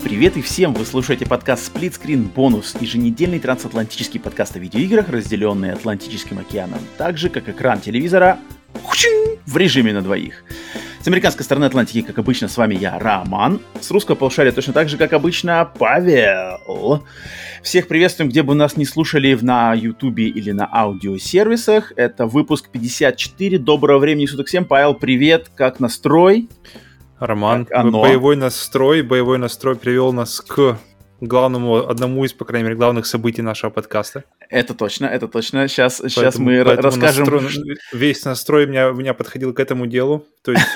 Привет и всем! Вы слушаете подкаст Split Screen Bonus, еженедельный трансатлантический подкаст о видеоиграх, разделенный Атлантическим океаном, так же, как экран телевизора в режиме на двоих. С американской стороны Атлантики, как обычно, с вами я, Роман. С русского полушария точно так же, как обычно, Павел. Всех приветствуем, где бы нас не слушали, на Ютубе или на аудиосервисах. Это выпуск 54. Доброго времени суток всем. Павел, привет. Как настрой? Роман, боевой настрой привел нас к одному из, по крайней мере, главных событий нашего подкаста. Это точно. Сейчас мы расскажем. Весь настрой у меня подходил к этому делу. То есть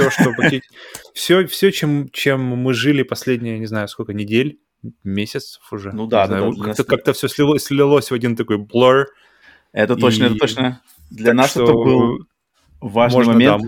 все, чем мы жили последние, не знаю, сколько недель, месяцев уже. Ну да, как-то все слилось в один такой blur. Это точно. Для нас это был важный момент.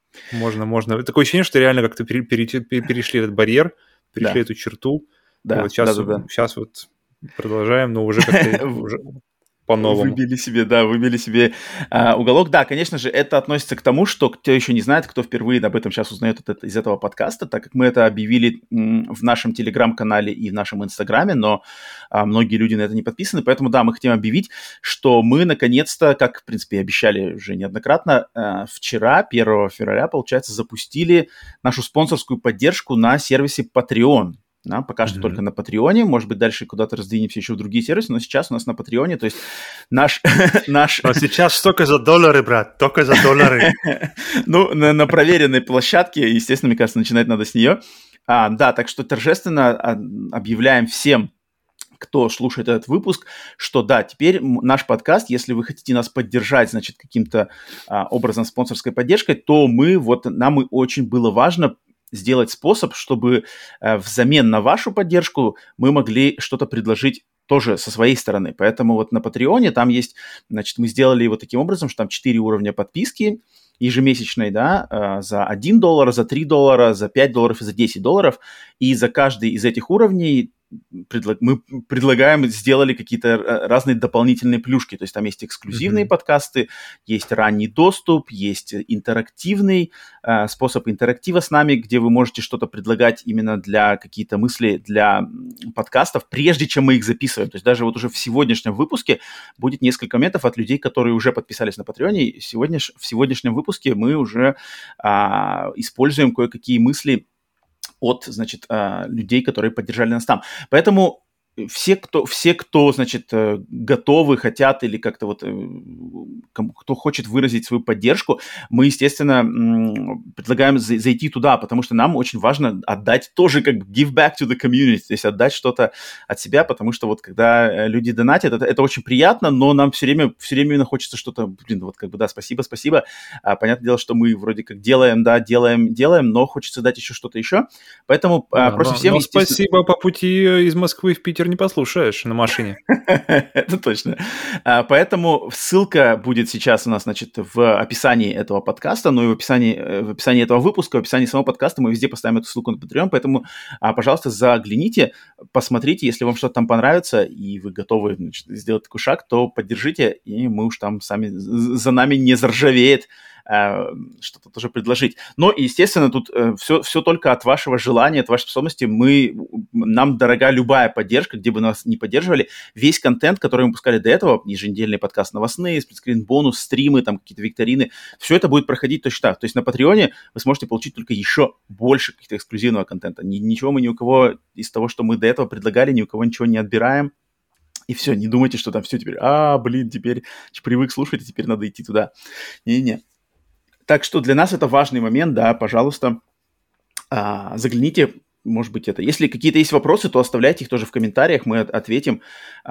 Можно. Такое ощущение, что реально как-то перешли этот барьер, перешли эту черту. Да, и вот сейчас вот продолжаем, но уже как-то уже по-новому. Выбили себе уголок. Да, конечно же, это относится к тому, что кто еще не знает, кто впервые об этом сейчас узнает из этого подкаста, так как мы это объявили в нашем телеграм-канале и в нашем инстаграме, но многие люди на это не подписаны, поэтому да, мы хотим объявить, что мы наконец-то, как в принципе обещали уже неоднократно, вчера, 1 февраля, получается, запустили нашу спонсорскую поддержку на сервисе Patreon. Да, пока что только на Патреоне, может быть, дальше куда-то раздвинемся еще в другие сервисы, но сейчас у нас на Патреоне, то есть наш... А сейчас только за доллары, брат, только за доллары. Ну, на проверенной площадке, естественно, мне кажется, начинать надо с нее. Да, так что торжественно объявляем всем, кто слушает этот выпуск, что да, теперь наш подкаст, если вы хотите нас поддержать, значит, каким-то образом спонсорской поддержкой, то нам очень было важно сделать способ, чтобы взамен на вашу поддержку мы могли что-то предложить тоже со своей стороны. Поэтому вот на Патреоне там есть, значит, мы сделали его таким образом, что там 4 уровня подписки ежемесячной, да, за $1, за $3, за $5 и за $10. И за каждый из этих уровней мы сделали какие-то разные дополнительные плюшки. То есть там есть эксклюзивные подкасты, есть ранний доступ, есть интерактивный способ интерактива с нами, где вы можете что-то предлагать именно для какие-то мысли для подкастов, прежде чем мы их записываем. То есть даже вот уже в сегодняшнем выпуске будет несколько моментов от людей, которые уже подписались на Патреоне. В сегодняшнем выпуске мы уже используем кое-какие мысли от, значит, людей, которые поддержали нас там. Поэтому все, кто, значит, готовы, хотят или как-то вот, кто хочет выразить свою поддержку, мы, естественно, предлагаем зайти туда, потому что нам очень важно отдать тоже, как бы, give back to the community, то есть отдать что-то от себя, потому что вот когда люди донатят, это очень приятно, но нам все время именно хочется что-то, вот как бы, да, спасибо. Понятное дело, что мы вроде как делаем, но хочется дать еще что-то еще, поэтому просим всем... Но спасибо по пути из Москвы в Питер не послушаешь на машине. Это точно. Поэтому ссылка будет сейчас у нас, значит, в описании этого подкаста, ну и в описании этого выпуска, в описании самого подкаста мы везде поставим эту ссылку на Patreon, поэтому, пожалуйста, загляните, посмотрите, если вам что-то там понравится, и вы готовы, значит, сделать такой шаг, то поддержите, и мы уж там сами, за нами не заржавеет что-то тоже предложить. Но, естественно, тут все только от вашего желания, от вашей способности. Нам дорога любая поддержка, где бы нас не поддерживали. Весь контент, который мы пускали до этого, еженедельный подкаст новостные, сплитскрин бонус, стримы, там какие-то викторины, все это будет проходить точно так. То есть на Патреоне вы сможете получить только еще больше каких-то эксклюзивного контента. Ничего мы ни у кого из того, что мы до этого предлагали, ни у кого ничего не отбираем. И все, не думайте, что там все теперь, теперь привык слушать, и теперь надо идти туда. Не-не. Так что для нас это важный момент, да, пожалуйста, загляните, может быть, это. Если какие-то есть вопросы, то оставляйте их тоже в комментариях, мы ответим,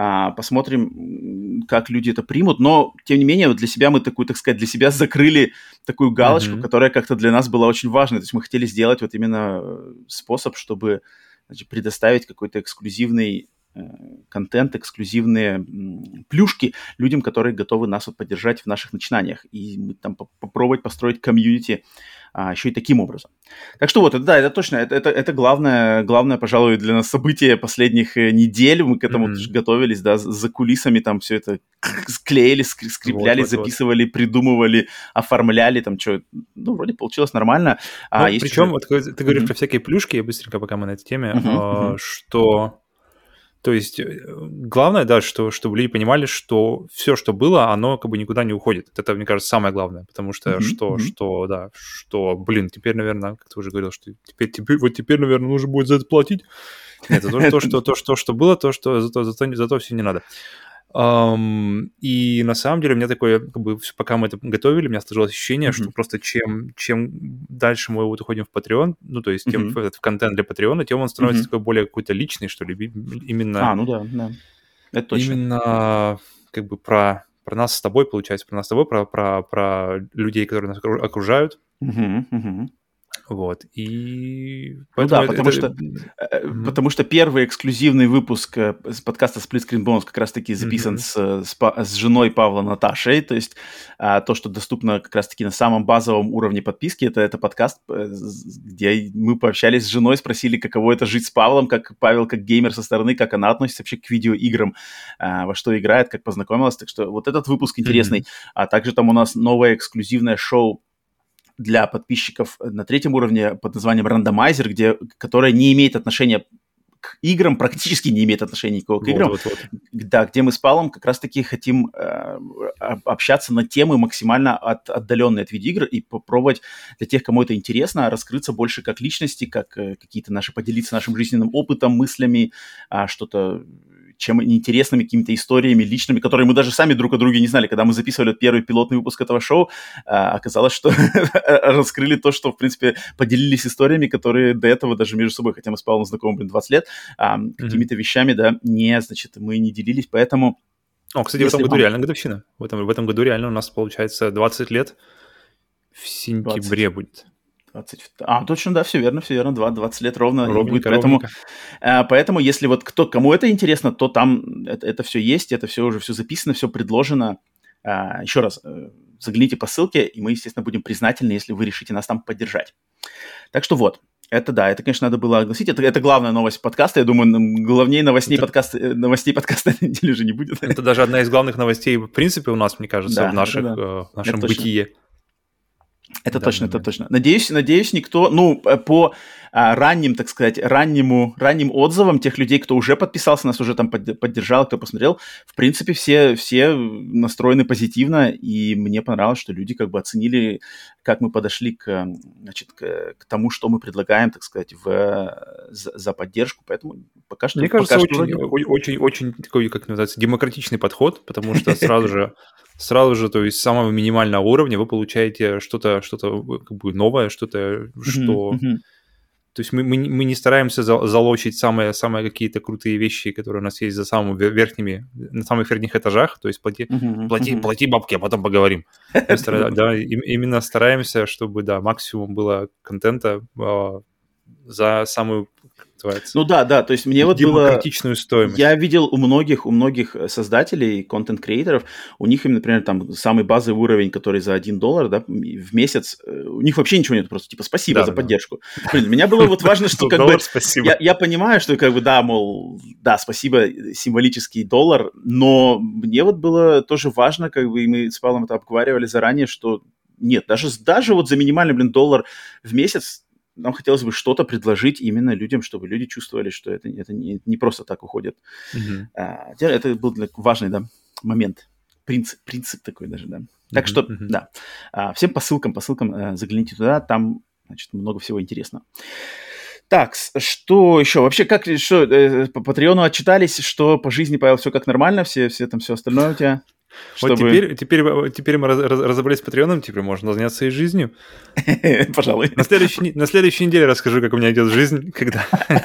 посмотрим, как люди это примут, но, тем не менее, для себя мы такую, так сказать, для себя закрыли такую галочку, которая как-то для нас была очень важной, то есть мы хотели сделать вот именно способ, чтобы, значит, предоставить какой-то эксклюзивный контент, эксклюзивные плюшки людям, которые готовы нас вот поддержать в наших начинаниях. И мы там попробовать построить комьюнити еще и таким образом. Так что вот, да, это точно, это главное, пожалуй, для нас событие последних недель. Мы к этому готовились, да, за кулисами там все это склеили, скрепляли, записывали, придумывали, оформляли, там что, ну, вроде получилось нормально. Причем, вот ты говоришь про всякие плюшки, я быстренько, пока мы на этой теме, что... То есть главное, да, чтобы люди понимали, что все, что было, оно как бы никуда не уходит. Это, мне кажется, самое главное, потому что блин, теперь, наверное, как ты уже говорил, что теперь, наверное, нужно будет за это платить. Нет, это то, что было, то, что зато все не надо. И на самом деле у меня такое, как бы, пока мы это готовили, у меня сложилось ощущение, что просто чем дальше мы вот уходим в Patreon, ну, то есть тем в контент для Patreon, тем он становится такой более какой-то личный, что ли, именно... ну да, это точно. Именно как бы про нас с тобой, получается, про людей, которые нас окружают. Вот, и... Поэтому потому что первый эксклюзивный выпуск с подкаста Split Screen Bonus как раз-таки записан с женой Павла Наташей, то есть то, что доступно как раз-таки на самом базовом уровне подписки, это подкаст, где мы пообщались с женой, спросили, каково это жить с Павлом, как Павел, как геймер со стороны, как она относится вообще к видеоиграм, во что играет, как познакомилась, так что вот этот выпуск интересный, а также там у нас новое эксклюзивное шоу для подписчиков на третьем уровне под названием «Рандомайзер», которое не имеет отношения к играм, практически не имеет отношения никакого к играм. Да, где мы с Павлом как раз-таки хотим общаться на темы максимально отдаленные от видеоигр и попробовать для тех, кому это интересно, раскрыться больше как личности, как какие-то поделиться нашим жизненным опытом, мыслями, что-то чем интересными какими-то историями личными, которые мы даже сами друг о друге не знали. Когда мы записывали первый пилотный выпуск этого шоу, оказалось, что раскрыли то, что, в принципе, поделились историями, которые до этого даже между собой, хотя мы с Павлом знакомы, 20 лет, какими-то вещами, да, мы не делились, поэтому... Кстати, в этом году реально годовщина. В этом году реально у нас, получается, 20 лет в сентябре будет. Точно, да, все верно, 20 лет ровно будет, поэтому, если вот кому это интересно, то там это все есть, это все уже все записано, все предложено. Еще раз, загляните по ссылке, и мы, естественно, будем признательны, если вы решите нас там поддержать. Так что вот, это, конечно, надо было огласить. Это главная новость подкаста. Я думаю, главнее новостей подкаста этой недели уже не будет. Это даже одна из главных новостей, в принципе, у нас, мне кажется, в нашем бытие. Это точно. Надеюсь, никто, по ранним, так сказать, ранним отзывам тех людей, кто уже подписался, нас уже там поддержал, кто посмотрел, в принципе, все настроены позитивно, и мне понравилось, что люди как бы оценили, как мы подошли к тому, что мы предлагаем, так сказать, за поддержку, поэтому пока что... Мне кажется, очень такой, как называется, демократичный подход, потому что сразу же, то есть с самого минимального уровня вы получаете что-то как бы новое, что... То есть мы не стараемся залочить самые какие-то крутые вещи, которые у нас есть на самых верхних этажах, то есть плати бабки, а потом поговорим. Да, именно стараемся, чтобы, да, максимум было контента за самую... Да, то есть мне вот демократичную стоимость. Я видел у многих создателей, контент-креаторов, у них, например, там самый базовый уровень, который за $1, да, в месяц, у них вообще ничего нет, просто типа спасибо за поддержку. Блин, меня было вот важно, что как бы... Я понимаю, что как бы, да, мол, да, спасибо, символический $1, но мне вот было тоже важно, как бы, и мы с Павлом это обговаривали заранее, что нет, даже вот за минимальный, $1 в месяц нам хотелось бы что-то предложить именно людям, чтобы люди чувствовали, что это не просто так уходит. Это был важный, да, момент, принцип такой даже, да. Так что, да, всем по ссылкам загляните туда, там, значит, много всего интересного. Так, что еще? Вообще, по Патреону отчитались, что по жизни, Павел, все как нормально, все там все остальное у тебя? Вот теперь мы разобрались с Патреоном, теперь можно заняться и жизнью. Пожалуй. На следующей неделе расскажу, как у меня идет жизнь, когда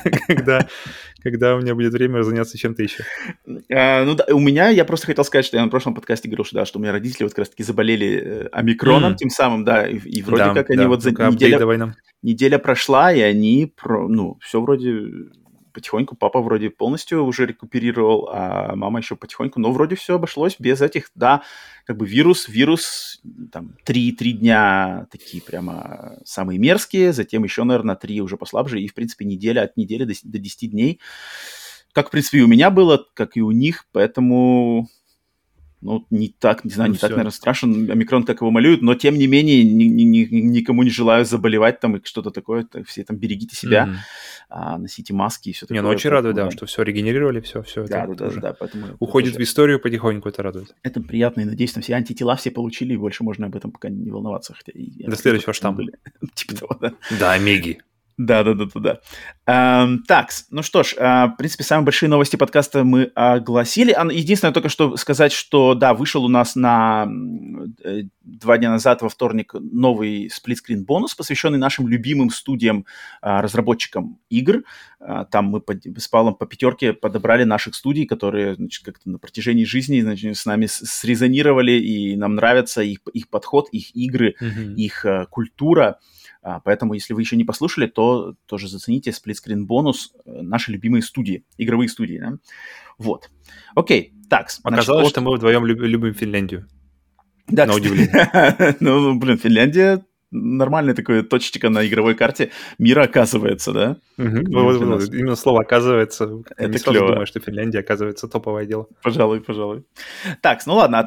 у меня будет время заняться чем-то еще. У меня, я просто хотел сказать, что я на прошлом подкасте говорил, что у меня родители вот как раз-таки заболели омикроном, тем самым, да, и вроде как они вот за неделя прошла, и они, все вроде... потихоньку. Папа вроде полностью уже рекуперировал, а мама еще потихоньку. Но вроде все обошлось без этих, да, как бы вирус, там, 3 дня такие прямо самые мерзкие, затем еще, наверное, 3 уже послабже, и, в принципе, от недели до 10 дней. Как, в принципе, и у меня было, как и у них, поэтому... Ну, не так, наверное, страшен омикрон, как его малюют, но, тем не менее, никому не желаю заболевать там и что-то такое. Все там берегите себя, носите маски и все такое. Не, ну очень радует, да, что все регенерировали, все да, поэтому уходит в историю потихоньку, это радует. Это приятно, и надеюсь, там все антитела все получили, и больше можно об этом пока не волноваться. До следующего штамма. Типа того, да. Да, Омеги. Да. Так, ну что ж, в принципе, самые большие новости подкаста мы огласили. Единственное только что сказать, что, да, вышел у нас 2 дня назад, во вторник, новый сплитскрин-бонус, посвященный нашим любимым студиям, разработчикам игр. Там мы с Павлом по 5 подобрали наших студий, которые, значит, как-то на протяжении жизни, значит, с нами срезонировали, и нам нравится их подход, их игры, их культура. Поэтому, если вы еще не послушали, то тоже зацените сплитскрин-бонус, наши любимые студии, игровые студии. Да? Вот. Окей, так. Оказалось, что мы вдвоем любим Финляндию. Да, на удивление. Ну, блин, Финляндия нормальная такая точечка на игровой карте мира, оказывается, да? Именно слово «оказывается». Это не сразу думаешь, что Финляндия, оказывается, топовое дело. Пожалуй. Так, ну ладно, от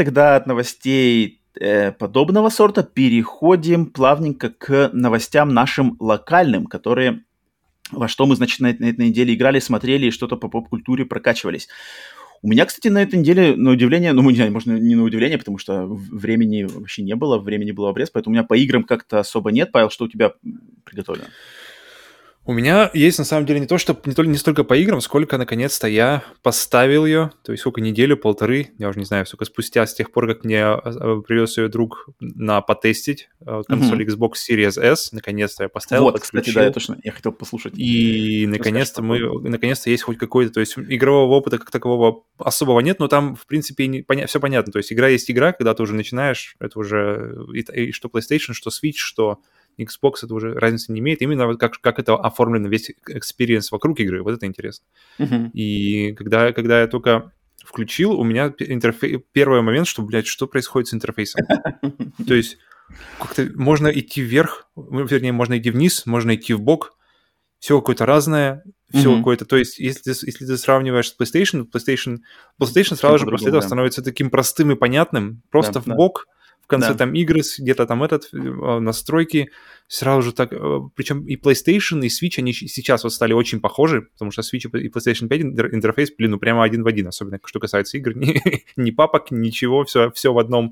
новостей подобного сорта переходим плавненько к новостям нашим локальным, во что мы, значит, на этой неделе играли, смотрели и что-то по поп-культуре прокачивались. У меня, кстати, на этой неделе, на удивление, не знаю, может, не на удивление, потому что времени вообще не было, времени был обрез, поэтому у меня по играм как-то особо нет. Павел, что у тебя приготовлено? У меня есть, на самом деле, не столько по играм, сколько, наконец-то, я поставил ее, то есть сколько, неделю-полторы, я уже не знаю, сколько спустя, с тех пор, как мне привез ее друг потестить консоль Xbox Series S, наконец-то я поставил, вот, кстати, да, я хотел послушать. И, наконец-то есть хоть какой-то, то есть игрового опыта как такового особого нет, но там, в принципе, все понятно, то есть игра есть игра, когда ты уже начинаешь, это уже и что PlayStation, что Switch, что Xbox, это уже разницы не имеет. Именно как это оформлено, весь экспириенс вокруг игры, вот это интересно. И когда я только включил, у меня первый момент, что, что происходит с интерфейсом. То есть как-то можно идти вверх, вернее, можно идти вниз, можно идти вбок, все какое-то разное, все какое-то... То есть если ты сравниваешь с PlayStation сразу же после этого становится таким простым и понятным, просто вбок, в конце там игры, где-то там настройки, сразу же так, причем и PlayStation, и Switch, они сейчас вот стали очень похожи, потому что Switch и PlayStation 5 интерфейс, прямо один в один, особенно что касается игр, ни папок, ничего, все в одном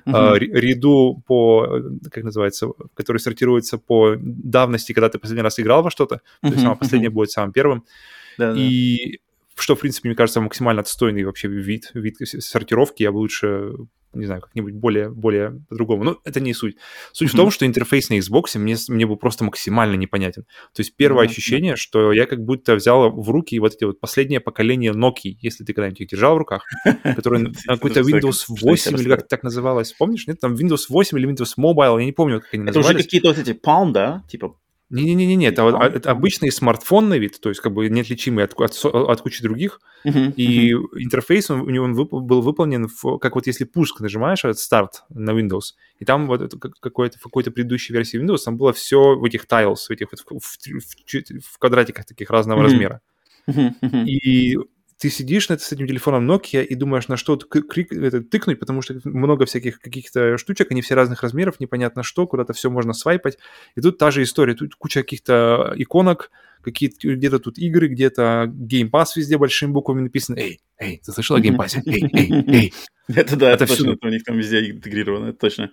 ряду как называется, который сортируется по давности, когда ты последний раз играл во что-то, то есть самое последнее будет самым первым, и что, в принципе, мне кажется, максимально отстойный вообще вид сортировки, я бы лучше... не знаю, как-нибудь более по-другому. Но это не суть. Суть в том, что интерфейс на Xbox мне был просто максимально непонятен. То есть первое ощущение, что я как будто взял в руки вот эти вот последнее поколение Nokia, если ты когда-нибудь их держал в руках, который какой-то Windows 8 или как так называлось, помнишь? Нет, там Windows 8 или Windows Mobile, я не помню, как они назывались. Это уже какие-то вот эти Palm, да? Типа... Не-не-не, это обычный смартфонный вид, то есть как бы неотличимый от кучи других, и интерфейс у него был выполнен как вот если пуск нажимаешь, этот старт на Windows, и там вот в какой-то предыдущей версии Windows там было все в этих tiles, в квадратиках таких разного размера. И ты сидишь с этим телефоном Nokia и думаешь, на что тыкнуть, потому что много всяких каких-то штучек, они все разных размеров, непонятно что, куда-то все можно свайпать. И тут та же история, тут куча каких-то иконок, где-то тут игры, где-то Game Pass везде большими буквами написано. Эй, ты слышал о Game Pass? Эй. Это да, это точно, у них там везде интегрировано, это точно.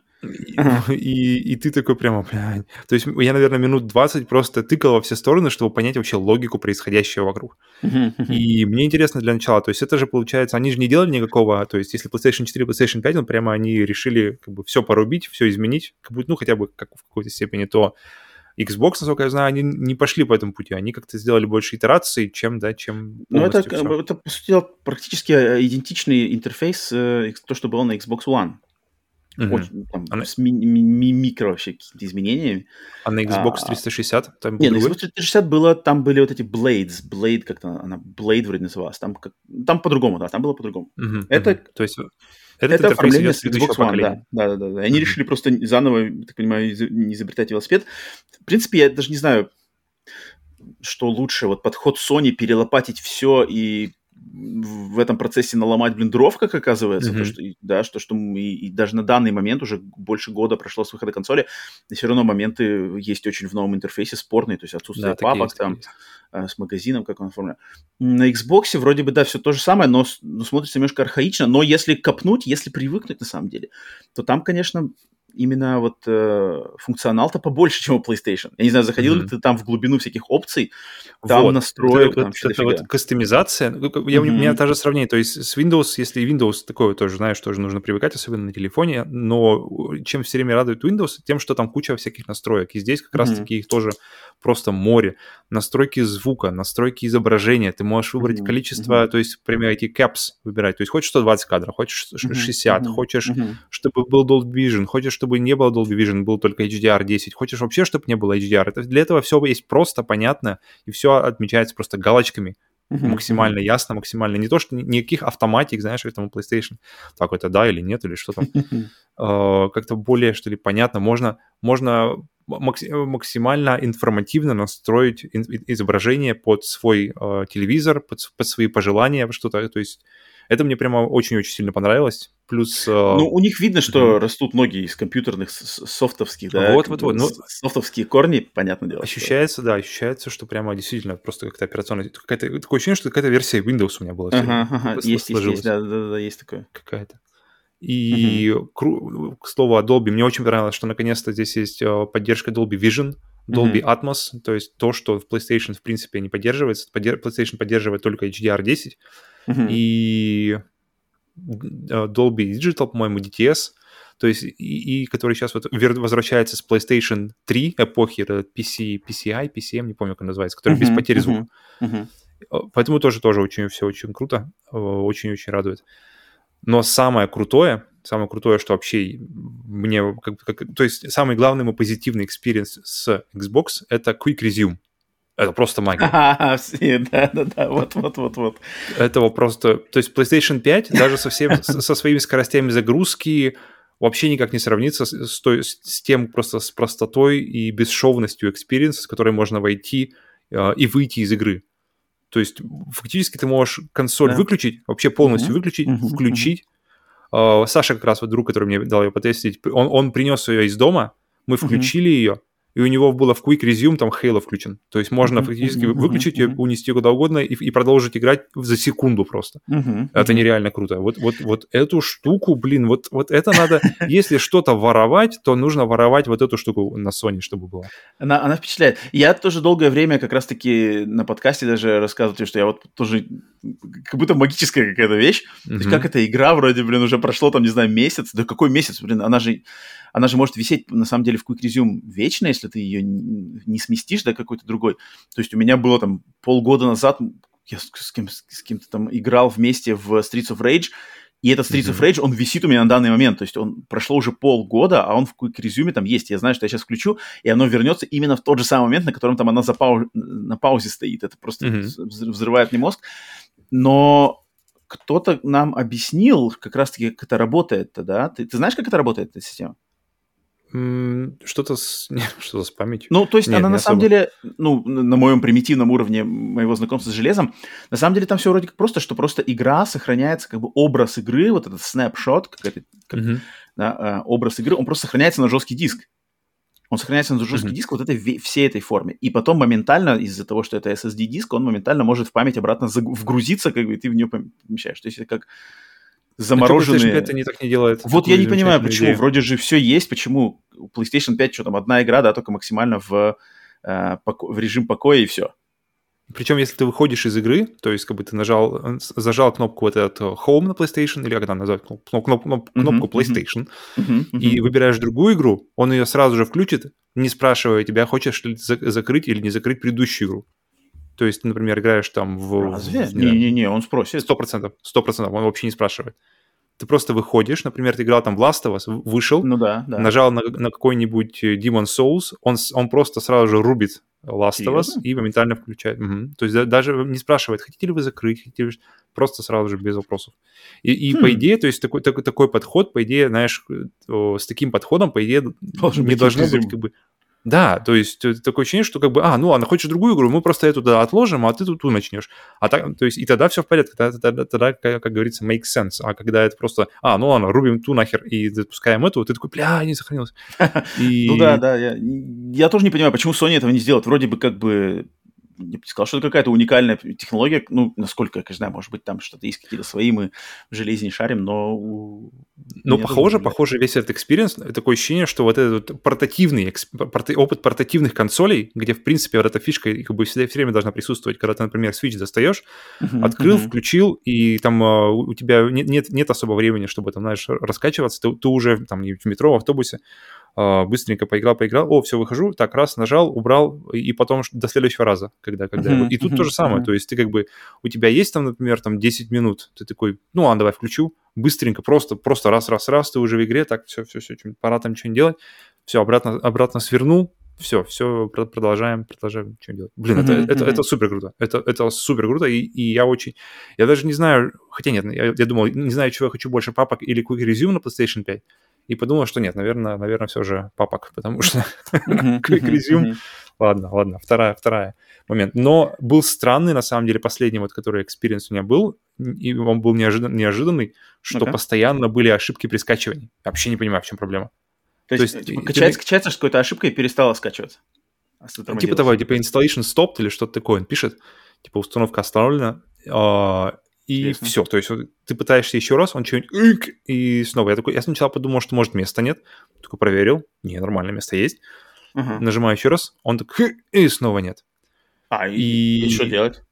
И ты такой прямо... То есть я, наверное, минут 20 просто тыкал во все стороны, чтобы понять вообще логику происходящего вокруг. И мне интересно для начала, то есть это же получается, они же не делали никакого, то есть если PlayStation 4 и PlayStation 5, прямо они решили как бы все порубить, все изменить, как будто, хотя бы как в какой-то степени, то Xbox, насколько я знаю, они не пошли по этому пути, они как-то сделали больше итераций, чем Ну, это, по сути дела, практически идентичный интерфейс, то, что было на Xbox One. Очень, там, с микро вообще какими-то изменениями. А на Xbox 360 там был? Нет, на Xbox 360 было, там были вот эти Blade как-то она, Blade вроде называлась, там по-другому, да, там было по-другому. То есть этот интерфейс оформление идет с с предыдущего Xbox One, поколения. да. И они решили просто заново, я так понимаю, не изобретать велосипед. В принципе, я даже не знаю, что лучше, вот подход Sony перелопатить все и в этом процессе наломать, дров, как оказывается, то, что, да, что и даже на данный момент уже больше года прошло с выхода консоли, и все равно моменты есть очень в новом интерфейсе спорные, то есть отсутствие папок там с магазином, как он оформлен. На Xbox вроде бы, да, все то же самое, но смотрится немножко архаично, но если копнуть, если привыкнуть на самом деле, то там, конечно, именно вот функционал-то побольше, чем у PlayStation. Я не знаю, заходил ли ты там в глубину всяких опций, там настроек, там все дофига. Вот кастомизация, у меня та же сравнение, то есть с Windows, если Windows такое тоже, знаешь, тоже нужно привыкать, особенно на телефоне, но чем все время радует Windows, тем, что там куча всяких настроек, и здесь как раз-таки их тоже просто море. Настройки звука, настройки изображения, ты можешь выбрать количество, то есть, например, эти caps выбирать, то есть хочешь 120 кадров, хочешь 60, хочешь, чтобы был Dolby Vision, хочешь, чтобы не было Dolby Vision, был только HDR10, хочешь вообще, чтобы не было HDR. Для этого все есть просто, понятно, и все отмечается просто галочками, максимально ясно, максимально. Не то, что никаких автоматик, знаешь, этому PlayStation. Так, это да или нет, или что там. Как-то более, что ли, понятно. Можно максимально информативно настроить изображение под свой телевизор, под свои пожелания, что-то. То есть это мне прямо очень-очень сильно понравилось. Плюс... Ну, у них видно, что растут ноги из компьютерных софтовских, да? Вот. Софтовские корни, понятное дело. Ощущается, да, что прямо действительно просто как-то операционная... Такое ощущение, что какая-то версия Windows у меня была. Есть, да, есть такое. Какая-то. И, к слову о Dolby, мне очень понравилось, что наконец-то здесь есть поддержка Dolby Vision, Dolby Atmos, то есть то, что в PlayStation в принципе не поддерживается. PlayStation поддерживает только HDR10 и Dolby Digital, по-моему, DTS, то есть и который сейчас вот возвращается с PlayStation 3 эпохи, это PCI, PCM, не помню, как он называется, который без потери звука. Поэтому тоже очень все очень круто, очень-очень радует. Но самое крутое, что вообще мне... то есть самый главный мой позитивный экспириенс с Xbox — это Quick Resume. Это просто магия. Да, вот. Это просто... То есть PlayStation 5 даже со своими скоростями загрузки вообще никак не сравнится с тем просто с простотой и бесшовностью экспириенса, с которой можно войти и выйти из игры. То есть фактически ты можешь консоль выключить, вообще полностью выключить, включить. Саша как раз, вот друг, который мне дал ее потестить, он принес ее из дома, мы включили ее, и у него было в Quick Resume там Halo включен. То есть можно фактически выключить ее, унести куда угодно и продолжить играть за секунду просто. Это нереально круто. Вот эту штуку, вот это надо... Если что-то воровать, то нужно воровать вот эту штуку на Sony, чтобы было. Она впечатляет. Я тоже долгое время как раз-таки на подкасте даже рассказывал, что я вот тоже... Как будто магическая какая-то вещь. То есть как эта игра вроде, уже прошло там, не знаю, месяц. Да какой месяц? Она же может висеть, на самом деле, в Quick Resume вечно, если ты ее не сместишь до какой-то другой. То есть у меня было там полгода назад, я с кем-то там играл вместе в Streets of Rage, и этот Streets of Rage, он висит у меня на данный момент. То есть прошло уже полгода, а он в Quick Resume там есть. Я знаю, что я сейчас включу, и оно вернется именно в тот же самый момент, на котором там она на паузе стоит. Это просто взрывает мне мозг. Но кто-то нам объяснил как раз-таки, как это работает-то, да? Ты знаешь, как это работает, эта система? Что-то с памятью. Ну, то есть она на самом деле, на моем примитивном уровне моего знакомства с железом, на самом деле там все вроде как просто, что просто игра сохраняется, как бы образ игры, вот этот снапшот, образ игры, он просто сохраняется на жесткий диск. Он сохраняется на жесткий диск вот всей этой форме. И потом моментально, из-за того, что это SSD-диск, он моментально может в память обратно вгрузиться, как бы, и ты в нее помещаешь. То есть это как замороженные... PlayStation 5 они так не делают. Вот я не понимаю, почему. Идею. Вроде же все есть, почему у PlayStation 5 что там, одна игра, да, только максимально в режим покоя и все. Причем, если ты выходишь из игры, то есть как бы ты зажал кнопку вот этот Home на PlayStation, или как там назвать, кнопку PlayStation, и выбираешь другую игру, он ее сразу же включит, не спрашивая тебя, хочешь ли закрыть или не закрыть предыдущую игру. То есть, например, играешь там в... Разве? Не, он спросит. 100%, он вообще не спрашивает. ты просто выходишь, например, ты играл там в Last of Us, вышел, нажал на какой-нибудь Demon's Souls, он просто сразу же рубит Last of Us и моментально включает. То есть даже не спрашивает, хотите ли вы закрыть, просто сразу же без вопросов. И по идее, то есть такой подход, по идее, знаешь, с таким подходом, по идее, не должно быть как бы... Да, то есть такое ощущение, что как бы, ну ладно, хочешь другую игру, мы просто эту отложим, а ты тут начнешь. А так, то есть и тогда все в порядке, тогда, как говорится, makes sense. А когда это просто, ну ладно, рубим ту нахер и запускаем эту, ты такой, не сохранилось. Ну да, я тоже не понимаю, почему Sony этого не сделает. Вроде бы как бы... Я бы сказал, что это какая-то уникальная технология. Ну, насколько я знаю, может быть, там что-то есть какие-то свои, мы в железе не шарим, но... Ну, похоже, весь этот экспириенс, такое ощущение, что вот этот портативный опыт портативных консолей, где, в принципе, вот эта фишка как бы всегда все время должна присутствовать, когда ты, например, Switch достаешь, открыл, включил, и там у тебя нет особо времени, чтобы, там, знаешь, раскачиваться, ты уже там в метро, в автобусе, быстренько поиграл, все, выхожу, так, раз, нажал, убрал, и потом до следующего раза, когда и тут то же самое, то есть ты как бы, у тебя есть там, например, там 10 минут, ты такой, ну ладно, давай включу, быстренько, просто раз, ты уже в игре, так, все, пора там что-нибудь делать, все, обратно свернул, все, продолжаем что делать. Блин, это супер круто, это супер круто, и я даже не знаю, хотя нет, я думал, не знаю, чего я хочу больше, папок или Quick Resume на PlayStation 5, и подумал, что нет, наверное, все же папок, потому что Quick Resume... Ладно, вторая момент. Но был странный, на самом деле, последний, вот, который экспириенс у меня был, и он был неожиданный, что постоянно были ошибки при скачивании. Вообще не понимаю, в чем проблема. То есть типа, качается с какой-то ошибкой и перестала скачиваться? Типа того, типа installation stopped или что-то такое он пишет, типа установка остановлена, и все, то есть ты пытаешься еще раз, он что-нибудь, и снова. Я сначала подумал, что, может, места нет. Такой проверил. Не, нормально, место есть. Нажимаю еще раз, он так, и снова нет. И что делать?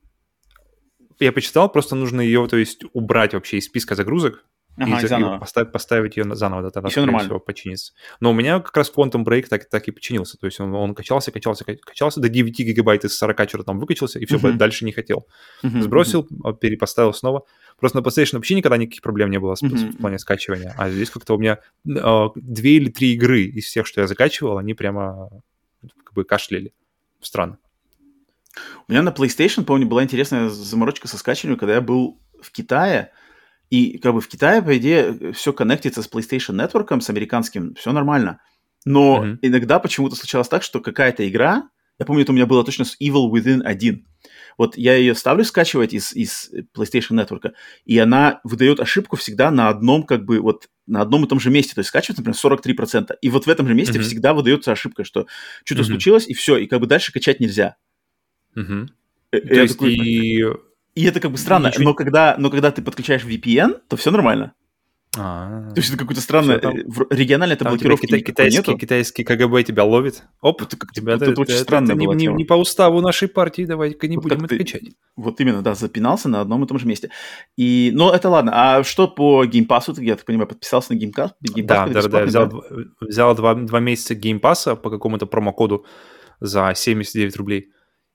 Я почитал, просто нужно ее, то есть, убрать вообще из списка загрузок. И поставить ее заново, да, тогда, скорее всего, починится. Но у меня как раз Quantum Break так и починился. То есть он качался до 9 гигабайт из 40 что-то там выкачался, и все, дальше не хотел. Сбросил, перепоставил снова. Просто на PlayStation вообще никогда никаких проблем не было в плане скачивания. А здесь как-то у меня 2 или 3 игры из всех, что я закачивал, они прямо как бы кашляли. Странно. У меня на PlayStation, помню, была интересная заморочка со скачиванием, когда я был в Китае. И как бы в Китае, по идее, все коннектится с PlayStation Network, с американским, все нормально. Но иногда почему-то случалось так, что какая-то игра, я помню, это у меня было точно с Evil Within 1. Вот я ее ставлю скачивать из PlayStation Network, и она выдает ошибку всегда на одном, как бы, вот, на одном и том же месте. То есть скачивается, например, 43%. И вот в этом же месте всегда выдается ошибка, что что-то случилось, и все, и как бы дальше качать нельзя. То есть И это как бы странно, но когда ты подключаешь VPN, то все нормально. То есть это какое-то странное... Регионально это блокировки китайский КГБ тебя ловит. Оп, это очень странно было. Не по уставу нашей партии, давай-ка не будем это качать. Вот именно, да, запинался на одном и том же месте. Ну, это ладно. А что по геймпассу? Ты, я так понимаю, подписался на геймпасс? Да, взял 2 месяца геймпасса по какому-то промокоду за 79 рублей.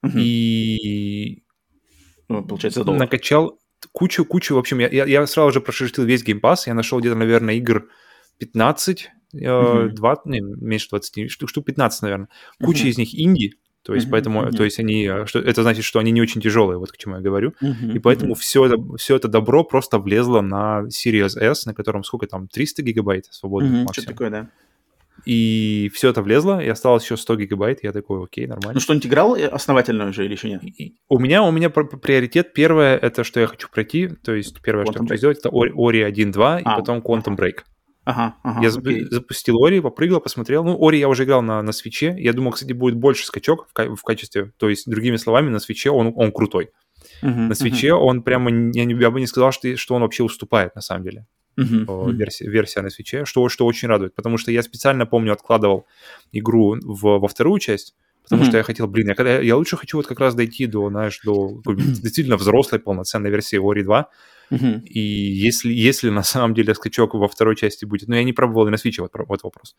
И... Получается, $1. Накачал кучу, в общем, я сразу же прошерстил весь геймпасс, я нашел где-то, наверное, игр 15, 20, меньше 20, штук 15, наверное. Куча из них инди, то есть поэтому, то есть они, это значит, что они не очень тяжелые, вот к чему я говорю, и поэтому все это добро просто влезло на Series S, на котором сколько там, 300 гигабайт свободных максимум. Что-то такое, да. И все это влезло, и осталось еще 100 гигабайт, я такой, окей, нормально. Ну, что-нибудь играл основательно уже или еще нет? У меня приоритет первое, это что я хочу пройти, то есть первое, что я хочу сделать, это Ori 1.2 и потом Quantum Break. Я запустил Ori, попрыгал, посмотрел. Ну, Ori я уже играл на свитче, я думал, кстати, будет больше скачок в качестве, то есть, другими словами, на свитче он крутой. На свитче он прямо, я бы не сказал, что он вообще уступает, на самом деле. Версия на свитче, что очень радует, потому что я специально, помню, откладывал игру во вторую часть, потому что я хотел, я лучше хочу вот как раз дойти до действительно взрослой полноценной версии Ori 2, и если на самом деле скачок во второй части будет, я не пробовал и на свитче, вот вопрос,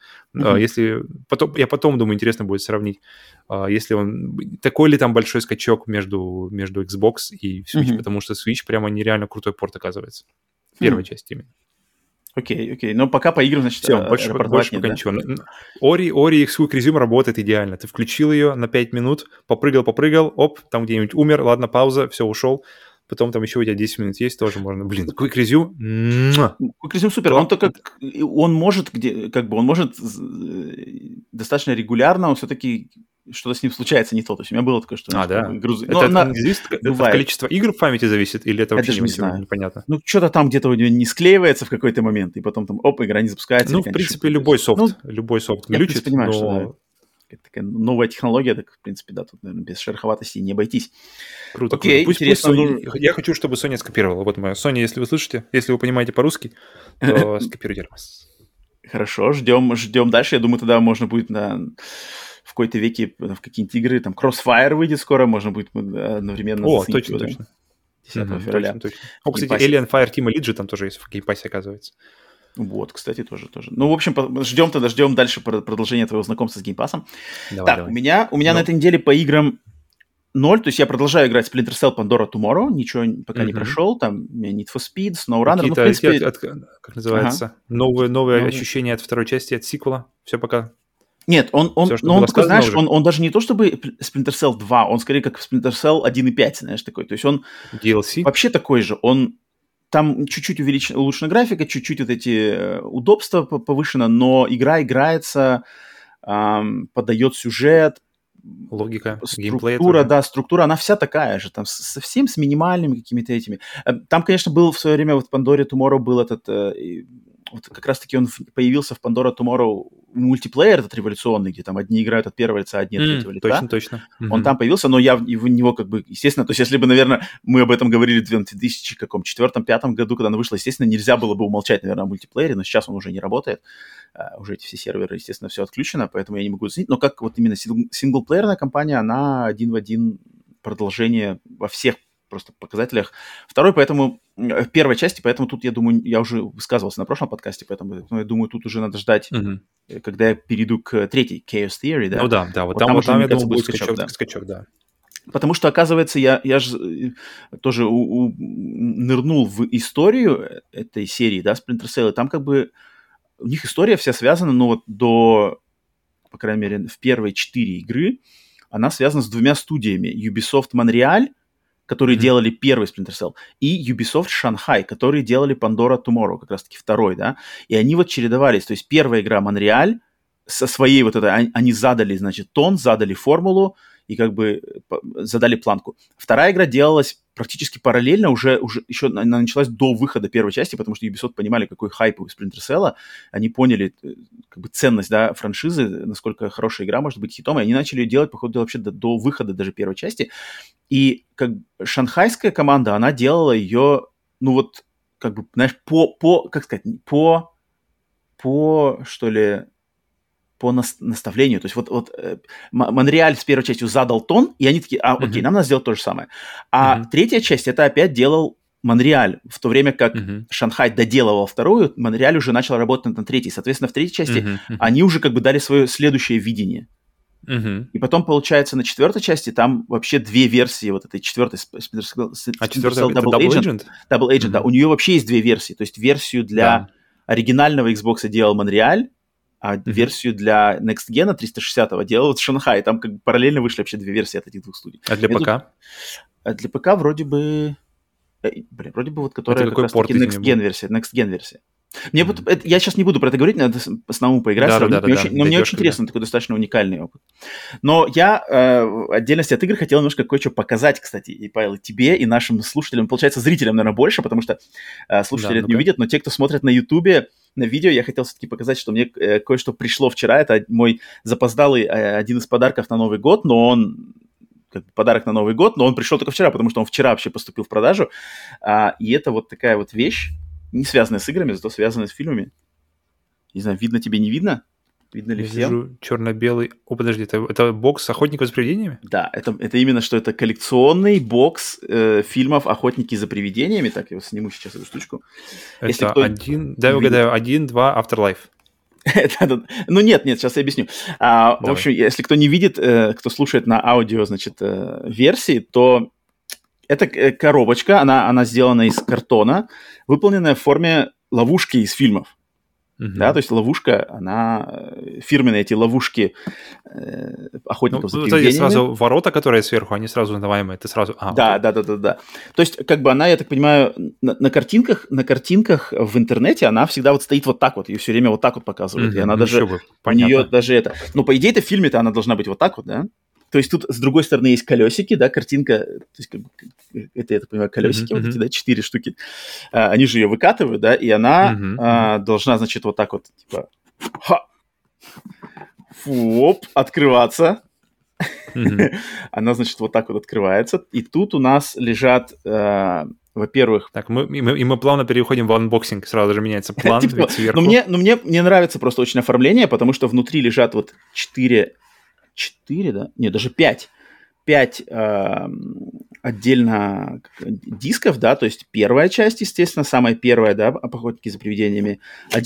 я потом думаю, интересно будет сравнить, если такой ли там большой скачок между Xbox и Switch, потому что Switch прямо нереально крутой порт оказывается, первая часть именно. Окей. Но пока по играм, значит, все, больше пока ничего. Ori X Quick Resume работает идеально. Ты включил ее на 5 минут, попрыгал, оп, там где-нибудь умер, ладно, пауза, все, ушел. Потом там еще у тебя 10 минут есть, тоже можно. Блин, Quick Resume. Quick Resume супер. Он может достаточно регулярно, он все-таки что-то с ним случается не то. То есть у меня было такое, что... да. Это зависит, это количество игр в памяти зависит, или это вообще непонятно? Ну, что-то там где-то у него не склеивается в какой-то момент, и потом там, игра не запускается. Ну, в принципе, любой софт глючит, я понимаю, что такая новая технология, так, в принципе, да, тут, наверное, без шероховатости не обойтись. Круто. Пусть Sony... Я хочу, чтобы Sony скопировала. Вот моя Sony, если вы слышите, если вы понимаете по-русски, то скопируйте нас. Хорошо, ждем дальше. Я думаю, тогда можно будет в какой-то веке в какие-нибудь игры, там, Crossfire выйдет скоро, можно будет одновременно заценить его. Точно. 10 февраля. Точно. Кстати, Alien Fireteam Elite же там тоже есть в геймпассе, оказывается. Вот, кстати, тоже. Ну, в общем, ждем дальше продолжения твоего знакомства с геймпассом. Давай. У меня на этой неделе по играм 0, то есть я продолжаю играть Splinter Cell Pandora Tomorrow, ничего пока не прошел, там у меня Need for Speed, SnowRunner, ну, в принципе... Как называется? Новые ощущения от второй части, от сиквела, все пока... Нет, он такой, знаешь, он даже не то чтобы Splinter Cell 2, он скорее как Splinter Cell 1.5, знаешь, такой, то есть он... DLC? Вообще такой же, он... Там чуть-чуть улучшена графика, чуть-чуть вот эти удобства повышено, но игра играется, подает сюжет, логика, геймплей. Структура, она вся такая же, там совсем с минимальными какими-то этими. Там, конечно, был в свое время, вот в Pandora Tomorrow был этот, вот как раз-таки он появился в Pandora Tomorrow мультиплеер этот революционный, где там одни играют от первого лица, одни от третьего лица. Точно. Он там появился, но я в него как бы, естественно, то есть если бы, наверное, мы об этом говорили в 2004-2005 году, когда она вышла, естественно, нельзя было бы умолчать, наверное, о мультиплеере, но сейчас он уже не работает. Уже эти все серверы, естественно, все отключено, поэтому я не могу оценить. Но как вот именно синглплеерная кампания, она один в один продолжение во всех просто показателях. Второй, поэтому в первой части, поэтому тут, я думаю, я уже высказывался на прошлом подкасте, поэтому я думаю, тут уже надо ждать, когда я перейду к третьей Chaos Theory, да? Ну да, вот там я думаю, будет скачок, да. Потому что, оказывается, я же тоже нырнул в историю этой серии, да, Splinter Cell, и там как бы у них история вся связана, ну вот до, по крайней мере, в первые 4 игры, она связана с двумя студиями. Ubisoft Montreal, которые делали первый Splinter Cell, и Ubisoft Shanghai, которые делали Pandora Tomorrow, как раз-таки второй, да. И они вот чередовались. То есть первая игра Montreal со своей вот этой, они задали, значит, тон, задали формулу и как бы задали планку. Вторая игра делалась практически параллельно, уже еще она началась до выхода первой части, потому что Ubisoft понимали, какой хайп у Splinter Cell, они поняли как бы ценность, да, франшизы, насколько хорошая игра может быть хитом, и они начали ее делать, походу, вообще до выхода даже первой части. И как шанхайская команда, она делала ее, ну вот, как бы, знаешь, что ли, по наставлению. То есть вот Монреаль с первой частью задал тон, и они такие, окей, нам надо сделать то же самое. А третья часть, это опять делал Монреаль, в то время как Шанхай доделывал вторую, Монреаль уже начал работать над третьей. Соответственно, в третьей части они уже как бы дали свое следующее видение. И потом, получается, на четвертой части там вообще две версии вот этой четвертой Splinter Cell Double Agent. Double Agent, да. У нее вообще есть две версии. То есть версию для оригинального Xbox делал Монреаль, а версию для Next Gen 360-го делал вот Шанхай. Там как бы параллельно вышли вообще две версии от этих двух студий. А для ПК? Для ПК вроде бы... Вроде бы вот, которая как раз-таки Next Gen версия. Я сейчас не буду про это говорить, надо самому поиграть. Но мне очень интересно, такой достаточно уникальный опыт. Но я в отдельности от игр хотел немножко кое-что показать, кстати, и, Павел, и тебе, и нашим слушателям, получается, зрителям, наверное, больше, потому что слушатели это не увидят, но те, кто смотрит на Ютубе, на видео, я хотел все-таки показать, что мне кое-что пришло вчера. Это мой запоздалый один из подарков на Новый год, но он... как бы подарок на Новый год, но он пришел только вчера, потому что он вчера вообще поступил в продажу. И это вот такая вот вещь, не связанная с играми, зато связанная с фильмами. Не знаю, видно тебе, не видно? Видно ли всем? Вижу черно-белый... О, подожди, это бокс «Охотников за привидениями»? Да, это именно что это коллекционный бокс фильмов «Охотники за привидениями». Так, я вот сниму сейчас эту штучку. Это дай угадаю, 1, 2, Afterlife. Ну нет, сейчас я объясню. В общем, если кто не видит, кто слушает на аудио, значит, версии, то это коробочка, она сделана из картона, выполненная в форме ловушки из фильмов. Да, то есть ловушка, она... Фирменные эти ловушки охотников за привидениями. Сразу ворота, которые сверху, они сразу узнаваемые, ты сразу... Да. То есть, как бы она, я так понимаю, на картинках в интернете она всегда вот стоит вот так вот, ее все время вот так вот показывают. И она даже... У нее даже это... Ну, по идее-то в фильме-то она должна быть вот так вот, да? То есть тут с другой стороны есть колесики, да, картинка, то есть как бы, это, я так понимаю, колесики вот эти, да, 4 штуки, они же ее выкатывают, да, и она должна, значит, вот так вот, типа, открываться. Она, значит, вот так вот открывается, и тут у нас лежат... Во-первых... Так, мы плавно переходим в анбоксинг, сразу же меняется план, типа, сверху. Но мне нравится просто очень оформление, потому что внутри лежат вот 4, да? Нет, даже 5 отдельно дисков, да, то есть первая часть, естественно, самая первая, да, «Охотники за привидениями»,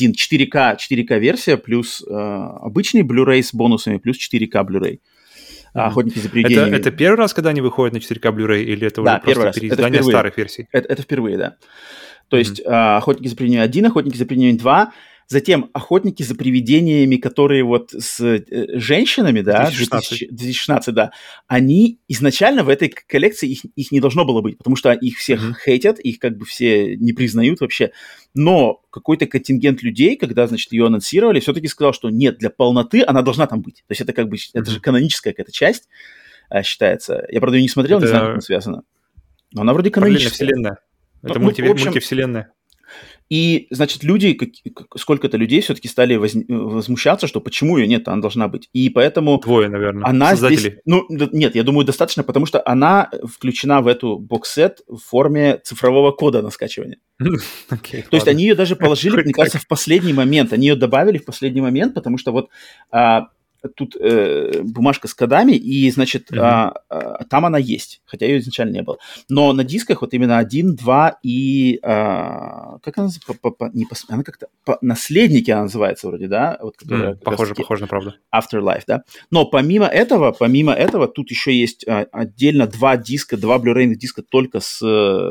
4К версия, плюс обычный Blu-ray с бонусами, плюс 4К Blu-ray. «Охотники за привидениями». Это первый раз, когда они выходят на 4К Blu-ray, или это уже просто переиздание старых версий? Это впервые, да. То есть «Охотники за привидениями 1», «Охотники за привидениями 2», затем «Охотники за привидениями», которые вот с женщинами, да, 2016, да, они изначально в этой коллекции, их не должно было быть, потому что их всех хейтят, их как бы все не признают вообще. Но какой-то контингент людей, когда, значит, ее анонсировали, все-таки сказал, что нет, для полноты она должна там быть. То есть это как бы, это же каноническая какая-то часть считается. Я, правда, ее не смотрел, не знаю, как она связана. Но она вроде каноническая. Вселенная. Это мультивселенная. И, значит, люди, сколько-то людей все-таки стали возмущаться, что почему ее нет, она должна быть. И поэтому... Двое, наверное, она создатели. Здесь... Ну, нет, я думаю, достаточно, потому что она включена в эту бокс-сет в форме цифрового кода на скачивание. То есть они ее даже положили, мне кажется, в последний момент. Они ее добавили в последний момент, потому что вот... Тут бумажка с кодами, и, значит, там она есть, хотя ее изначально не было. Но на дисках вот именно 1, 2 и... как она называется? Она как-то... «Наследники» она называется вроде, да? Вот, похоже на правду. Afterlife, да? Но помимо этого, тут еще есть отдельно 2 диска, 2 Blu-ray диска только с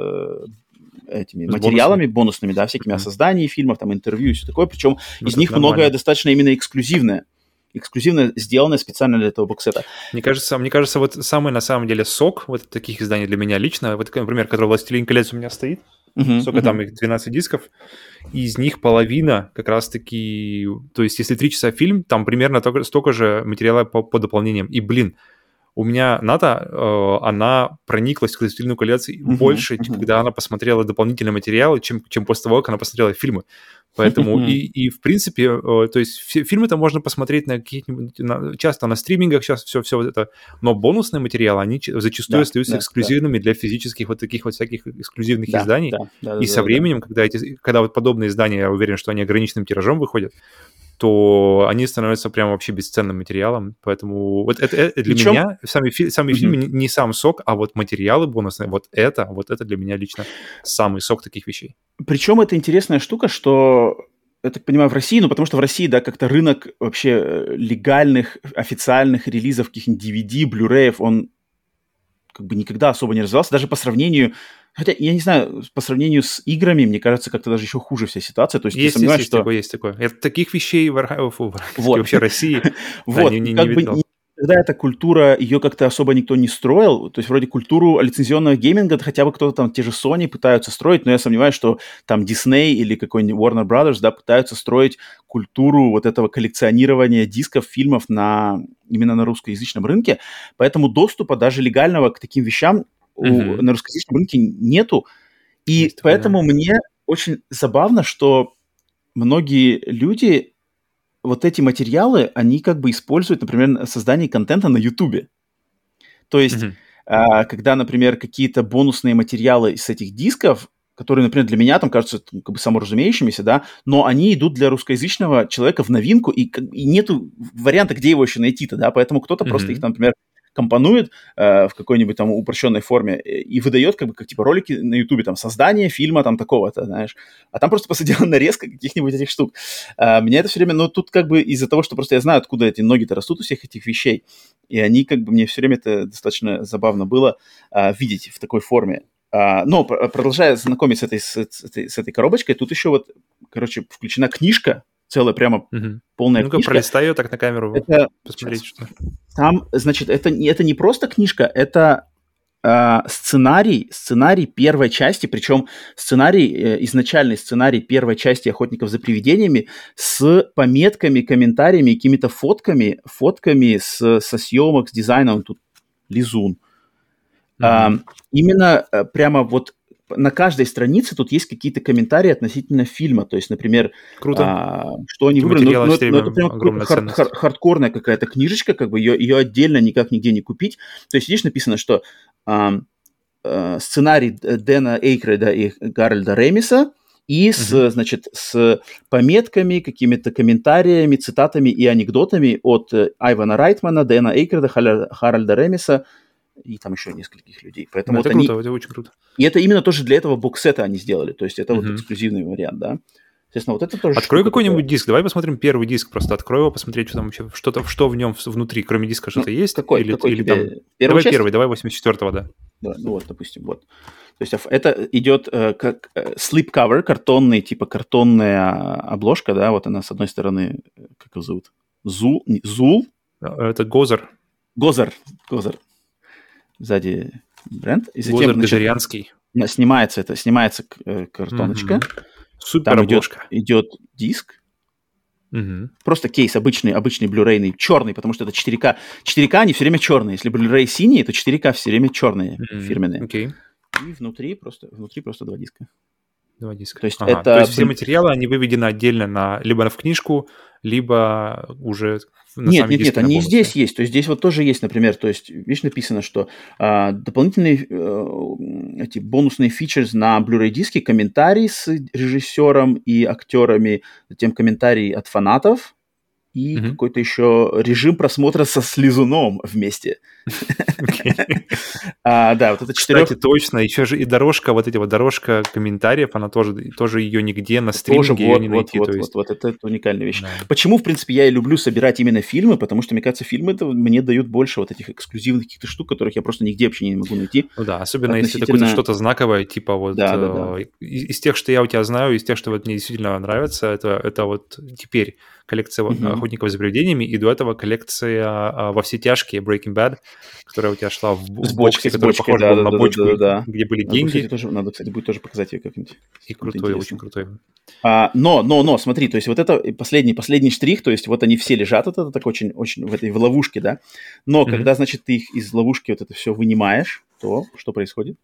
этими материалами бонусными, да, всякими о создании фильмов, там, интервью и все такое. Причем из них многое достаточно именно эксклюзивно сделанное специально для этого боксета. Мне кажется, вот самый, на самом деле, сок вот таких изданий для меня лично, вот, например, который «Властелин колец» у меня стоит, сколько там их, 12 дисков, и из них половина как раз-таки, то есть если 3 часа фильм, там примерно столько же материала по дополнениям. И, блин, у меня Ната, она прониклась к «Властелину колец» больше, когда она посмотрела дополнительные материалы, чем после того, как она посмотрела фильмы. Поэтому и в принципе, то есть фильмы-то можно посмотреть на каких-нибудь, часто на стримингах, сейчас все вот это, но бонусные материалы, они зачастую остаются эксклюзивными для физических вот таких вот всяких эксклюзивных изданий. И со временем, когда вот подобные издания, я уверен, что они ограниченным тиражом выходят, то они становятся прям вообще бесценным материалом. Поэтому вот это для меня, сами фильмы не сам сок, а вот материалы бонусные, вот это для меня лично самый сок таких вещей. Причем это интересная штука, что, я так понимаю, в России, потому что в России, да, как-то рынок вообще легальных, официальных релизов каких-нибудь DVD, Blu-ray, он как бы никогда особо не развивался, даже по сравнению... Хотя, я не знаю, по сравнению с играми, мне кажется, как-то даже еще хуже вся ситуация. То есть есть, ты сомневаешься, что... Есть такое. Таких вещей вообще России не видел. Когда эта культура, ее как-то особо никто не строил, то есть вроде культуру лицензионного гейминга хотя бы кто-то там, те же Sony пытаются строить, но я сомневаюсь, что там Disney или какой-нибудь Warner Brothers, да, пытаются строить культуру вот этого коллекционирования дисков, фильмов именно на русскоязычном рынке, поэтому доступа даже легального к таким вещам на русскоязычном рынке нету, и есть поэтому мне очень забавно, что многие люди вот эти материалы, они как бы используют, например, на создании контента на Ютубе. То есть, когда, например, какие-то бонусные материалы с этих дисков, которые, например, для меня там кажутся как бы саморазумеющимися, да, но они идут для русскоязычного человека в новинку, и нету варианта, где его еще найти-то, да, поэтому кто-то просто их, например, компонует в какой-нибудь там упрощенной форме и выдает как типа ролики на Ютубе, там, создание фильма там такого-то, знаешь. А там просто посадила нарезка каких-нибудь этих штук. Меня это все время, тут как бы из-за того, что просто я знаю, откуда эти ноги-то растут у всех этих вещей, и они как бы, мне все время это достаточно забавно было видеть в такой форме. Но продолжая знакомиться с этой коробочкой, тут еще вот короче, включена книжка, целая прямо полная Ну-ка, книжка. пролистай ее так на камеру, это, посмотреть, что. Там, значит, это не просто книжка, это сценарий первой части, причем изначальный сценарий первой части «Охотников за привидениями» с пометками, комментариями, какими-то фотками со съемок, с дизайном. Тут лизун. Именно прямо вот на каждой странице тут есть какие-то комментарии относительно фильма. То есть, например, что они выбрали. Ну, это прям хардкорная какая-то книжечка, как бы ее отдельно никак нигде не купить. То есть здесь написано, что сценарий Дэна Эйкройда и Гарольда Ремиса и с пометками, какими-то комментариями, цитатами и анекдотами от Айвана Райтмана, Дэна Эйкройда, Харольда Ремиса и там еще нескольких людей. Поэтому это круто, это очень круто. И это именно тоже для этого боксета они сделали. То есть это вот эксклюзивный вариант, да. Естественно, вот это тоже. Открой какой-нибудь диск. Давай посмотрим первый диск. Просто открой его, посмотреть, что там вообще, что в нем внутри. Кроме диска что-то есть? Какой или тебе? Там... Давай первый, давай 84-го, да. Да. Ну вот, допустим, вот. То есть это идет как slipcover, картонная обложка, да, вот она с одной стороны, как его зовут? Зул? Это Гозер. Гозер. Сзади бренд. И затем, Гозер Газарянский. Снимается картоночка. Супер там обложка. Идет диск. Просто кейс обычный блюрейный, черный, потому что это 4К. 4К они все время черные. Если Blu-ray синие, то 4К все время черные, фирменные. Okay. И внутри просто два диска. Два диска. То есть, то есть все материалы, они выведены отдельно либо в книжку, либо уже на сами диски. Нет, они здесь есть. То есть здесь вот тоже есть, например, то есть видишь, написано, что дополнительные эти бонусные фичеры на Blu-ray диске, комментарий с режиссером и актерами, затем комментарий от фанатов и какой-то еще режим просмотра со слизуном вместе. Да, вот это 4. Кстати, точно, еще же и дорожка комментариев, она тоже ее нигде на стриминге ее не найти. Вот это уникальная вещь. Почему, в принципе, я и люблю собирать именно фильмы, потому что, мне кажется, фильмы мне дают больше вот этих эксклюзивных каких-то штук, которых я просто нигде вообще не могу найти. Ну да, особенно если это что-то знаковое, типа вот из тех, что я у тебя знаю, из тех, что вот мне действительно нравится, это вот теперь коллекция «Охотников за привидениями», и до этого коллекция «Во все тяжкие» Breaking Bad, которая у тебя шла в боксе, который похож был на бочку, где были деньги. Надо, кстати, будет тоже показать ее как-нибудь. И крутой, очень крутой. Но, смотри, то есть вот это последний штрих, то есть вот они все лежат, вот это так очень в этой ловушке, да, но когда, значит, ты их из ловушки вот это все вынимаешь, то что происходит?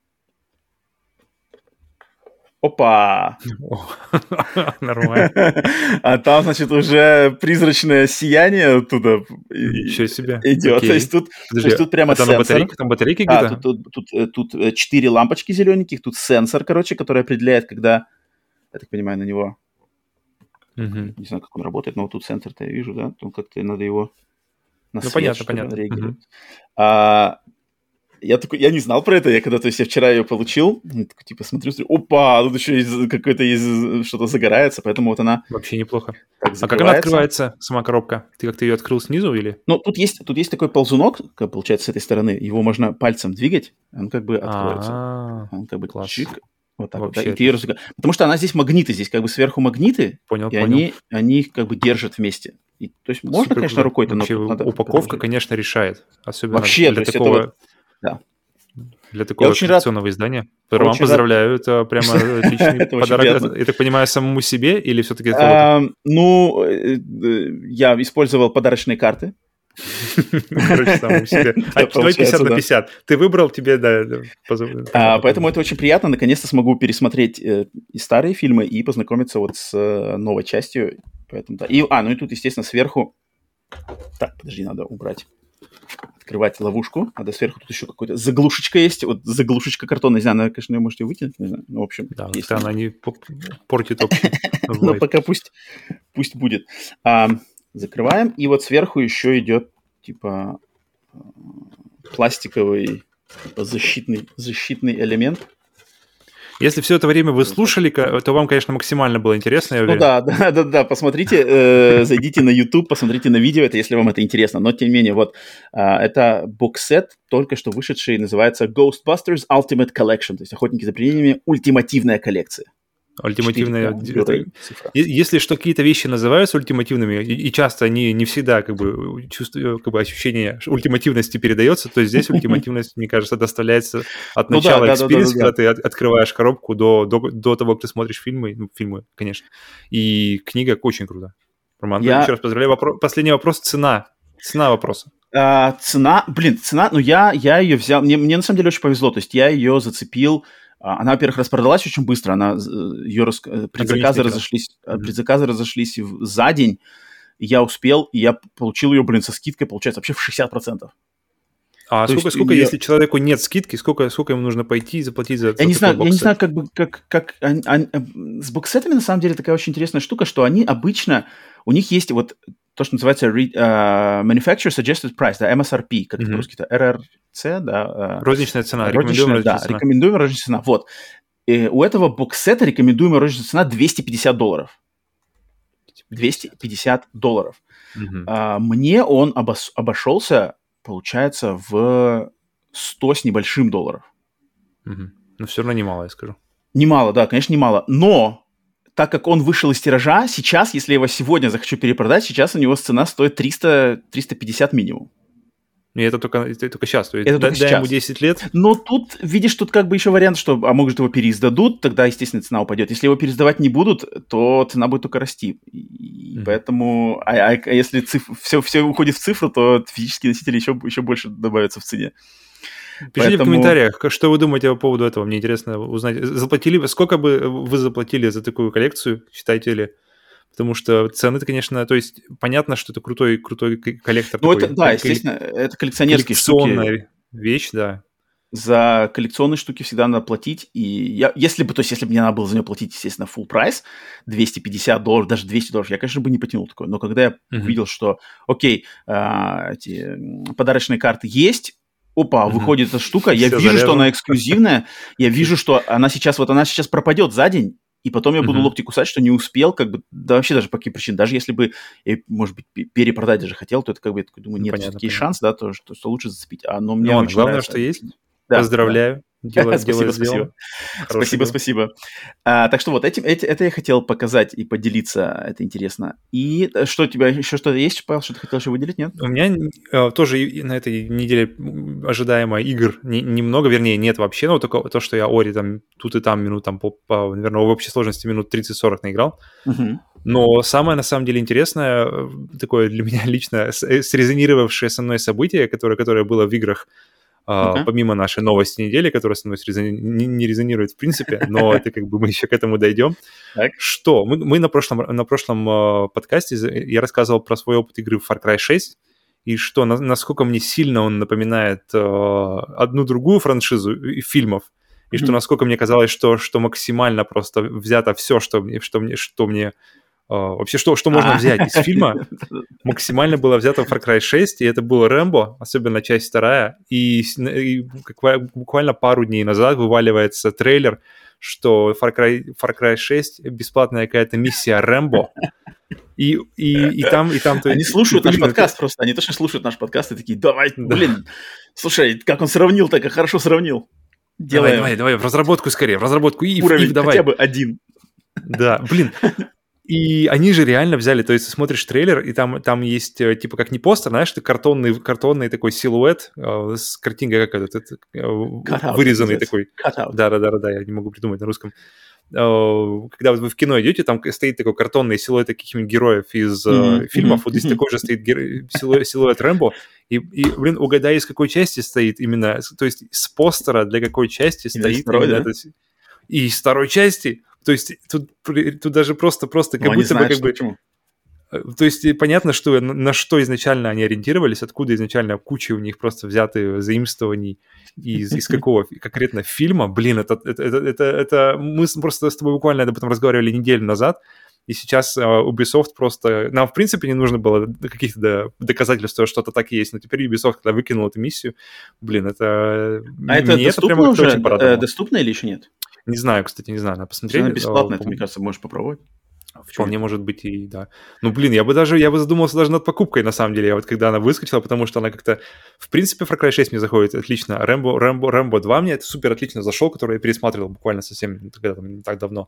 Опа! Нормально. А там, значит, уже призрачное сияние оттуда идет. То есть тут прямо сенсор. Там батарейки где-то? Тут 4 лампочки зелененьких, тут сенсор, короче, который определяет, когда, я так понимаю, на него, не знаю, как он работает, но вот тут сенсор-то я вижу, да, тут как-то надо его на свет, понятно. реагировать. Я не знал про это, я вчера ее получил, такой, типа, смотрю, опа, тут еще какое-то что-то загорается, поэтому вот она... Вообще неплохо. А как она открывается, сама коробка? Ты как-то ее открыл снизу или? Ну, тут есть такой ползунок, получается, с этой стороны, его можно пальцем двигать, он как бы откроется. Он как бы чик, вот так вот, да, и ты ее разыграешь. Потому что она здесь магниты, здесь как бы сверху магниты, и они их как бы держат вместе. То есть можно, конечно, рукой-то... Вообще упаковка, конечно, решает. Особенно вообще, для такого... Да. Для такого коллекционного издания. Вам поздравляю, это прямо отличный подарок. Я так понимаю, самому себе или все-таки кого-то? Ну, я использовал подарочные карты. Короче, самому себе. Давай 50 на 50. Ты выбрал, тебе, да. Поэтому это очень приятно. Наконец-то смогу пересмотреть и старые фильмы, и познакомиться вот с новой частью. Поэтому, да. Ну и тут, естественно, сверху... Так, подожди, надо убрать. Открывать ловушку. Надо сверху, тут еще какая-то заглушечка есть. Вот заглушечка картонная. Не знаю, она, конечно, ее можете вытянуть. Не знаю. Ну, в общем, да, если она не портит общий. Но пока пусть будет. Закрываем. И вот сверху еще идет, типа, пластиковый защитный элемент. Если все это время вы слушали, то вам, конечно, максимально было интересно, я уверен. Ну да, посмотрите, зайдите на YouTube, посмотрите на видео, если вам это интересно. Но, тем не менее, вот это боксет, только что вышедший, называется Ghostbusters Ultimate Collection, то есть «Охотники за привидениями. Ультимативная коллекция». Ультимативная... Если что какие-то вещи называются ультимативными, и часто они не всегда как бы чувствуют, как бы ощущение ультимативности передается, то здесь ультимативность, мне кажется, доставляется от начала экспириенса, когда ты открываешь коробку до того, как ты смотришь фильмы, конечно. И книга очень круто. Роман, еще раз поздравляю. Последний вопрос. Цена вопроса. Цена, ну я ее взял, мне на самом деле очень повезло, то есть я ее зацепил. Она, во-первых, распродалась очень быстро, предзаказы разошлись за день, я успел, и я получил ее, со скидкой, получается, вообще в 60%. А сколько, если человеку нет скидки, сколько ему нужно пойти и заплатить за Я не знаю, как с боксетами, на самом деле, такая очень интересная штука, что они обычно, у них есть вот то, что называется Manufacturer Suggested Price, да, MSRP, как это по-русски-то, RRC, да. Розничная цена, рекомендуемая розничная цена. Рекомендуемая розничная цена, вот. И у этого боксета рекомендуемая розничная цена $250. $250. Мне он обошелся, получается, в 100 с небольшим долларов. Но все равно немало, я скажу. Немало, да, конечно, немало. Но так как он вышел из тиража, сейчас, если я его сегодня захочу перепродать, сейчас у него цена стоит 300-350 минимум. И это только сейчас, то есть дай ему 10 лет. Но тут, видишь, тут как бы еще вариант, что, может, его переиздадут, тогда, естественно, цена упадет. Если его переиздавать не будут, то цена будет только расти. И поэтому, если все уходит в цифру, то физические носители еще больше добавятся в цене. Пишите в комментариях, что вы думаете по поводу этого. Мне интересно узнать. Сколько бы вы заплатили за такую коллекцию, считаете ли? Потому что цены-то, конечно, то есть понятно, что это крутой коллектор. Ну, это, да, естественно, это коллекционерские штуки. Коллекционная вещь, да. За коллекционные штуки всегда надо платить. И если бы мне надо было за нее платить, естественно, full прайс, $250, даже $200, я, конечно, бы не потянул такое. Но когда я увидел, что, окей, эти подарочные карты есть, выходит эта штука, я вижу, что она эксклюзивная, я вижу, что она сейчас пропадет за день, и потом я буду локти кусать, что не успел, как бы, да вообще даже по каким причинам. Даже если бы, может быть, перепродать даже хотел, то это как бы, я такой думаю, нет, все-таки есть шанс, да, то, что лучше зацепить. Но мне очень главное, нравится. Что есть. Да, поздравляю. Да. Спасибо. Так что вот это я хотел показать и поделиться, это интересно. И что у тебя еще что-то есть, Павел, что ты хотел еще выделить, нет? У меня тоже на этой неделе ожидаемо игр немного, вернее, нет вообще, но только то, что я Ори там тут и там минут, там, наверное, в общей сложности минут 30-40 наиграл. Но самое, на самом деле, интересное, такое для меня лично срезонировавшее со мной событие, которое было в играх, помимо нашей новости недели, которая со мной не резонирует в принципе, но это как бы мы еще к этому дойдем. Что? Мы на прошлом подкасте я рассказывал про свой опыт игры в Far Cry 6, и что, насколько мне сильно он напоминает одну другую франшизу фильмов, и что насколько мне казалось, что максимально просто взято все, что мне вообще, что можно взять из фильма, максимально было взято в Far Cry 6, и это был Рэмбо, особенно часть 2, и буквально пару дней назад вываливается трейлер, что Far Cry 6 бесплатная какая-то миссия Рэмбо, и там... Они слушают наш подкаст просто, они точно слушают наш подкаст и такие, давай, слушай, как он сравнил-то, как хорошо сравнил. Давай, в разработку скорее, уровень давай. Хотя бы 1. Да, И они же реально взяли, то есть ты смотришь трейлер, и там есть, типа, как не постер, знаешь, ты картонный такой силуэт с картинкой, как этот вырезанный такой. Да, я не могу придумать на русском. Когда вы в кино идете, там стоит такой картонный силуэт каких-нибудь героев из фильмов, вот здесь такой же стоит силуэт Рэмбо, и, угадай, из какой части стоит именно, то есть с постера для какой части стоит именно это. И из второй части. То есть тут даже просто как будто бы как бы... Почему. То есть понятно, что на что изначально они ориентировались, откуда изначально куча у них просто взятые заимствований из какого конкретно фильма. Блин, это мы просто с тобой буквально об этом разговаривали неделю назад, и сейчас Ubisoft просто... Нам, в принципе, не нужно было каких-то доказательств, что что-то так и есть, но теперь Ubisoft, когда выкинул эту миссию, блин, это... А это доступно уже? Доступно или еще нет? Не знаю, кстати, надо посмотреть. Она бесплатная, ты, мне кажется, можешь попробовать. вполне может быть и да. Ну, блин, я бы задумался даже над покупкой, на самом деле, вот когда она выскочила, потому что она как-то... В принципе, Far Cry 6 мне заходит отлично. Рэмбо 2 мне это супер отлично зашел, который я пересматривал буквально совсем не так давно.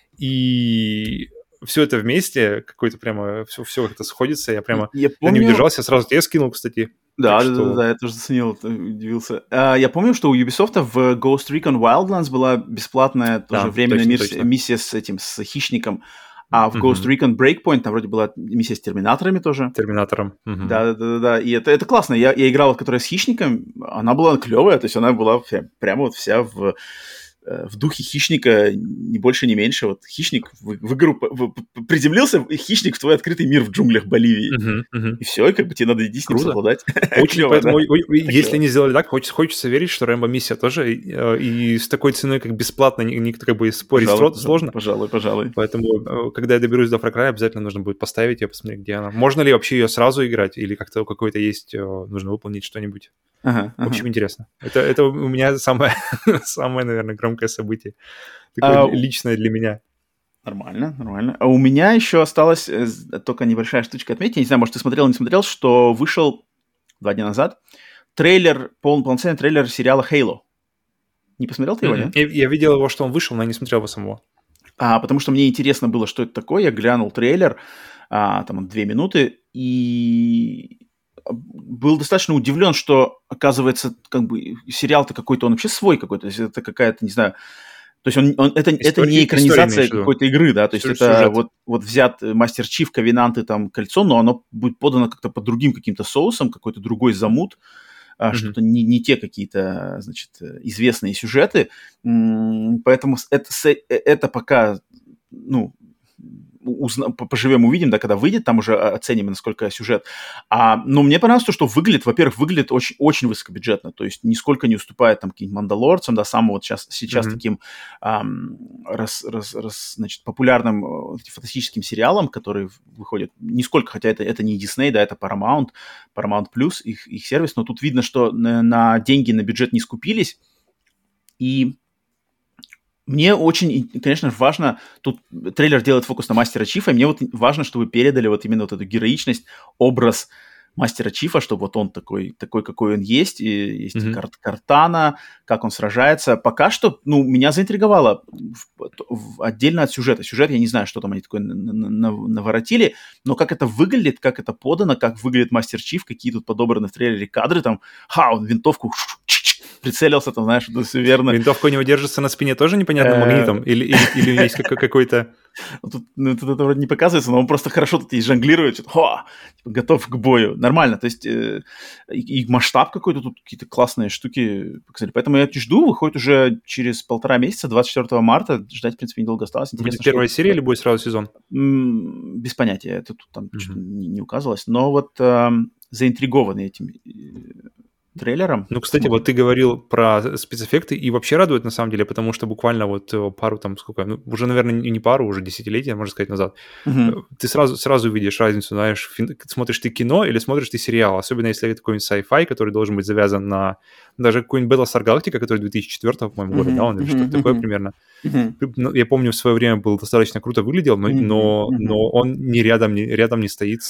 И все это вместе, какой-то прямо... Все это сходится, я прямо Я не помню... удержался, сразу тебе скинул, кстати. Да, я тоже заценил, удивился. Я помню, что у Ubisoft в Ghost Recon Wildlands была бесплатная тоже временная миссия с хищником, а в Ghost Recon Breakpoint там вроде была миссия с терминаторами тоже. Терминатором. Да, и это классно. Я играл, которая с хищником, она была клевая, то есть она была прямо вот вся в духе хищника, ни больше, ни меньше. Вот хищник в игру приземлился, хищник в твой открытый мир в джунглях Боливии. И все, и как бы тебе надо иди с ним совладать. Очень, поэтому, если не сделали так, хочется верить, что Рэмбо миссия тоже и с такой ценой, как бесплатно, как бы спорить сложно. Пожалуй. Поэтому, когда я доберусь до Far Cry, обязательно нужно будет поставить ее, посмотреть, где она. Можно ли вообще ее сразу играть, или как-то какой-то есть, нужно выполнить что-нибудь. В общем, интересно. Это у меня самое, наверное, громкое событие. Такое личное для меня. Нормально. А у меня еще осталась только небольшая штучка отметить. Я не знаю, может, ты смотрел, не смотрел, что вышел 2 дня назад трейлер, полноценный трейлер сериала «Halo». Не посмотрел ты его, нет? Я видел его, что он вышел, но я не смотрел его самого. Потому что мне интересно было, что это такое. Я глянул трейлер, там 2 минуты, и... был достаточно удивлен, что, оказывается, как бы сериал-то какой-то, он вообще свой какой-то, то есть это какая-то, не знаю, то есть это не экранизация какой-то игры, да, то есть это вот взят Мастер Чиф, Ковенант и там Кольцо, но оно будет подано как-то под другим каким-то соусом, какой-то другой замут, что-то не те какие-то, значит, известные сюжеты, поэтому это пока, ну, поживем, увидим, да, когда выйдет, там уже оценим, насколько сюжет. Но мне понравилось то, что выглядит очень, очень высокобюджетно, то есть нисколько не уступает там каким-нибудь «Мандалорцам», да, самым вот сейчас таким значит, популярным фантастическим сериалам, которые выходят, нисколько, хотя это не Disney, да, это Paramount Plus, их сервис, но тут видно, что на деньги, на бюджет не скупились, и мне очень, конечно, важно, тут трейлер делает фокус на Мастера Чифа, и мне вот важно, чтобы передали вот именно вот эту героичность, образ Мастера Чифа, чтобы вот он такой, какой он есть, и есть Картана, как он сражается. Пока что, меня заинтриговало отдельно от сюжета. Сюжет, я не знаю, что там они такое наворотили, но как это выглядит, как это подано, как выглядит Мастер Чиф, какие тут подобраны в трейлере кадры, там, он винтовку прицелился, там, знаешь, это все верно. Винтовка у него держится на спине тоже непонятным магнитом? Или есть какой-то... Тут это вроде не показывается, но он просто хорошо тут и жонглирует, готов к бою. Нормально, то есть и масштаб какой-то, тут какие-то классные штуки показали. Поэтому я жду, выходит уже через 1,5 месяца, 24 марта, ждать, в принципе, недолго осталось. Будет первая серия или будет сразу сезон? Без понятия, это тут там не указывалось, но вот заинтригованы этим трейлером. Ну, кстати, вот ты говорил про спецэффекты, и вообще радует, на самом деле, потому что буквально вот пару там, уже, наверное, не пару, уже десятилетия, можно сказать, назад, ты сразу видишь разницу, знаешь, смотришь ты кино или смотришь ты сериал, особенно если это какой-нибудь sci-fi, который должен быть завязан на даже какой-нибудь Battlestar Galactica, который 2004, по-моему, года, да, он или что-то такое примерно. Я помню, в свое время был достаточно круто выглядел, но он рядом не стоит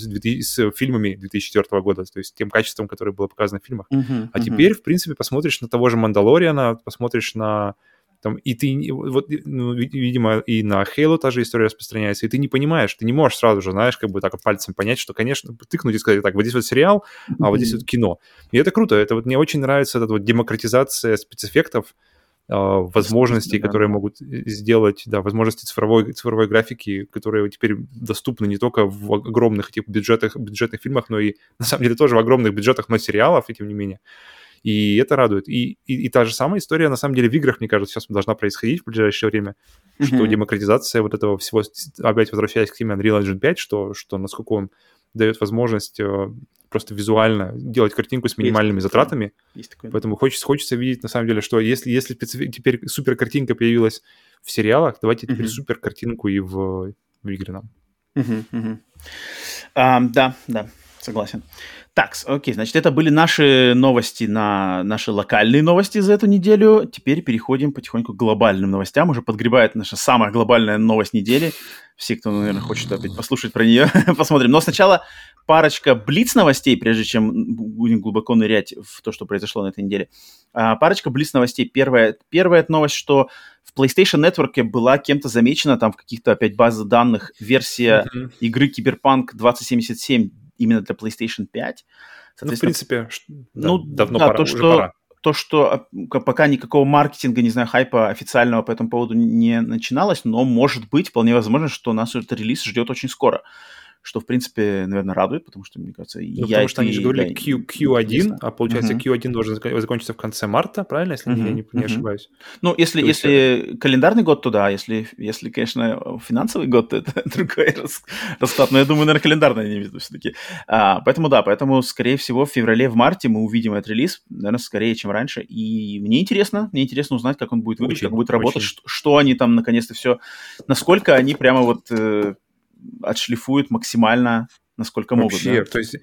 с фильмами 2004 года, то есть тем качеством, которое было показано в фильмах. А теперь, в принципе, посмотришь на того же Мандалориана, посмотришь на... Там, и ты, вот, видимо, и на Halo та же история распространяется, и ты не понимаешь, ты не можешь сразу же, знаешь, как бы так пальцем понять, что, конечно, тыкнуть и сказать, так, вот здесь вот сериал, а вот здесь вот кино. И это круто, это вот мне очень нравится эта вот демократизация спецэффектов, возможностей, которые могут сделать, да, возможности цифровой графики, которые теперь доступны не только в огромных этих бюджетных фильмах, но и, на самом деле, тоже в огромных бюджетах, но сериалов, и тем не менее. И это радует. И та же самая история, на самом деле, в играх, мне кажется, сейчас должна происходить в ближайшее время, что демократизация вот этого всего, опять возвращаясь к теме Unreal Engine 5, что насколько он дает возможность просто визуально делать картинку с минимальными затратами. Поэтому хочется видеть, на самом деле, что если теперь супер картинка появилась в сериалах, давайте теперь супер картинку и в игре нам. Да, Согласен. Так, окей, значит, это были наши новости, наши локальные новости за эту неделю. Теперь переходим потихоньку к глобальным новостям. Уже подгребает наша самая глобальная новость недели. Все, кто, наверное, хочет опять послушать про нее, посмотрим. Но сначала парочка блиц-новостей, прежде чем будем глубоко нырять в то, что произошло на этой неделе. Парочка блиц-новостей. Первая новость, что в PlayStation Network была кем-то замечена, там в каких-то опять базах данных, версия игры Cyberpunk 2077 именно для PlayStation 5. Ну, в принципе, давно пора, уже пора. То, что пока никакого маркетинга, не знаю, хайпа официального по этому поводу не начиналось, но может быть, вполне возможно, что нас этот релиз ждет очень скоро. Что, в принципе, наверное, радует, потому что, мне кажется, потому что они же говорили Q1, а получается Q1 должен закончиться в конце марта, правильно, если я не ошибаюсь? Ну, если календарный год, то да, если, конечно, финансовый год, то это другой расклад. Но я думаю, наверное, календарный они имеют все-таки. Поэтому, скорее всего, в феврале, в марте мы увидим этот релиз, наверное, скорее, чем раньше. И мне интересно узнать, как он будет выглядеть, как он будет работать, что они там, наконец-то, все, насколько они прямо вот... отшлифуют максимально, насколько могут. Вообще, да? То есть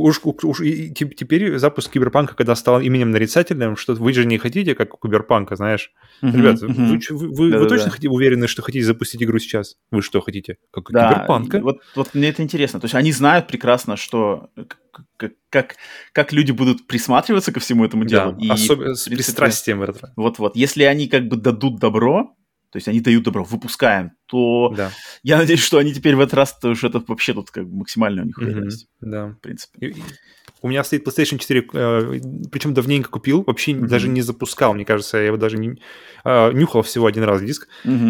теперь запуск Киберпанка, когда стал именем нарицательным, что вы же не хотите, как у Киберпанка, знаешь. Ребята, вы точно уверены, что хотите запустить игру сейчас? Вы что хотите? Как у Киберпанка? Вот мне это интересно. То есть они знают прекрасно, что как люди будут присматриваться ко всему этому делу. Да, особенно с пристрастием в этот раз. Вот. Если они как бы дадут добро, то есть они дают добро, выпускаем, то я надеюсь, что они теперь в этот раз, то уж это вообще тут как бы максимально у них уверенность. Да. В принципе. У меня стоит PlayStation 4, причем давненько купил, вообще даже не запускал, мне кажется, я его даже не нюхал всего один раз диск.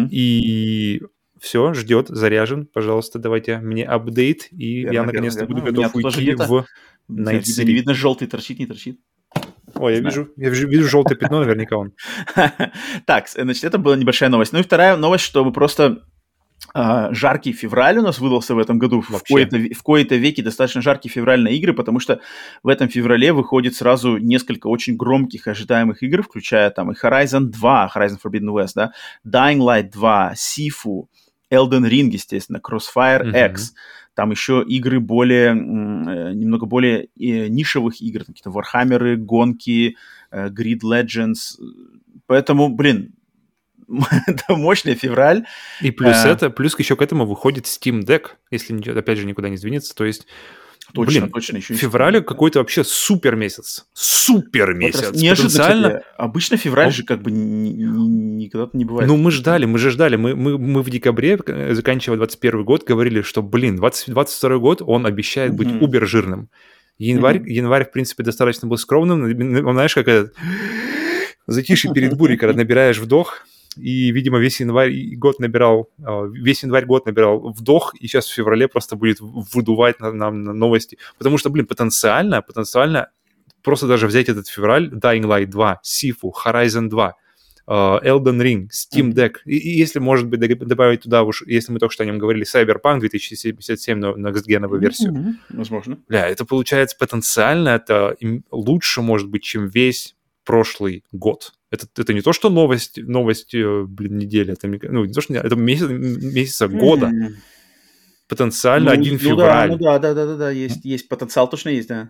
И все, ждет, заряжен, пожалуйста, давайте мне апдейт, и я наконец-то буду готов уйти в Night City. Не видно, желтый торчит, не торчит. Ой, я вижу желтое пятно, наверняка он. Так, значит, это была небольшая новость. Ну и вторая новость, что мы просто... жаркий февраль у нас выдался в этом году. В кои-то веки достаточно жаркий февраль на игры, потому что в этом феврале выходит сразу несколько очень громких ожидаемых игр, включая там и Horizon 2, Horizon Forbidden West, да, Dying Light 2, Sifu, Elden Ring, естественно, Crossfire X. Там еще игры немного более нишевых игр, какие-то Warhammer'ы, гонки, Grid Legends. Поэтому, это мощный февраль. И плюс еще к этому выходит Steam Deck, если, опять же, никуда не сдвинется. То есть, точно, еще февраль какой-то вообще супер месяц. Супер месяц. Вот неожиданно. Обычно февраль же как бы никогда-то не бывает. Ну, мы ждали. Мы в декабре, заканчивая 2021 год, говорили, что, 2022 год, он обещает быть убер-жирным. Январь, в принципе, достаточно был скромным. Знаешь, как это... Затишье перед бурей, когда набираешь вдох, и, видимо, весь январь год набирал вдох, и сейчас в феврале просто будет выдувать на новости. Потому что, потенциально, просто даже взять этот февраль, Dying Light 2, Sifu, Horizon 2, Elden Ring, Steam Deck, и если, может быть, добавить туда, уж, если мы только что о нем говорили, Cyberpunk 2077 на next-геновую версию. Возможно. Это получается потенциально, это лучше, может быть, чем весь прошлый год. Это не то, что новость недели, это не то, что это месяца года. Потенциально один февраль. Да, есть потенциал, точно есть, да.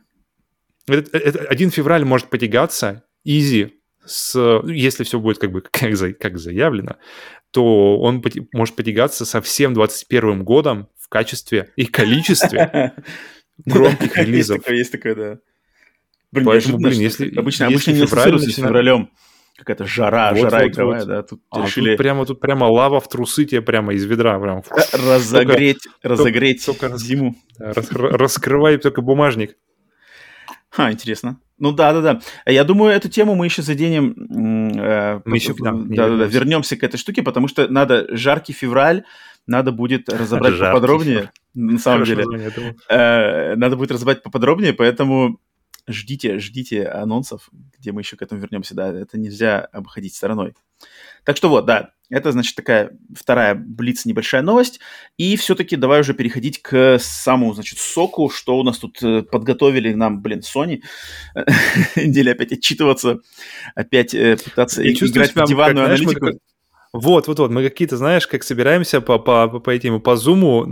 1 февраль может потягаться, easy, если все будет как заявлено, то он может потягаться со всем 2021 годом в качестве и количестве громких релизов. Есть такое, да. Поэтому, если обычно не ассоциируется с февралем. Какая-то жара игровая, да. Тут решили... Тут прямо лава в трусы тебе прямо из ведра. Прям. Разогреть зиму. Раскрывай только бумажник. Интересно. Ну да. Я думаю, эту тему мы еще заденем. Мы еще вернемся к этой штуке, потому что жаркий февраль, надо будет разобрать поподробнее. На самом деле. Надо будет разобрать поподробнее, поэтому... Ждите анонсов, где мы еще к этому вернемся, да, это нельзя обходить стороной. Так что вот, да, это, значит, такая вторая блиц небольшая новость, и все-таки давай уже переходить к самому, значит, соку, что у нас тут подготовили нам, Sony, неделю опять отчитываться, опять пытаться играть в диванную аналитику. Вот. Мы какие-то, знаешь, как собираемся по Zoom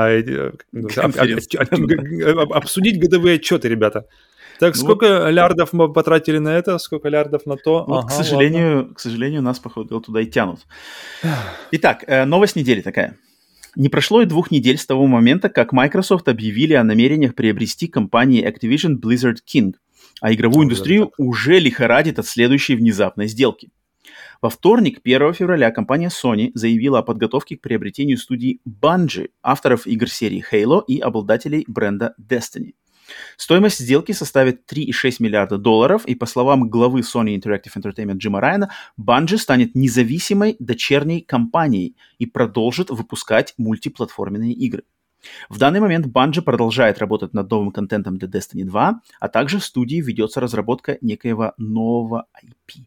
обсудить годовые отчеты, ребята. Так, сколько лярдов мы потратили на это, сколько лярдов на то? Вот, к сожалению, нас, походу, туда и тянут. Итак, новость недели такая. Не прошло и 2 недель с того момента, как Microsoft объявили о намерениях приобрести компании Activision Blizzard King, а игровую индустрию уже лихорадит от следующей внезапной сделки. Во вторник, 1 февраля, компания Sony заявила о подготовке к приобретению студии Bungie, авторов игр серии Halo и обладателей бренда Destiny. Стоимость сделки составит $3,6 миллиарда, и, по словам главы Sony Interactive Entertainment Джима Райана, Bungie станет независимой дочерней компанией и продолжит выпускать мультиплатформенные игры. В данный момент Bungie продолжает работать над новым контентом для Destiny 2, а также в студии ведется разработка некоего нового IP.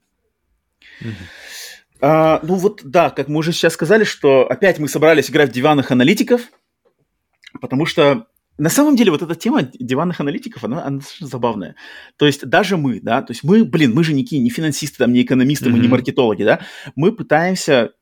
Как мы уже сейчас сказали, что опять мы собрались играть в диванных аналитиков, потому что на самом деле вот эта тема диванных аналитиков, она достаточно забавная. То есть даже мы, да, то есть мы же не финансисты, там, не экономисты, мы не маркетологи, да, мы пытаемся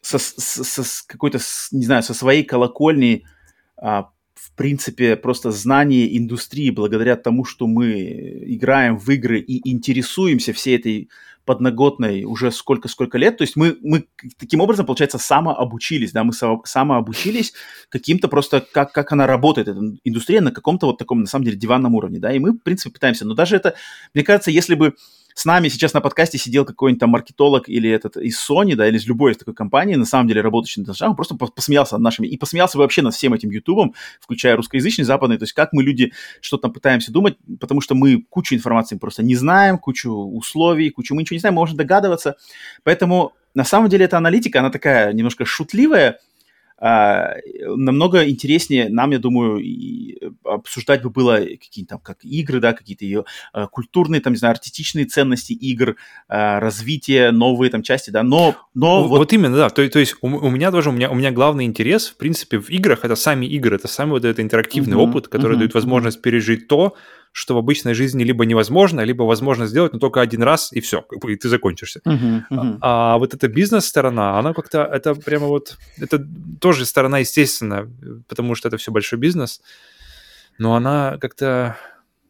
со своей колокольни, в принципе, просто знание индустрии, благодаря тому, что мы играем в игры и интересуемся всей этой подноготной уже сколько лет. То есть мы таким образом, получается, самообучились, да, мы самообучились каким-то просто, как она работает, эта индустрия, на каком-то вот таком, на самом деле, диванном уровне, да, и мы, в принципе, пытаемся. Но даже это, мне кажется, если бы с нами сейчас на подкасте сидел какой-нибудь там маркетолог или из Sony, да, или из любой из такой компании, на самом деле работающий на он просто посмеялся над нашими, и посмеялся вообще над всем этим ютубом, включая русскоязычный, западный, то есть как мы, люди, что там пытаемся думать, потому что мы кучу информации просто не мы ничего не знаем, мы можем догадываться, поэтому на самом деле эта аналитика, она такая немножко шутливая, намного интереснее нам, я думаю, обсуждать бы было какие-то там, как игры, да, какие-то ее культурные, там, не знаю, артистичные ценности игр, развитие, новые там части, да, но вот именно, да, то есть у меня главный интерес, в принципе, в играх, это сами игры, это самый вот этот интерактивный опыт, который дает возможность пережить то, что в обычной жизни либо невозможно, либо возможно сделать, но только один раз, и все, и ты закончишься. А вот эта бизнес-сторона, она как-то, это прямо вот, это тоже сторона, естественно, потому что это все большой бизнес, но она как-то...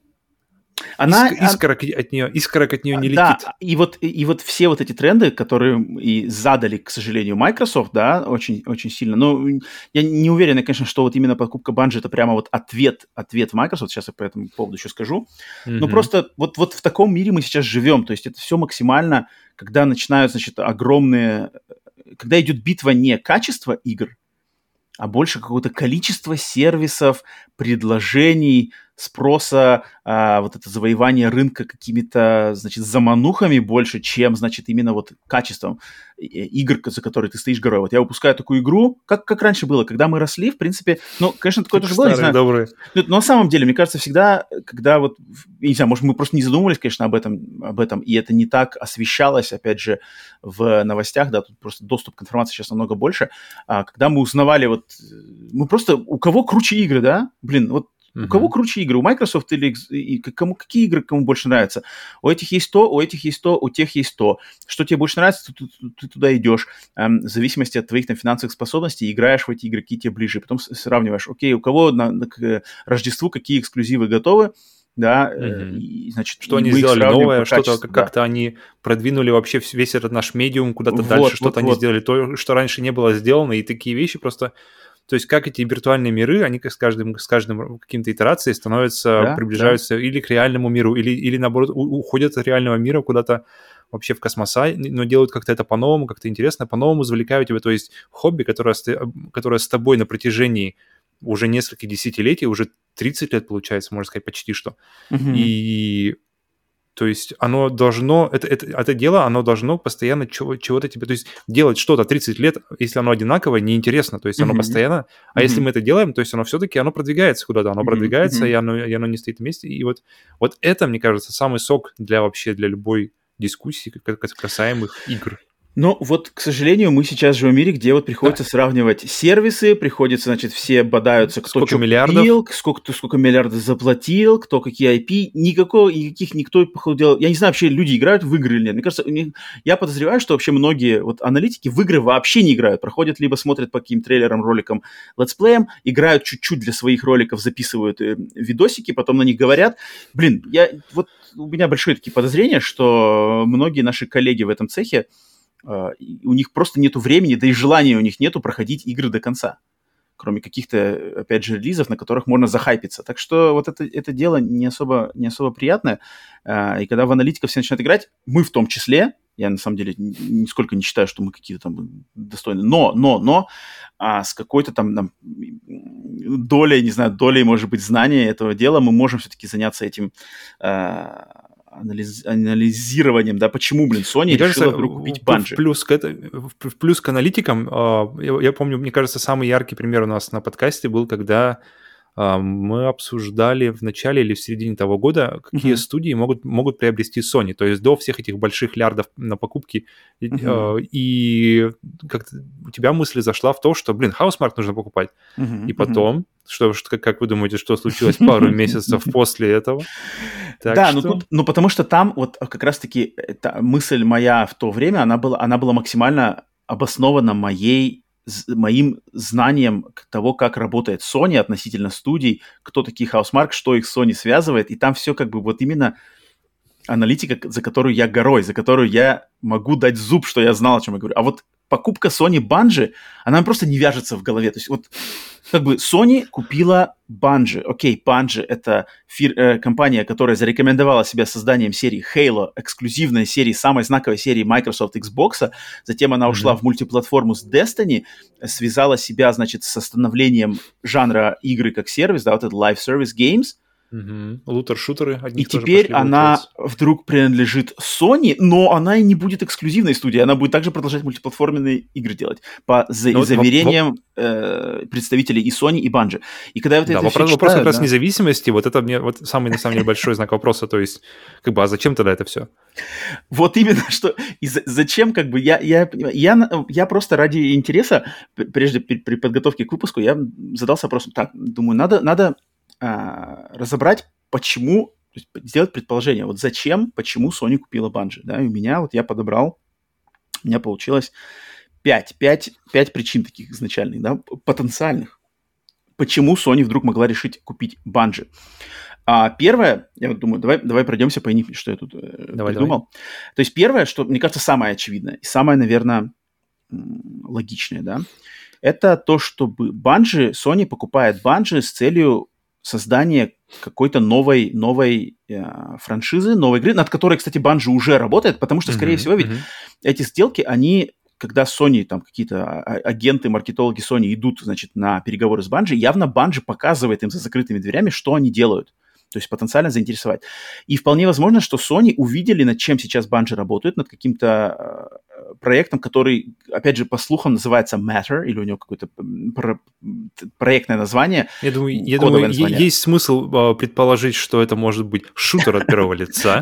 Искорок от нее не летит. Да, и вот все вот эти тренды, которые и задали, к сожалению, Microsoft, да, очень, очень сильно. Но я не уверен, конечно, что вот именно покупка Bungie это прямо вот ответ в Microsoft. Сейчас я по этому поводу еще скажу. Но просто вот в таком мире мы сейчас живем. То есть это все максимально, когда начинают, значит, огромные... Когда идет битва не качества игр, а больше какого-то количества сервисов, предложений, спроса, вот это завоевание рынка какими-то, значит, заманухами больше, чем, значит, именно вот качеством игр, за которые ты стоишь горой. Вот я выпускаю такую игру, как раньше было, когда мы росли, в принципе, ну, конечно, такое тоже было, не знаю. Добрые. Но на самом деле, мне кажется, всегда, когда вот, я не знаю, может, мы просто не задумывались, конечно, об этом, и это не так освещалось, опять же, в новостях, да, тут просто доступ к информации сейчас намного больше, когда мы узнавали вот, мы просто, у кого круче игры, да, блин, вот, у кого круче игры? У Microsoft или какие игры кому больше нравятся? У этих есть то, у этих есть то, у тех есть то. Что тебе больше нравится, ты туда идешь. В зависимости от твоих там финансовых способностей играешь в эти игры, какие тебе ближе. Потом сравниваешь, окей, у кого к Рождеству какие эксклюзивы готовы, да, и, значит, что они сделали новое, что-то как-то они продвинули вообще весь этот наш медиум куда-то дальше, что-то они сделали то, что раньше не было сделано, и такие вещи просто... То есть как эти виртуальные миры, они с каждым каким-то итерацией становятся, приближаются или к реальному миру, или наоборот уходят от реального мира куда-то вообще в космоса, но делают как-то это по-новому, как-то интересно, по-новому завлекают тебя. То есть хобби, которое с тобой на протяжении уже нескольких десятилетий, уже 30 лет, получается, можно сказать, почти что. И... То есть оно должно, это дело, оно должно постоянно чего-то тебе... То есть делать что-то 30 лет, если оно одинаковое, неинтересно. То есть оно постоянно... А если мы это делаем, то есть оно все-таки, оно продвигается куда-то. Оно продвигается, и оно не стоит вместе. И вот это, мне кажется, самый сок для любой дискуссии, касаемых игр. Но вот, к сожалению, мы сейчас живем в мире, где вот приходится сравнивать сервисы, приходится, значит, все бодаются, кто сколько что миллиардов? купил, сколько миллиардов заплатил, кто какие IP, никаких никто, походу, делал. Я не знаю, вообще люди играют в игры или нет. Мне кажется, я подозреваю, что вообще многие вот аналитики в игры вообще не играют. Проходят, либо смотрят по каким-то трейлерам, роликам, летсплеям, играют чуть-чуть для своих роликов, записывают видосики, потом на них говорят. Блин, у меня большие такие подозрения, что многие наши коллеги в этом цехе, у них просто нету времени, да и желания у них нету проходить игры до конца, кроме каких-то, опять же, релизов, на которых можно захайпиться. Так что вот это дело не особо приятное. И когда в аналитиков все начинают играть, мы в том числе, я на самом деле нисколько не считаю, что мы какие-то там достойны, но с какой-то там долей, не знаю, может быть, знания этого дела мы можем все-таки заняться этим анализированием, да, почему, Sony решила вдруг купить Bungie. В плюс к аналитикам, я помню, мне кажется, самый яркий пример у нас на подкасте был, когда мы обсуждали в начале или в середине того года, какие студии могут приобрести Sony, то есть до всех этих больших лярдов на покупки. И как-то у тебя мысль зашла в то, что, Housemarque нужно покупать. И потом, как вы думаете, что случилось пару месяцев после этого? Потому что там вот как раз-таки мысль моя в то время, она была максимально обоснована моим знанием того, как работает Sony относительно студий, кто такие Housemarque, что их с Sony связывает, и там все как бы вот именно аналитика, за которую я горой, за которую я могу дать зуб, что я знал, о чем я говорю. А вот покупка Sony Bungie, она просто не вяжется в голове. То есть вот как бы Sony купила Bungie. Окей, Bungie — это компания, которая зарекомендовала себя созданием серии Halo, эксклюзивной серии, самой знаковой серии Microsoft Xbox. Затем она ушла в мультиплатформу с Destiny, связала себя, значит, с становлением жанра игры как сервис, да, вот это Live Service Games. Лутер-шутеры. И теперь она вдруг принадлежит Sony, но она и не будет эксклюзивной студией, она будет также продолжать мультиплатформенные игры делать, по заверениям представителей и Sony, и Bungie. И когда я вот это все читаю... Вопрос как раз независимости, вот это мне самый, на самом деле, большой знак вопроса, то есть, а зачем тогда это все? Вот именно, что... И зачем, я просто ради интереса, прежде при подготовке к выпуску, я задался вопросом, думаю, надо разобрать, почему, то есть сделать предположение, вот почему Sony купила Bungie, да, и у меня, я подобрал, у меня получилось 5 причин таких изначальных, да, потенциальных, почему Sony вдруг могла решить купить Bungie. Первое, я думаю, давай пройдемся по ним, что я тут придумал. То есть первое, что, мне кажется, самое очевидное и самое, наверное, логичное, да, это то, чтобы Sony покупает Bungie с целью создание какой-то новой франшизы, новой игры, над которой, кстати, Bungie уже работает, потому что, скорее всего, ведь эти сделки, когда Sony, там какие-то агенты, маркетологи Sony идут, значит, на переговоры с Bungie, явно Bungie показывает им за закрытыми дверями, что они делают. То есть потенциально заинтересовать. И вполне возможно, что Sony увидели, над чем сейчас Bungie работает, над каким-то проектом, который, опять же, по слухам называется Matter, или у него какое-то проектное название. Я думаю, есть смысл предположить, что это может быть шутер от первого лица.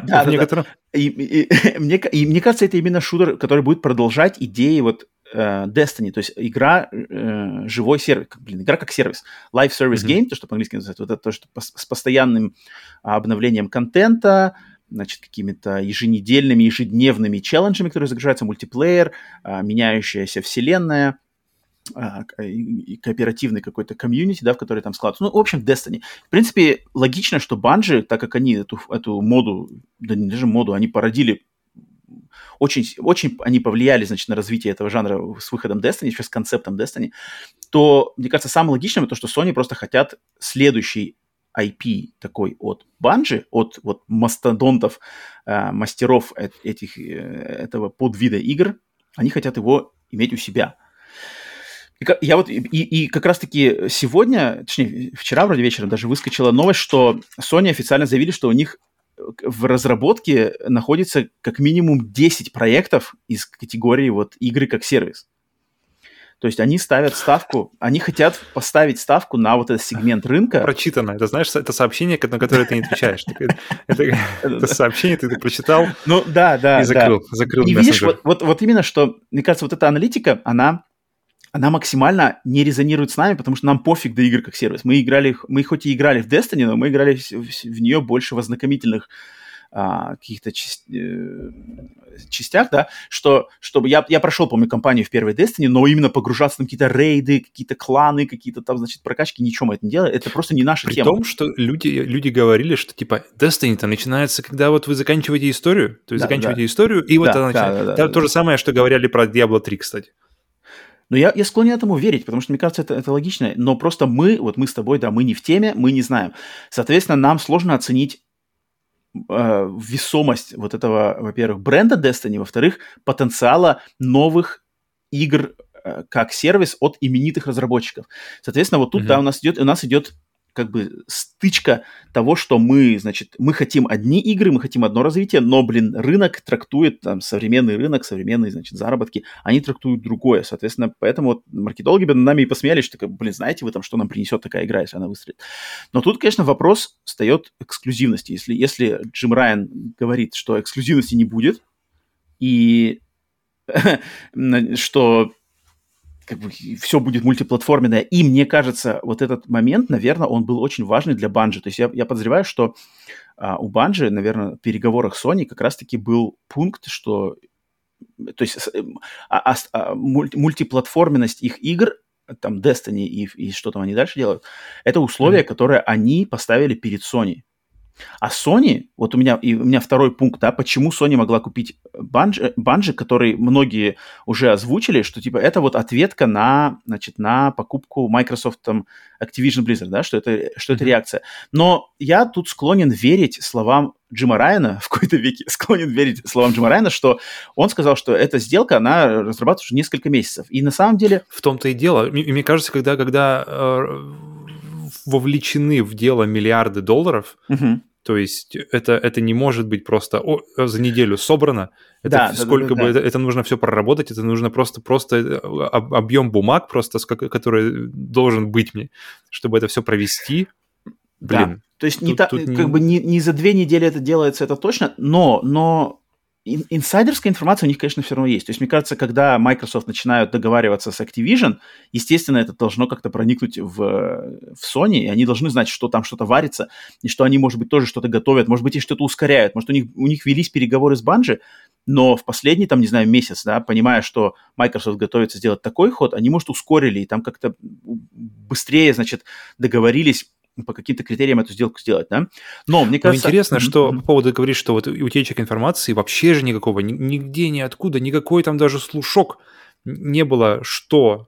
И мне кажется, это именно шутер, который будет продолжать идеи Destiny, то есть игра живой сервис, игра как сервис, live service game, то, что по-английски называется, вот это то, что с постоянным обновлением контента, значит, какими-то еженедельными, ежедневными челленджами, которые загружаются, мультиплеер, меняющаяся вселенная, и кооперативный какой-то комьюнити, да, в который там складывается. В общем, Destiny. В принципе, логично, что Bungie, так как они эту моду, да не даже моду, они породили, очень они повлияли, значит, на развитие этого жанра с выходом Destiny, еще с концептом Destiny, то, мне кажется, самым логичным то, что Sony просто хотят следующий IP такой от Bungie, от мастодонтов, мастеров этого подвида игр, они хотят его иметь у себя. И как раз-таки сегодня, точнее, вчера вроде вечером даже выскочила новость, что Sony официально заявили, что у них в разработке находится как минимум 10 проектов из категории игры как сервис. То есть они ставят ставку, они хотят поставить ставку на вот этот сегмент рынка. Прочитано. Это, знаешь, это сообщение, на которое ты не отвечаешь. Это сообщение ты прочитал и закрыл и видишь, вот именно что, мне кажется, вот эта аналитика, она максимально не резонирует с нами, потому что нам пофиг до игр как сервис. Мы хоть и играли в Destiny, но мы играли в нее больше в ознакомительных каких-то частях, да, чтобы я прошел, помню, кампанию в первой Destiny, но именно погружаться на какие-то рейды, какие-то кланы, какие-то там, значит, прокачки, ничего мы это не делаем, это просто не наша тема. При том, что люди говорили, что, типа, Destiny-то начинается, когда вот вы заканчиваете историю, то есть заканчиваете историю, и вот она начинается. То же самое, что говорили про Diablo 3, кстати. Но я склонен этому верить, потому что, мне кажется, это логично, но просто мы с тобой, да, мы не в теме, мы не знаем. Соответственно, нам сложно оценить весомость вот этого, во-первых, бренда Destiny, во-вторых, потенциала новых игр как сервис от именитых разработчиков. Соответственно, вот тут, да, у нас идет как бы стычка того, что мы хотим одни игры, мы хотим одно развитие, но, рынок трактует, там, современный рынок, современные, значит, заработки, они трактуют другое. Соответственно, поэтому вот маркетологи над нами и посмеялись, что, знаете вы там, что нам принесет такая игра, если она выстрелит. Но тут, конечно, вопрос встает эксклюзивности. Если Джим Райан говорит, что эксклюзивности не будет, и что как бы все будет мультиплатформенное. И мне кажется, вот этот момент, наверное, он был очень важный для Bungie. То есть я подозреваю, что у Bungie, наверное, в переговорах с Sony как раз-таки был пункт, что то есть мультиплатформенность их игр, там Destiny и что там они дальше делают, это условие, которое они поставили перед Sony. А Sony, вот у меня второй пункт, да, почему Sony могла купить Bungie, который многие уже озвучили, что типа это вот ответка на покупку Microsoft там, Activision Blizzard, да, что это реакция. Но я тут склонен верить словам Джима Райана, в какой-то веке склонен верить словам Джима Райана, что он сказал, что эта сделка, она разрабатывается уже несколько месяцев. И на самом деле... В том-то и дело. Мне кажется, когда вовлечены в дело миллиарды долларов, то есть это не может быть просто за неделю собрано. Это нужно все проработать, это нужно просто объем бумаг, который должен быть мне, чтобы это все провести. Да. То есть не за 2 недели это делается, это точно, но инсайдерская информация у них, конечно, все равно есть. То есть, мне кажется, когда Microsoft начинают договариваться с Activision, естественно, это должно как-то проникнуть в Sony, и они должны знать, что там что-то варится, и что они, может быть, тоже что-то готовят, может быть, и что-то ускоряют. Может, у них велись переговоры с Bungie, но в последний, там, не знаю, месяц, да, понимая, что Microsoft готовится сделать такой ход, они, может, ускорили и там как-то быстрее, значит, договорились по каким-то критериям эту сделку сделать, да? Но мне кажется... интересно, что по поводу говоришь, что вот утечек информации вообще же никакого, нигде, ниоткуда, никакой там даже слушок не было, что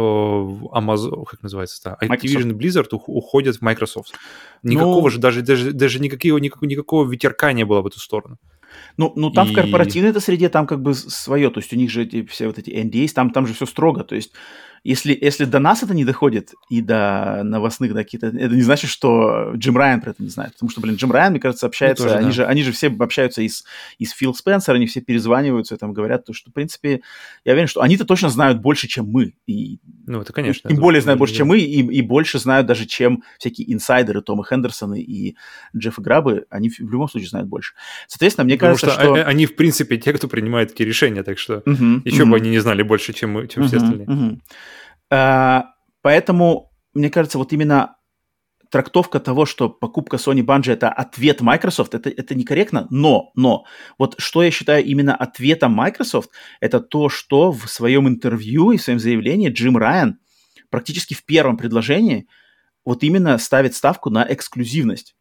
Amazon, как называется, Activision Blizzard уходят в Microsoft. Никакого же, даже никакого ветерка не было в эту сторону. Ну там в корпоративной среде там как бы свое, то есть у них же все вот эти NDAs, там же все строго, то есть если до нас это не доходит и до новостных, да, какие-то, это не значит, что Джим Райан про это не знает, потому что, Джим Райан, мне кажется, общается, тоже, они же все общаются из Фил Спенсера, они все перезваниваются, там говорят, что, в принципе, я уверен, что они-то точно знают больше, чем мы, и это, конечно. Тем более знают больше, чем мы, и больше знают даже, чем всякие инсайдеры, Тома Хендерсона и Джеффа Грабы, они в любом случае знают больше. Соответственно, мне кажется, что... Они, в принципе, те, кто принимает эти решения, так что еще бы они не знали больше, чем все остальные. Поэтому, мне кажется, вот именно трактовка того, что покупка Sony Bungie – это ответ Microsoft, это некорректно, но вот что я считаю именно ответом Microsoft, это то, что в своем интервью и в своем заявлении Джим Райан практически в первом предложении вот именно ставит ставку на эксклюзивность.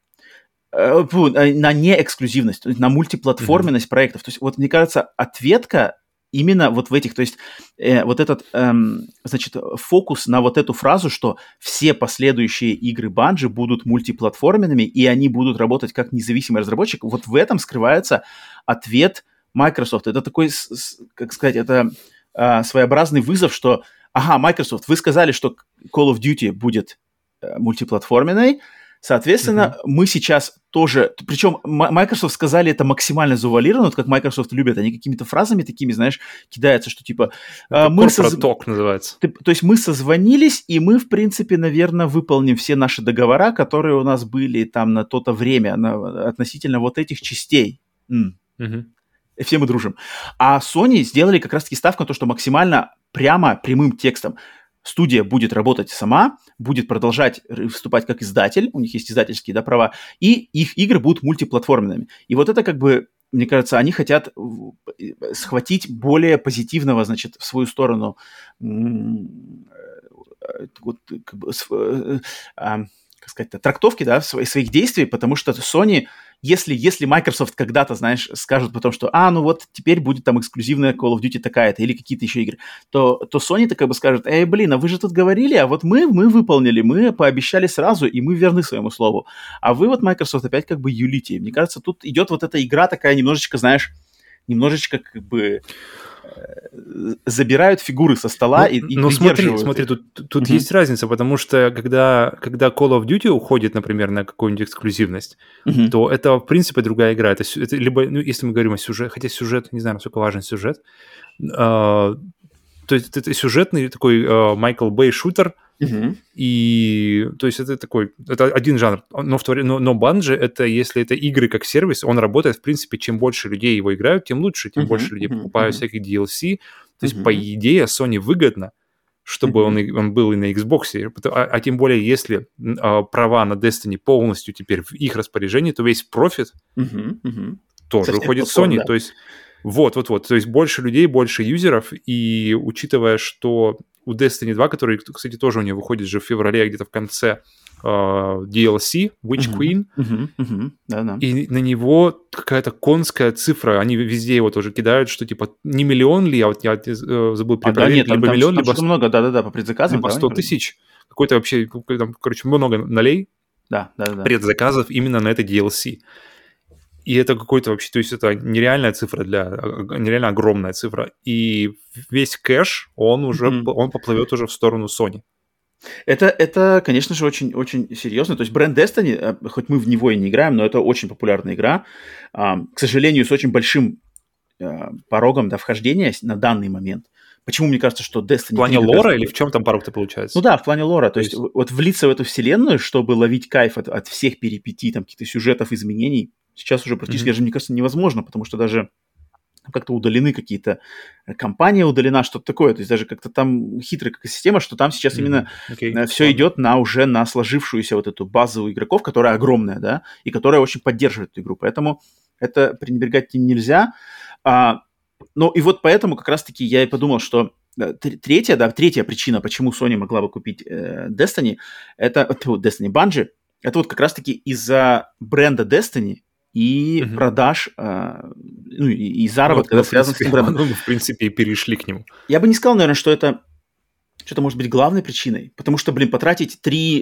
На неэксклюзивность, на мультиплатформенность проектов. То есть, вот мне кажется, ответка именно вот в этих, то есть вот этот, значит, фокус на вот эту фразу, что все последующие игры Bungie будут мультиплатформенными, и они будут работать как независимый разработчик, вот в этом скрывается ответ Microsoft. Это такой, как сказать, это своеобразный вызов, что, Microsoft, вы сказали, что Call of Duty будет мультиплатформенной, Соответственно, мы сейчас тоже... Причем Microsoft сказали это максимально завуалированно, вот как Microsoft любят. Они какими-то фразами такими, знаешь, кидаются, что типа... Corporate talk называется. То есть мы созвонились, и мы, в принципе, наверное, выполним все наши договора, которые у нас были там на то-то время, относительно вот этих частей. Все мы дружим. А Sony сделали как раз-таки ставку на то, что максимально прямо, прямым текстом. Студия будет работать сама, будет продолжать выступать как издатель, у них есть издательские, да, права, и их игры будут мультиплатформенными. И вот это как бы, мне кажется, они хотят схватить более позитивного, значит, в свою сторону вот, как бы, как сказать, трактовки, да, своих действий, потому что Sony, если Microsoft когда-то, знаешь, скажут потом, что, ну вот теперь будет там эксклюзивная Call of Duty такая-то или какие-то еще игры, то Sony-то как бы скажет, блин, а вы же тут говорили, а вот мы выполнили, мы пообещали сразу, и мы верны своему слову. А вы вот, Microsoft, опять как бы юлите. Мне кажется, тут идет вот эта игра такая немножечко, знаешь, как бы... забирают фигуры со стола и смотри, тут есть разница, потому что когда Call of Duty уходит, например, на какую-нибудь эксклюзивность, то это, в принципе, другая игра. Это либо, если мы говорим о сюжете, хотя сюжет, не знаю, насколько важен сюжет, то есть это сюжетный такой Майкл Бэй шутер, и то есть это такой, это один жанр, но Bungie, это если это игры как сервис, он работает, в принципе, чем больше людей его играют, тем лучше, тем больше людей покупают всяких DLC, то есть по идее Sony выгодно, чтобы он был и на Xbox, а тем более если права на Destiny полностью теперь в их распоряжении, то весь профит тоже уходит в Sony, то есть вот, то есть больше людей, больше юзеров, и учитывая, что у Destiny 2, который, кстати, тоже у нее выходит же в феврале, где-то в конце DLC, Witch Queen, и на него какая-то конская цифра, они везде его тоже кидают, что типа не миллион ли, вот я забыл перепроверить, либо там, миллион, либо... много, да, по предзаказам. Либо 100 тысяч, какой-то вообще, там, короче, много налей предзаказов именно на это DLC. И это какой-то вообще, то есть это нереальная цифра, нереально огромная цифра. И весь кэш, он уже, он поплывет уже в сторону Sony. Это, конечно же, очень серьезно. То есть бренд Destiny, хоть мы в него и не играем, но это очень популярная игра. К сожалению, с очень большим порогом вхождения на данный момент. Почему мне кажется, что Destiny... В плане лора или в чем там порог-то получается? Ну да, в плане лора. То есть вот влиться в эту вселенную, чтобы ловить кайф от всех перипетий, там каких-то сюжетов, изменений, сейчас уже практически даже, мне кажется, невозможно, потому что даже как-то удалены какие-то... Компания удалена, что-то такое. То есть даже как-то там хитрая система, что там сейчас именно все идет уже на сложившуюся вот эту базу игроков, которая огромная, да, и которая очень поддерживает эту игру. Поэтому это пренебрегать нельзя. Ну и вот поэтому как раз-таки я и подумал, что третья причина, почему Sony могла бы купить Destiny, это Destiny Bungie, это вот как раз-таки из-за бренда Destiny и продаж, и заработка, связанных с этим брендом. Мы, в принципе, и перешли к нему. Я бы не сказал, наверное, что это что-то может быть главной причиной, потому что, потратить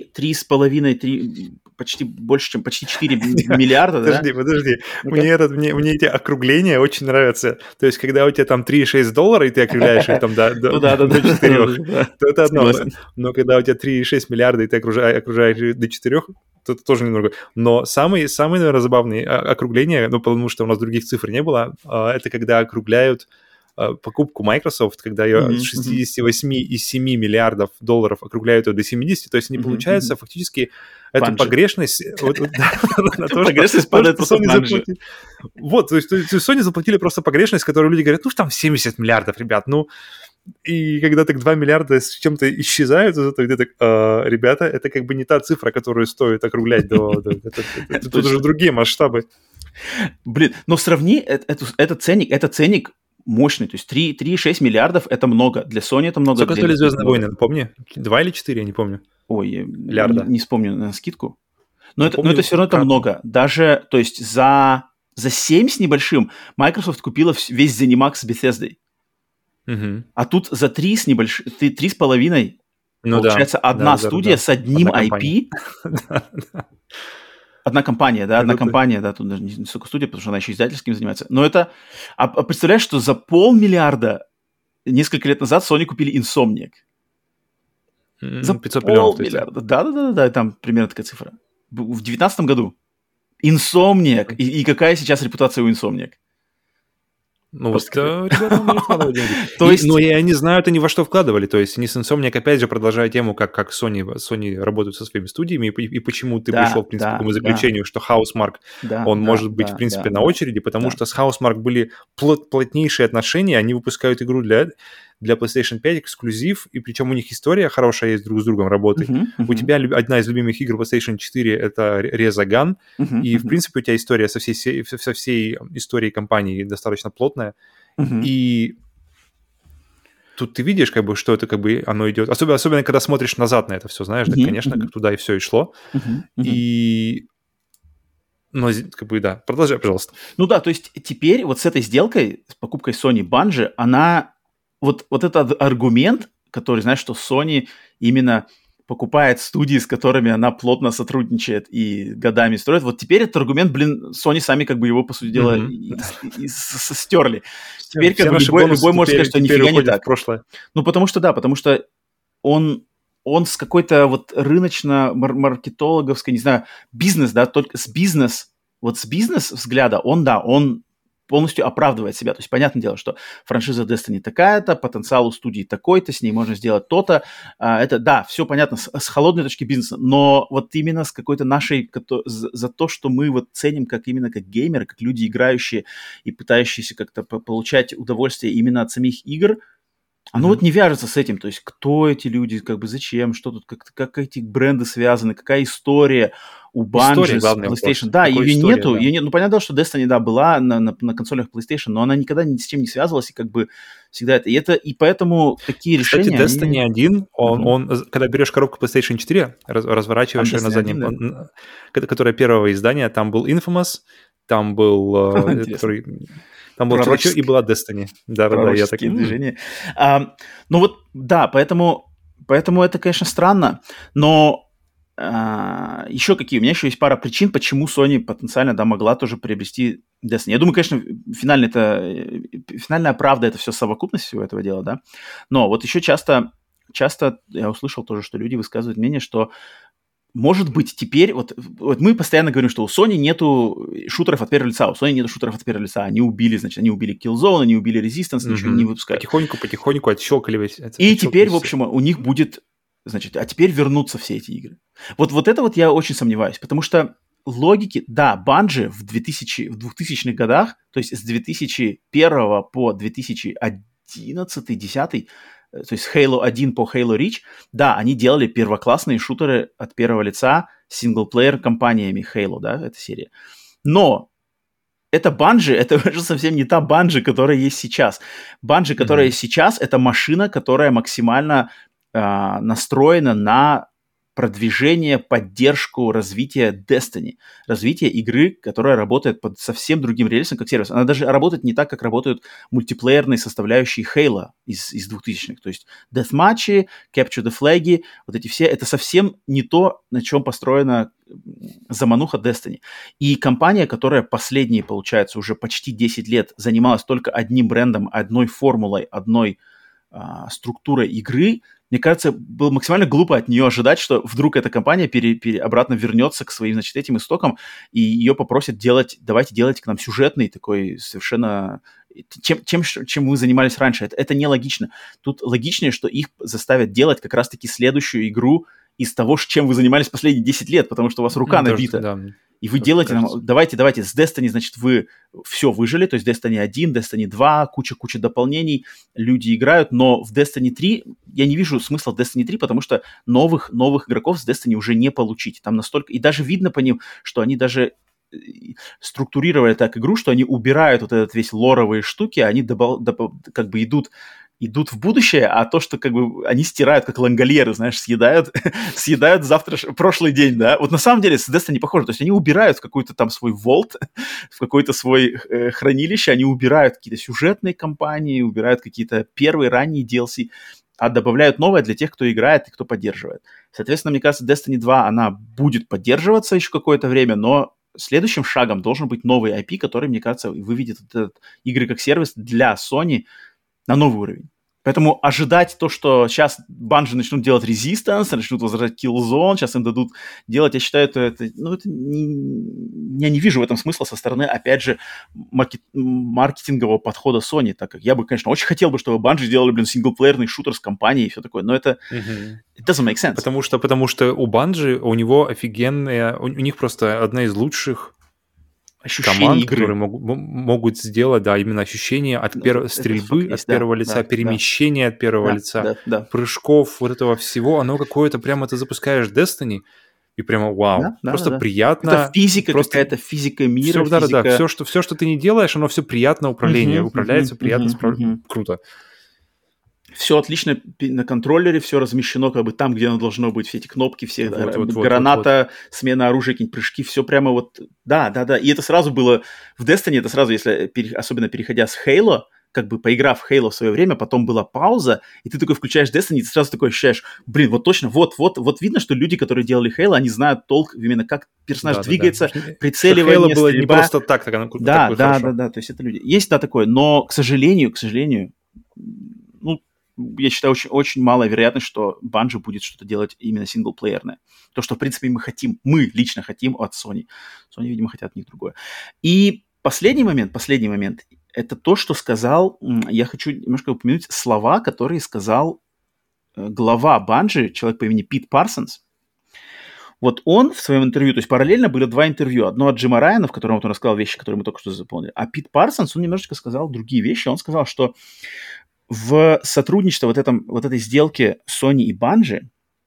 3,5, почти больше, чем почти 4 миллиарда, да? Подожди. Мне эти округления очень нравятся. То есть, когда у тебя там $3,6, и ты округляешь их там до 4, то это одно. Но когда у тебя 3,6 миллиарда, и ты окружаешь до 4, то это тоже немного. Но самые, наверное, забавные округления, потому что у нас других цифр не было, это когда округляют покупку Microsoft, когда ее с 68,7 миллиардов долларов округляют ее до 70, то есть не получается фактически эту погрешность... Погрешность падает просто Bungie. Вот, то есть Sony заплатили просто погрешность, которую люди говорят, там 70 миллиардов, ребят, и когда так 2 миллиарда с чем-то исчезают, то где так, ребята, это как бы не та цифра, которую стоит округлять до... Тут уже другие масштабы. Блин, но сравни, это ценник мощный, то есть 3,6 миллиардов это много, для Sony это много. Сколько стоили «Звездные войны», помни? 2 или 4, я не помню. Ой, не вспомню на скидку. Но это все равно это много. Даже, то есть за 7 с небольшим Microsoft купила весь ZeniMax с Bethesda. А тут за 3 с небольшим, 3,5, получается, одна студия с одним IP. Одна компания, тут даже не столько студия, потому что она еще издательским занимается. Но это... А представляешь, что за $500 million несколько лет назад Sony купили Insomniac? За 500 миллионов. Да, там примерно такая цифра. в 19 году. Insomniac. И какая сейчас репутация у Insomniac? Ну, вот ребята умели вкладывать деньги. Но и они знают, они во что вкладывали. То есть они с Insomniac, опять же, продолжая тему, как Sony работают со своими студиями, и почему ты пришел, в принципе, к такому заключению, что Housemarque, он может быть, в принципе, на очереди, потому что с Housemarque были плотнейшие отношения, они выпускают игру для PlayStation 5 эксклюзив, и причем у них история хорошая есть друг с другом работы. У тебя одна из любимых игр PlayStation 4 — это Resogun, и, в принципе, у тебя история со всей историей компании достаточно плотная, и тут ты видишь, как бы, что это, как бы, оно идет, особенно когда смотришь назад на это все, знаешь, да, конечно, как туда и все и шло, и... Но, как бы, да, продолжай, пожалуйста. Ну да, то есть теперь вот с этой сделкой, с покупкой Sony Bungie, она... Вот этот аргумент, который, знаешь, что Sony именно покупает студии, с которыми она плотно сотрудничает и годами строит, вот теперь этот аргумент, Sony сами как бы его, по сути дела, стерли. Теперь как бы любой может сказать, что нифига не так. Ну, потому что он с какой-то вот рыночно-маркетологовской, не знаю, бизнес, да, только с бизнес-взгляда он полностью оправдывает себя. То есть, понятное дело, что франшиза Destiny такая-то, потенциал у студии такой-то, с ней можно сделать то-то. Это, да, все понятно с холодной точки бизнеса, но вот именно с какой-то нашей... За то, что мы вот ценим именно как геймеры, как люди, играющие и пытающиеся как-то получать удовольствие именно от самих игр, оно вот не вяжется с этим. То есть, кто эти люди, как бы зачем, что тут, как эти бренды связаны, какая история у Bungie с PlayStation. Да, ее нету. Ну, понятно, что Destiny, да, была на консолях PlayStation, но она никогда ни с чем не связывалась, и как бы всегда это. И поэтому такие решения... Кстати, Destiny 1, он, когда берешь коробку PlayStation 4, разворачиваешь ее на заднем, которая первого издания, там был Infamous, там был... Там был еще и была Destiny. Да, я так... движения. Ну вот, да, поэтому это, конечно, странно, но еще какие? У меня еще есть пара причин, почему Sony потенциально, да, могла тоже приобрести Destiny. Я думаю, конечно, финальная правда — это все совокупность всего этого дела, да, но вот еще часто я услышал тоже, что люди высказывают мнение, что может быть, теперь, вот мы постоянно говорим, что у Sony нету шутеров от первого лица, Они убили Killzone, они убили Resistance, ничего не выпускают. Потихоньку отщелкали. И теперь, в общем, у них будет, а теперь вернутся все эти игры. Вот это вот я очень сомневаюсь, потому что логики, да, Bungie в 2000-х годах, то есть с 2001 по 2011-2010, то есть Halo 1 по Halo Reach, да, они делали первоклассные шутеры от первого лица с синглплеер компаниями Halo, да, эта серия. Но это Bungie, это уже совсем не та Bungie, которая есть сейчас. Bungie, которая есть сейчас, это машина, которая максимально настроена на продвижение, поддержку, развитие Destiny, развитие игры, которая работает под совсем другим рельсом, как сервис. Она даже работает не так, как работают мультиплеерные составляющие Halo из 2000-х. То есть Deathmatch, Capture the Flag, вот эти все, это совсем не то, на чем построена замануха Destiny. И компания, которая последние, получается, уже почти 10 лет занималась только одним брендом, одной формулой, одной структурой игры, мне кажется, было максимально глупо от нее ожидать, что вдруг эта компания обратно вернется к своим, значит, этим истокам, и ее попросят давайте делать к нам сюжетный такой совершенно... Чем мы занимались раньше. Это нелогично. Тут логичнее, что их заставят делать как раз-таки следующую игру из того, чем вы занимались последние 10 лет, потому что у вас рука набита. Да. И вы делаете нам... Давайте, с Destiny, значит, вы все выжили, то есть Destiny 1, Destiny 2, куча дополнений, люди играют, но в Destiny 3 я не вижу смысла в Destiny 3, потому что новых игроков с Destiny уже не получить. Там настолько... И даже видно по ним, что они даже структурировали так игру, что они убирают вот этот весь лоровые штуки, они как бы идут в будущее, а то, что как бы они стирают, как лангольеры, знаешь, съедают прошлый день, да. Вот на самом деле с Destiny не похоже. То есть они убирают в какой-то там свой Vault, в какое-то свое хранилище, они убирают какие-то сюжетные кампании, убирают какие-то первые ранние DLC, а добавляют новое для тех, кто играет и кто поддерживает. Соответственно, мне кажется, Destiny 2, она будет поддерживаться еще какое-то время, но следующим шагом должен быть новый IP, который, мне кажется, выведет игры как сервис для Sony на новый уровень. Поэтому ожидать то, что сейчас Bungie начнут делать Resistance, начнут возвращать Killzone, сейчас им дадут делать, я считаю, я не вижу в этом смысла со стороны, опять же, маркетингового подхода Sony, так как я бы, конечно, очень хотел бы, чтобы Bungie делали, синглплеерный шутер с компанией и все такое, но это it doesn't make sense. Потому что у Bungie, у него офигенная, у них просто одна из лучших ощущение команд, игры. которые могут сделать, да, именно ощущение от стрельбы от первого лица, перемещения от первого лица, прыжков, вот этого всего, оно какое-то прямо ты запускаешь Destiny, и прямо вау, просто приятно. Это физика, просто какая-то физика мира. Все, что ты не делаешь, оно все приятно управляется приятно, круто. Все отлично на контроллере, все размещено как бы там, где оно должно быть, все эти кнопки, все граната, смена оружия, какие-нибудь прыжки, все прямо вот, да. И это сразу было в Destiny, это сразу, если особенно переходя с Halo, как бы поиграв в Halo в свое время, потом была пауза, и ты такой включаешь Destiny, и ты сразу такой ощущаешь, блин, вот точно, вот видно, что люди, которые делали Halo, они знают толк именно как персонаж двигается, прицеливание, Halo было не просто так хорошо. Да, то есть это люди. Есть, да, такое, но, к сожалению, я считаю, очень, очень малая вероятность, что Bungie будет что-то делать именно синглплеерное. То, что, в принципе, мы лично хотим от Sony. Sony, видимо, хотят от них другое. И последний момент, это то, что сказал, я хочу немножко упомянуть слова, которые сказал глава Bungie, человек по имени Пит Парсонс. Вот он в своем интервью, то есть параллельно были два интервью. Одно от Джима Райана, в котором он рассказал вещи, которые мы только что заполнили. А Пит Парсонс, он немножечко сказал другие вещи. Он сказал, что в сотрудничестве вот этой сделке Sony и Bungie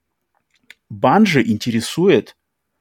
интересует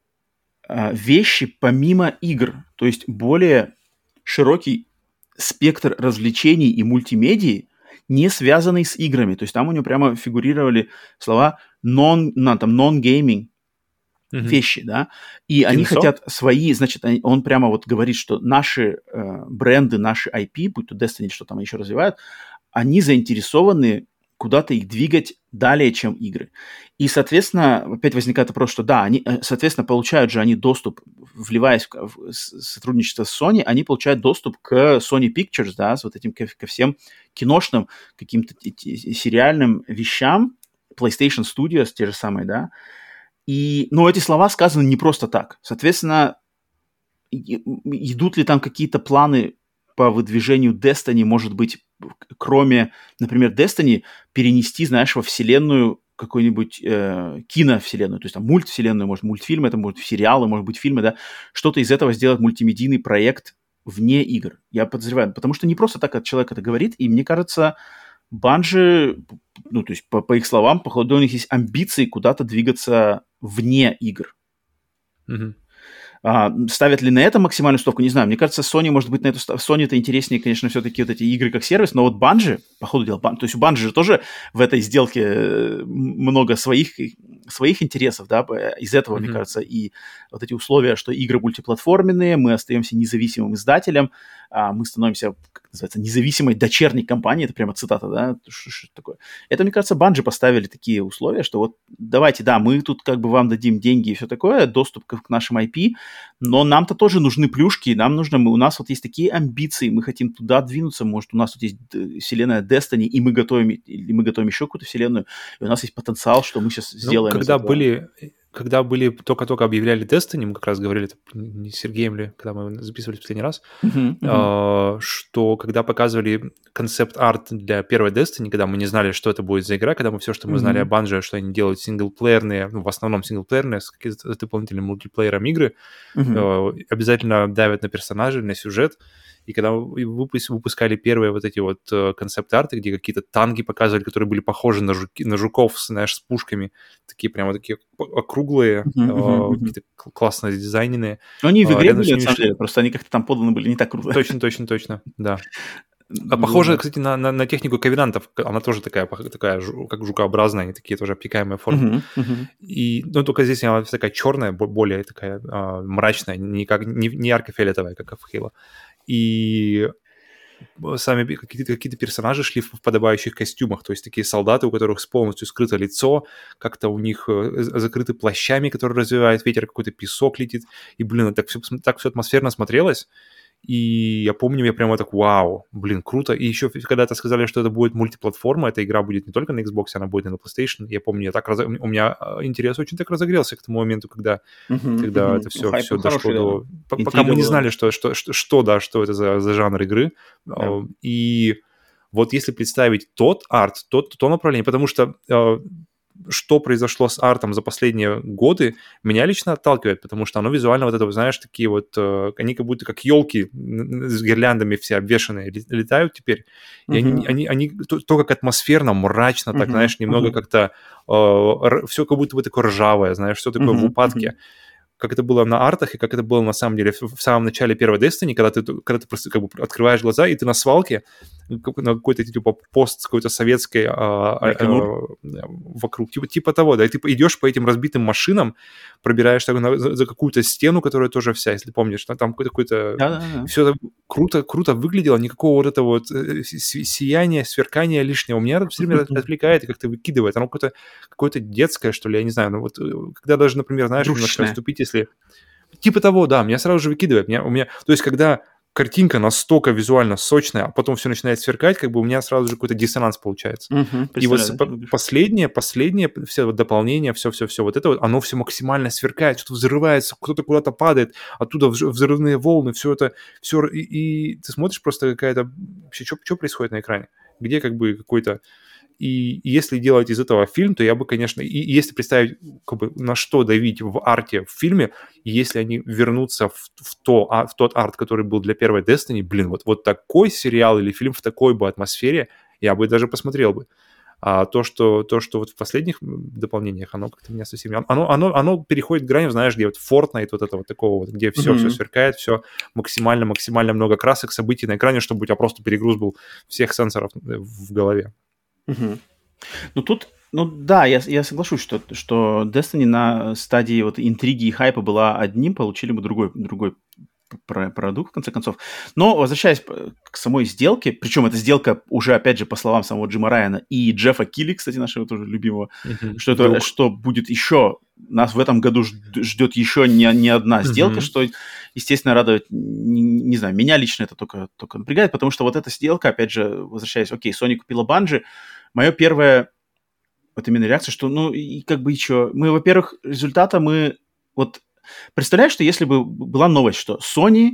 вещи помимо игр, то есть более широкий спектр развлечений и мультимедии, не связанный с играми. То есть там у него прямо фигурировали слова non-gaming вещи, да, и они хотят свои, значит, он прямо вот говорит, что наши бренды, наши IP, будь то Destiny, что там еще развивают, они заинтересованы куда-то их двигать далее, чем игры. И, соответственно, опять возникает вопрос, что да, они, соответственно, получают же они доступ, вливаясь в сотрудничество с Sony, они получают доступ к Sony Pictures, да, с вот этим ко всем киношным каким-то сериальным вещам, PlayStation Studios, те же самые, да. Но эти слова сказаны не просто так. Соответственно, идут ли там какие-то планы по выдвижению Destiny, может быть, кроме, например, Destiny, перенести, знаешь, во вселенную какую-нибудь киновселенную, то есть там мультвселенную, может, мультфильмы, это может сериалы, может быть, фильмы, да, что-то из этого сделать мультимедийный проект вне игр. Я подозреваю, потому что не просто так человек это говорит, и мне кажется, Bungie, то есть по их словам, походу, у них есть амбиции куда-то двигаться вне игр. Ставят ли на это максимальную ставку, не знаю. Мне кажется, Sony, может быть, на эту Sony это интереснее, конечно, все-таки вот эти игры как сервис, но вот Bungie, по ходу дела, то есть у Bungie же тоже в этой сделке много своих интересов, да, из этого, мне кажется, и вот эти условия, что игры мультиплатформенные, мы остаемся независимым издателем, мы становимся, как называется, независимой дочерней компанией, это прямо цитата, да, что такое. Это, мне кажется, Bungie поставили такие условия, что вот давайте, да, мы тут как бы вам дадим деньги и все такое, доступ к нашим IP, но нам-то тоже нужны плюшки, у нас вот есть такие амбиции, мы хотим туда двинуться, может, у нас тут есть вселенная Destiny, и мы готовим еще какую-то вселенную, и у нас есть потенциал, что мы сейчас сделаем. Когда были только объявляли Destiny, мы как раз говорили, это не с Сергеем ли, когда мы записывали в последний раз, что когда показывали концепт-арт для первой Destiny, когда мы не знали, что это будет за игра, когда все, что мы знали о Bungie, что они делают синглплеерные, в основном синглплеерные, с дополнительным мультиплеером игры, обязательно давят на персонажей, на сюжет. И когда выпускали первые вот эти вот концепт-арты, где какие-то танки показывали, которые были похожи на жуков, знаешь, с пушками, такие прямо такие округлые, какие-то классно дизайненные. Но они в игре были, на самом деле, просто они как-то там поданы были не так круто. Точно, да. Похоже, кстати, на технику ковенантов. Она тоже такая, как жукообразная, они такие тоже обтекаемые формы. Но только здесь она такая черная, более такая мрачная, не ярко-фиолетовая, как в Halo. И сами какие-то персонажи шли в подобающих костюмах, то есть такие солдаты, у которых полностью скрыто лицо, как-то у них закрыты плащами, которые развивают ветер, какой-то песок летит, и, блин, так все атмосферно смотрелось. И я помню, я прямо так, вау, блин, круто. И еще когда-то сказали, что это будет мультиплатформа, эта игра будет не только на Xbox, она будет и на PlayStation. Я помню, у меня интерес очень так разогрелся к тому моменту, когда это все дошло до... Пока мы не знали, что это за жанр игры. Да. И вот если представить тот арт, то направление, потому что что произошло с артом за последние годы, меня лично отталкивает, потому что оно визуально вот это, знаешь, такие вот, они как будто как елки с гирляндами все обвешанные летают теперь, и они то как атмосферно, мрачно, так, знаешь, немного как-то все как будто бы такое ржавое, знаешь, все такое в упадке. Как это было на артах и как это было на самом деле в самом начале первой Destiny, когда ты просто как бы открываешь глаза, и ты на свалке, на какой-то типа пост какой-то советской вокруг, типа того, да, и ты идешь по этим разбитым машинам, пробираешь за какую-то стену, которая тоже вся, если помнишь, там какой-то... Все это круто выглядело, никакого вот этого вот сияния, сверкания лишнего. Меня все время отвлекает и как-то выкидывает. Оно какое-то детское, что ли, я не знаю. Ну вот когда даже, например, знаешь, немножко отступить, если... Типа того, да, меня сразу же выкидывает. То есть когда картинка настолько визуально сочная, а потом все начинает сверкать, как бы у меня сразу же какой-то диссонанс получается. И вот последнее все вот дополнение, все вот это вот, оно все максимально сверкает, что-то взрывается, кто-то куда-то падает, оттуда взрывные волны, все это, все, и ты смотришь просто какая-то... Вообще, что происходит на экране? Где как бы какой-то... И если делать из этого фильм, то я бы, конечно... И если представить, как бы, на что давить в арте в фильме, если они вернутся в тот арт, который был для первой Destiny, блин, вот такой сериал или фильм в такой бы атмосфере, я бы даже посмотрел бы. А то, что вот в последних дополнениях, оно как-то меня совсем... Оно переходит грань, знаешь, где вот Fortnite, вот это вот такого вот, где все сверкает, все максимально много красок, событий на экране, чтобы у тебя просто перегруз был всех сенсоров в голове. Ну тут, да, я соглашусь, что Destiny на стадии вот интриги и хайпа была одним, получили бы другой продукт, в конце концов. Но возвращаясь к самой сделке, причем эта сделка уже, опять же, по словам самого Джима Райана и Джеффа Килли, кстати, нашего тоже любимого, что будет еще, нас в этом году ждет еще не одна сделка, что, естественно, радует, не знаю, меня лично это только напрягает, потому что вот эта сделка, опять же, возвращаясь, окей, Sony купила Bungie, моя первая вот именно реакция, что, и как бы еще, мы, во-первых, результата вот представляешь, что если бы была новость, что Sony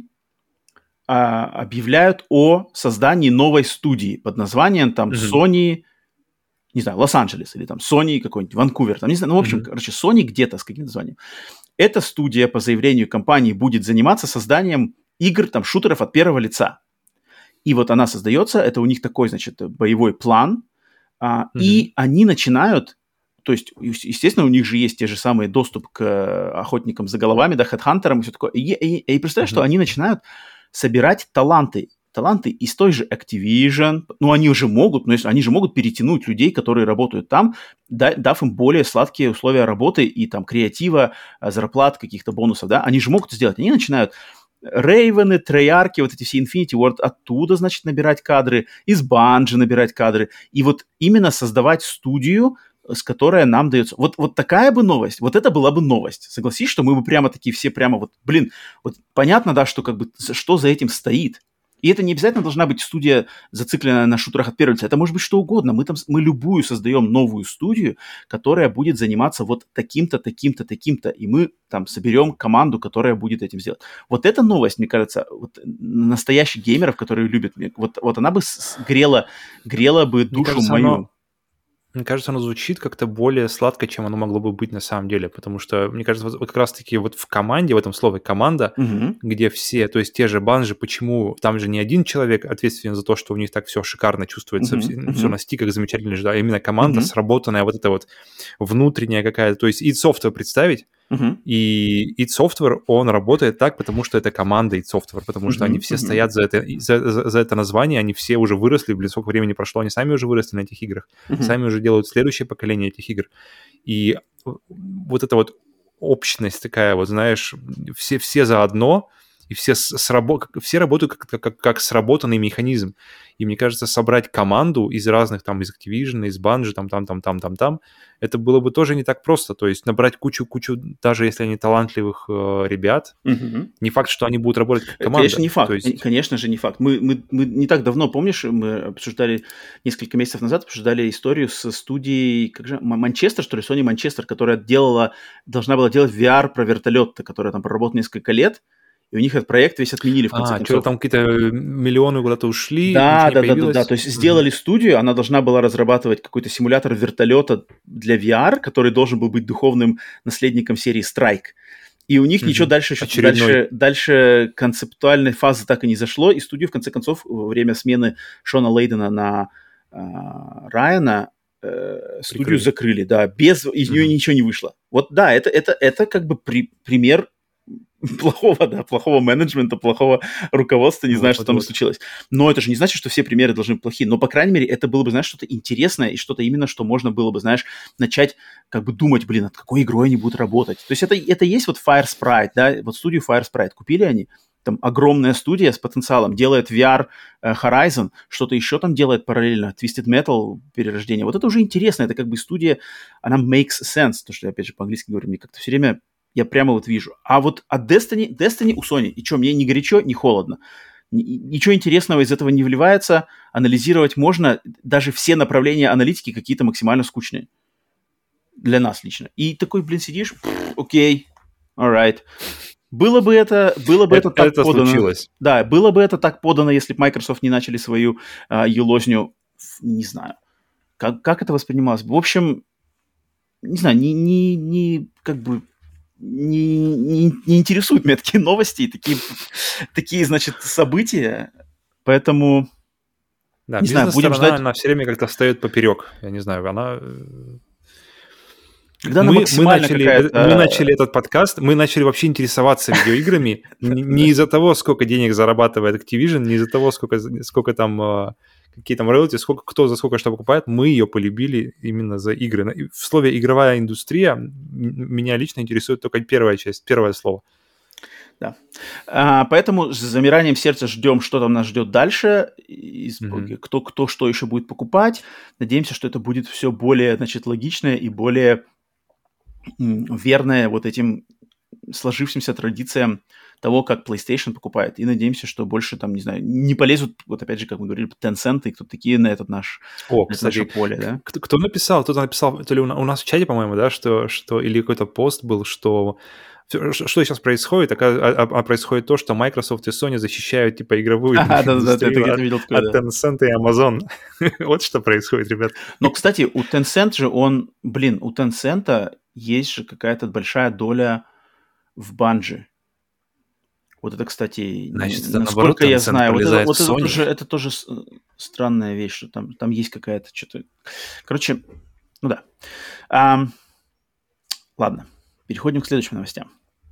объявляют о создании новой студии под названием там Sony, не знаю, Лос-Анджелес или там Sony какой-нибудь Ванкувер, там, не знаю, в общем, короче, Sony где-то с каким-то названием. Эта студия по заявлению компании будет заниматься созданием игр, там, шутеров от первого лица. И вот она создается, это у них такой, значит, боевой план, и они начинают... То есть, естественно, у них же есть те же самые доступ к охотникам за головами, да, хедхантерам и все такое. И представляешь, что они начинают собирать таланты из той же Activision. Они уже могут, но они же могут перетянуть людей, которые работают там, дав им более сладкие условия работы и там креатива, зарплат, каких-то бонусов, да. Они же могут это сделать. Они начинают Рейвены, Трейарки, вот эти все Infinity Ward, оттуда, значит, набирать кадры, из Bungie набирать кадры. И вот именно создавать студию, с которой нам дается. Вот такая бы новость, вот это была бы новость. Согласись, что мы бы прямо такие все прямо вот, блин, вот понятно, да, что как бы, что за этим стоит. И это не обязательно должна быть студия, зацикленная на шутерах от первого лица. Это может быть что угодно. Мы любую создаем новую студию, которая будет заниматься вот таким-то, таким-то, таким-то. И мы там соберем команду, которая будет этим сделать. Вот эта новость, мне кажется, вот настоящих геймеров, которые любят, вот она бы грела бы душу мою. Мне кажется, оно звучит как-то более сладко, чем оно могло бы быть на самом деле, потому что, мне кажется, вот как раз-таки вот в команде, в этом слове «команда», где все, то есть те же Bungie, почему там же не один человек ответственен за то, что у них так все шикарно чувствуется, все на стиках замечательно лежит, а именно команда сработанная, вот эта вот внутренняя какая-то, то есть id Software представить, и id Software, он работает так, потому что это команда id Software, потому что они все стоят за это название, они все уже выросли, блин, сколько времени прошло, они сами уже выросли на этих играх, сами уже делают следующее поколение этих игр. И вот эта вот общность такая, вот знаешь, все заодно, и все работают как сработанный механизм. И мне кажется, собрать команду из разных, там, из Activision, из Bungie, там, это было бы тоже не так просто. То есть набрать кучу, даже если они талантливых ребят, не факт, что они будут работать как команда. Конечно, не факт. Конечно же, не факт. Мы не так давно, помнишь, мы обсуждали, несколько месяцев назад обсуждали историю со студией, как же, Манчестер, что ли, Sony Манчестер, которая должна была делать VR про вертолет, которая там проработала несколько лет, и у них этот проект весь отменили в конце концов. Что-то там какие-то миллионы куда-то ушли, да. То есть сделали студию, она должна была разрабатывать какой-то симулятор вертолета для VR, который должен был быть духовным наследником серии Strike. И у них ничего дальше концептуальной фазы так и не зашло, и студию, в конце концов, во время смены Шона Лейдена на Райана, студию закрыли, да, из нее ничего не вышло. Вот да, это как бы пример плохого менеджмента, плохого руководства, не знаю, что там случилось. Но это же не значит, что все примеры должны быть плохие. Но, по крайней мере, это было бы, знаешь, что-то интересное и что-то именно, что можно было бы, знаешь, начать как бы думать, над какой игрой они будут работать. То есть это есть вот Firesprite, да, вот студию Firesprite купили они, там огромная студия с потенциалом, делает VR Horizon, что-то еще там делает параллельно, Twisted Metal, перерождение. Вот это уже интересно, это как бы студия, она makes sense, то, что я опять же по-английски говорю, мне как-то все время я прямо вот вижу. А вот от Destiny у Sony, и что, мне ни горячо, ни холодно. Ничего интересного из этого не вливается. Анализировать можно. Даже все направления аналитики какие-то максимально скучные. Для нас лично. И такой, сидишь, окей, alright. Было бы это так подано. Случилось. Да, было бы это так подано, если бы Microsoft не начали свою юлозню, не знаю. Как это воспринималось? В общем, не знаю, как бы не интересуют меня такие новости и такие, значит, события, поэтому да, не знаю, будем ждать. Она все время как-то встает поперек, я не знаю, она... Когда мы начали этот подкаст, мы начали вообще интересоваться видеоиграми не из-за того, сколько денег зарабатывает Activision, не из-за того, сколько там... какие там роялти, кто за сколько что покупает, мы ее полюбили именно за игры. В слове «игровая индустрия» меня лично интересует только первая часть, первое слово. Да. Поэтому с замиранием сердца ждем, что там нас ждет дальше, кто что еще будет покупать. Надеемся, что это будет все более, значит, логичное и более верное вот этим сложившимся традициям того, как PlayStation покупает. И надеемся, что больше там, не знаю, не полезут, вот опять же, как мы говорили, Tencent и кто такие на этот наше поле, да? Кто-то написал, то ли у нас в чате, по-моему, да, что или какой-то пост был, что сейчас происходит, а происходит то, что Microsoft и Sony защищают, типа, игровую индустрию от Tencent и Amazon. Вот что происходит, ребят. Но, кстати, у Tencent же у Tencent есть же какая-то большая доля в Bungie. Вот это, кстати, значит, насколько я знаю, это тоже странная вещь, что там есть какая-то что-то... Короче, ну да. Ладно, переходим к следующим новостям.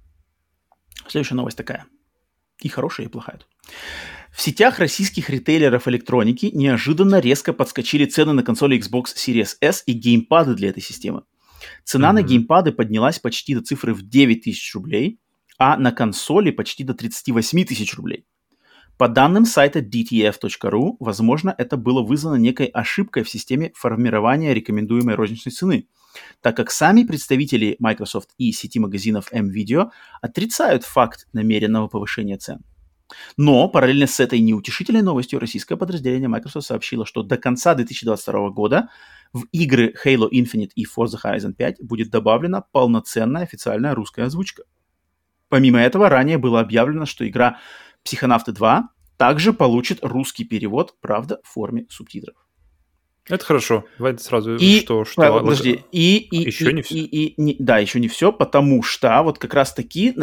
Следующая новость такая. И хорошая, и плохая. В сетях российских ритейлеров электроники неожиданно резко подскочили цены на консоли Xbox Series S и геймпады для этой системы. Цена на геймпады поднялась почти до цифры в 9 тысяч рублей, а на консоли почти до 38 тысяч рублей. По данным сайта dtf.ru, возможно, это было вызвано некой ошибкой в системе формирования рекомендуемой розничной цены, так как сами представители Microsoft и сети магазинов M-Video отрицают факт намеренного повышения цен. Но параллельно с этой неутешительной новостью российское подразделение Microsoft сообщило, что до конца 2022 года в игры Halo Infinite и Forza Horizon 5 будет добавлена полноценная официальная русская озвучка. Помимо этого, ранее было объявлено, что игра «Психонавты 2» также получит русский перевод, правда, в форме субтитров. Это хорошо. Давайте сразу, Подожди. Еще не все. Да, еще не все, потому что вот как раз-таки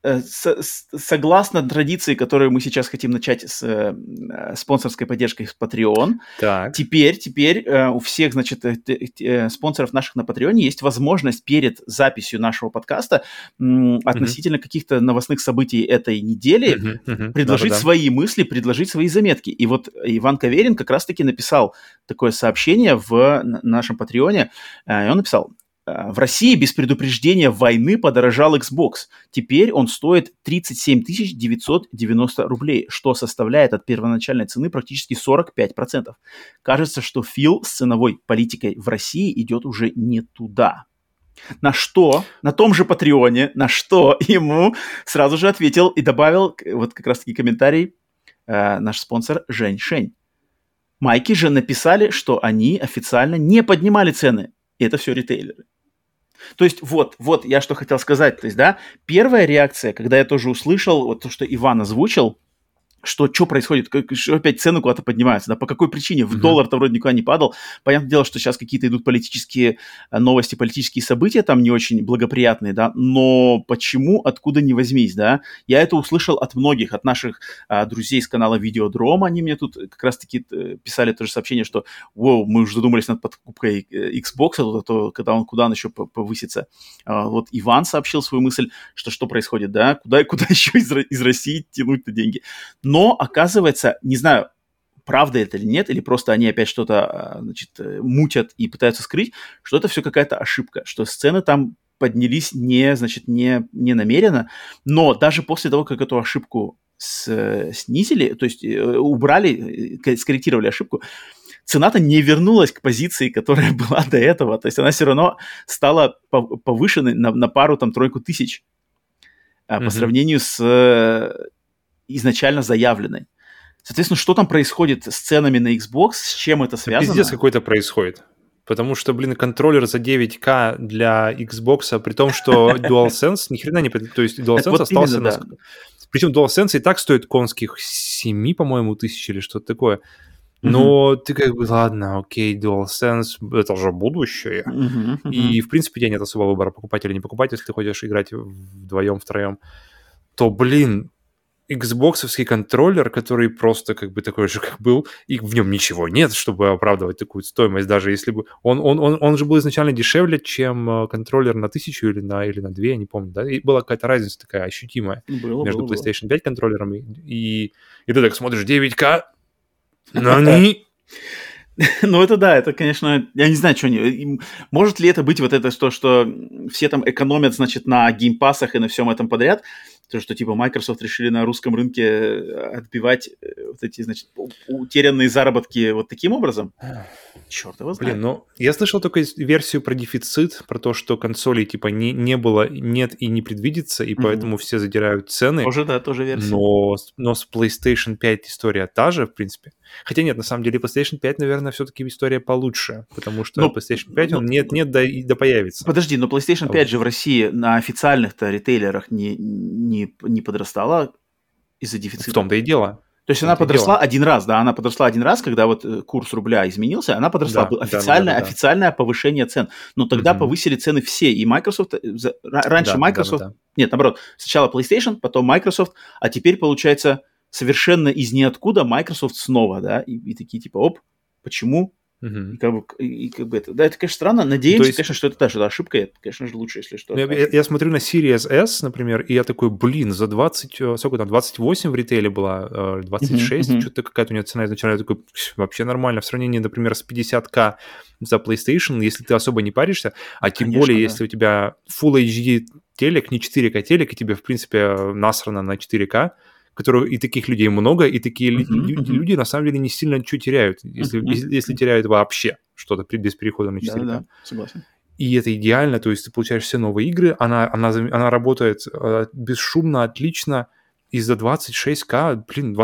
согласно традиции, которую мы сейчас хотим начать с спонсорской поддержкой в Patreon, теперь у всех, значит, спонсоров наших на Patreon есть возможность перед записью нашего подкаста относительно каких-то новостных событий этой недели предложить свои мысли, предложить свои заметки. И вот Иван Каверин как раз-таки написал такое сообщение в нашем Patreon, и он написал: В России без предупреждения войны подорожал Xbox. Теперь он стоит 37 990 рублей, что составляет от первоначальной цены практически 45%. Кажется, что Фил с ценовой политикой в России идет уже не туда. На что, на том же Патреоне, на что ему сразу же ответил и добавил вот как раз-таки комментарий наш спонсор Жень Шень. Майки же написали, что они официально не поднимали цены. И это все ритейлеры. То есть вот я что хотел сказать. То есть, да, первая реакция, когда я тоже услышал вот то, что Иван озвучил, что происходит, что опять цены куда-то поднимаются, да, по какой причине, доллар-то вроде никуда не падал, понятное дело, что сейчас какие-то идут политические новости, политические события там не очень благоприятные, да, но почему, откуда ни возьмись, да, я это услышал от многих, от наших друзей с канала Видеодром, они мне тут как раз-таки писали тоже сообщение, что, мы уже задумались над покупкой Xbox, когда куда он еще повысится, вот Иван сообщил свою мысль, что происходит, да, куда еще из России тянуть-то деньги. Но, оказывается, не знаю, правда это или нет, или просто они опять что-то, значит, мутят и пытаются скрыть, что это все какая-то ошибка, что цены там поднялись не намеренно, но даже после того, как эту ошибку снизили, то есть убрали, скорректировали ошибку, цена-то не вернулась к позиции, которая была до этого, то есть она все равно стала повышенной на пару, там, тройку тысяч по сравнению с изначально заявленной. Соответственно, что там происходит с ценами на Xbox, с чем это связано? Пиздец какой-то происходит. Потому что, контроллер за 9К для Xbox, при том, что DualSense ни хрена не... То есть DualSense вот остался... Именно, да. Причем DualSense и так стоит конских 7, по-моему, тысяч или что-то такое. Но ты как бы, ладно, окей, DualSense, это же будущее. И, в принципе, у тебя нет особого выбора, покупать или не покупать, если ты хочешь играть вдвоем, втроем. То, Xbox-овский контроллер, который просто как бы такой же, как был, и в нем ничего нет, чтобы оправдывать такую стоимость, даже если бы... Он же был изначально дешевле, чем контроллер на 1000 или на 2, я не помню, да? И была какая-то разница такая ощутимая между PlayStation 5 контроллером и ты так смотришь 9К, но они... Ну, это да, это, конечно, я не знаю, что они... Может ли это быть вот это, что все там экономят, значит, на геймпассах и на всем этом подряд? То, что, типа, Microsoft решили на русском рынке отбивать вот эти, значит, утерянные заработки вот таким образом? Черт его знает. Ну, я слышал только версию про дефицит, про то, что консолей, типа, не было, нет и не предвидится, и поэтому все задирают цены. Тоже версия. Но с PlayStation 5 история та же, в принципе. Хотя нет, на самом деле, PlayStation 5, наверное, все-таки история получше, потому что PlayStation 5, он нет, да появится. Подожди, но PlayStation 5 же в России на официальных-то ритейлерах не подрастала из-за дефицита. В том-то и дело. То есть она подросла один раз, да, она подросла один раз, когда вот курс рубля изменился, она подросла, было официальное повышение цен. Но тогда повысили цены все, и Microsoft, раньше Microsoft, нет, наоборот, сначала PlayStation, потом Microsoft, а теперь, получается, совершенно из ниоткуда Microsoft снова, да, и такие типа, почему? И как бы это, да, это, конечно, странно. Надеемся, конечно, что это даже ошибка. Это, конечно же, лучше, если что. Я смотрю на Series S, например, и я такой, за 28 в ритейле была, 26, что-то какая-то у нее цена изначально. Я такой, вообще нормально. В сравнении, например, с 50К за PlayStation, если ты особо не паришься, а тем более, если у тебя Full HD телек, не 4К телек, и тебе, в принципе, насрано на 4К, и таких людей много, и такие люди на самом деле не сильно ничего теряют, если теряют вообще что-то без перехода на 4К. Да, согласен. И это идеально, то есть ты получаешь все новые игры, она работает бесшумно, отлично, и за 26К,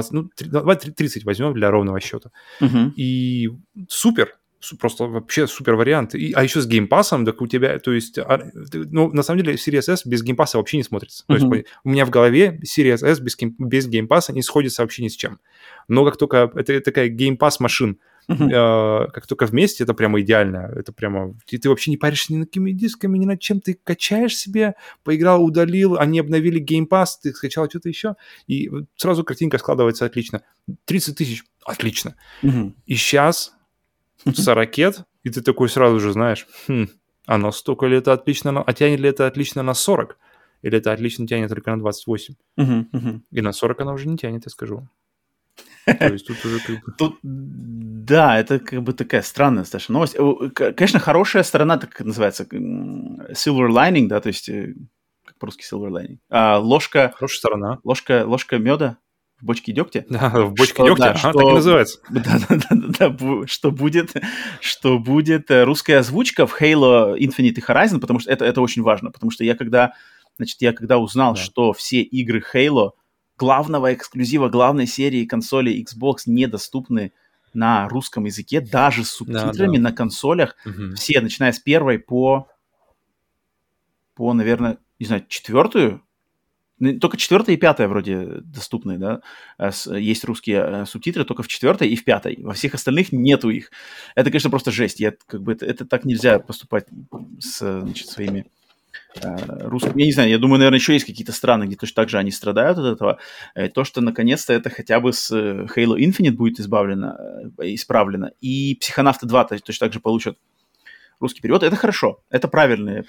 30 возьмем для ровного счета. И супер. Просто вообще супер вариант. А еще с геймпассом, так у тебя, то есть, на самом деле Series S без геймпасса вообще не смотрится. То есть у меня в голове Series S без геймпасса не сходится вообще ни с чем. Но как только, это такая геймпасс-машин, как только вместе, это прямо идеально. Это прямо, ты вообще не паришься ни над какими дисками, ни над чем. Ты качаешь себе, поиграл, удалил, они обновили геймпасс, ты скачал что-то еще, и сразу картинка складывается отлично. 30 тысяч, отлично. И сейчас... 40, и ты такой сразу же знаешь, оно столько ли это отлично, а тянет ли это отлично на 40, или это отлично тянет только на 28. И на 40 оно уже не тянет, я скажу. То есть тут уже как бы... Тут, да, это как бы такая странная достаточно новость. Конечно, хорошая сторона, так называется, silver lining, да, то есть, как по-русски silver lining. Хорошая сторона. Ложка меда в бочке дегтя. Да, в бочке дегтя, да, так и называется. Да, что будет русская озвучка в Halo Infinite и Horizon, потому что это очень важно, потому что я когда узнал, что все игры Halo главного эксклюзива, главной серии консолей Xbox недоступны на русском языке, даже с субтитрами на консолях, все, начиная с первой по, наверное, не знаю, 4-ю, только 4-я и 5-я вроде доступны, да, есть русские субтитры только в 4-й и в 5-й, во всех остальных нету их. Это, конечно, просто жесть, это так нельзя поступать с, значит, своими русскими. Я не знаю, я думаю, наверное, еще есть какие-то страны, где точно так же они страдают от этого. То, что наконец-то это хотя бы с Halo Infinite будет исправлено, и Психонавты 2 точно так же получат русский перевод, это хорошо. Это правильные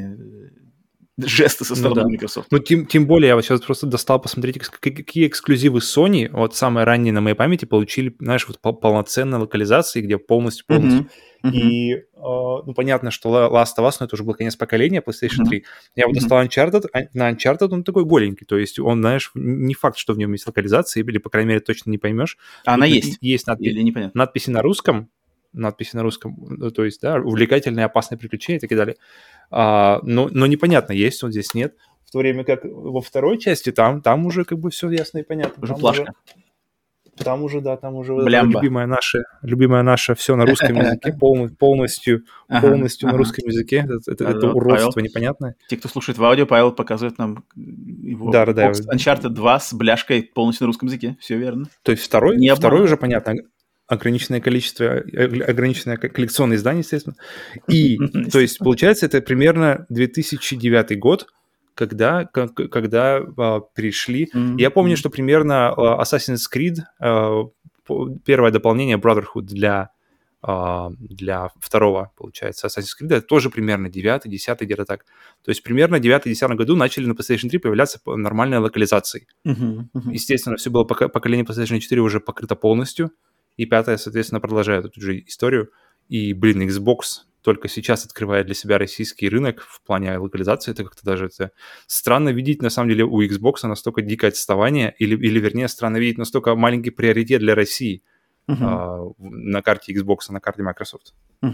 жесты со стороны Microsoft. Ну, тем более, я вот сейчас просто достал посмотреть, какие эксклюзивы Sony, вот самые ранние на моей памяти, получили, знаешь, вот полноценные локализации, где полностью. И, ну, понятно, что Last of Us, но это уже был конец поколения PlayStation 3. Я вот достал Uncharted, на Uncharted он такой голенький, то есть он, знаешь, не факт, что в нем есть локализация, или, по крайней мере, точно не поймешь. Она есть? Есть надписи на русском, то есть, да, увлекательные, опасные приключения и так далее. Но непонятно, есть он, здесь нет. В то время как во второй части там уже как бы все ясно и понятно. Уже плашка. Там уже любимая наша все на русском языке, полностью на русском языке. Это уродство непонятное. Те, кто слушает в аудио, Павел показывает нам его Uncharted 2 с бляшкой полностью на русском языке. Все верно. То есть второй уже понятно. Ограниченное коллекционное издание, естественно. И, то есть, получается, это примерно 2009 год, когда перешли. Я помню, что примерно Assassin's Creed, первое дополнение Brotherhood для второго, получается, Assassin's Creed, это тоже примерно 9-й, 10-й, где-то так. То есть примерно в 9-10 году начали на PlayStation 3 появляться нормальные локализации. Естественно, все было поколение PlayStation 4 уже покрыто полностью, и 5-я, соответственно, продолжает эту же историю. И, Xbox только сейчас открывает для себя российский рынок в плане локализации. Это как-то даже странно видеть, на самом деле, у Xbox настолько дикое отставание, или вернее, странно видеть настолько маленький приоритет для России на карте Xbox, на карте Microsoft.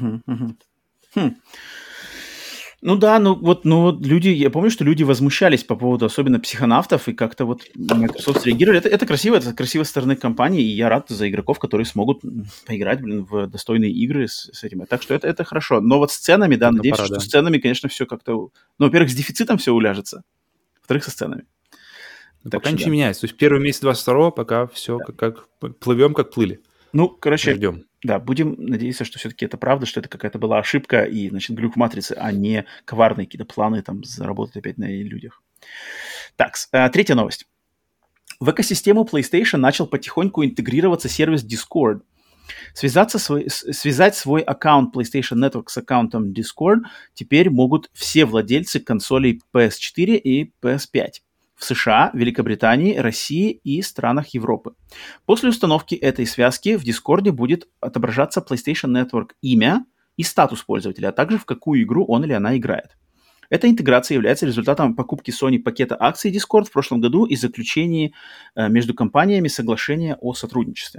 Ну да, люди, я помню, что люди возмущались по поводу особенно психонавтов, и как-то вот Microsoft среагировали. Это красиво, это красиво со стороны компании, и я рад за игроков, которые смогут поиграть, в достойные игры с этим. Так что это хорошо. Но вот с ценами, да, надеюсь, что с ценами, конечно, все как-то... Ну, во-первых, с дефицитом все уляжется, во-вторых, со ценами. Пока ничего не меняется. То есть первый месяц 22-го пока все как плывем, как плыли. Ну, короче, ждем. Да, будем надеяться, что все-таки это правда, что это какая-то была ошибка и, значит, глюк матрицы, а не коварные какие-то планы там заработать опять на людях. Так, третья новость. В экосистему PlayStation начал потихоньку интегрироваться сервис Discord. Связать свой аккаунт PlayStation Network с аккаунтом Discord теперь могут все владельцы консолей PS4 и PS5. В США, Великобритании, России и странах Европы. После установки этой связки в Discord будет отображаться PlayStation Network имя и статус пользователя, а также в какую игру он или она играет. Эта интеграция является результатом покупки Sony пакета акций Discord в прошлом году и заключения между компаниями соглашения о сотрудничестве.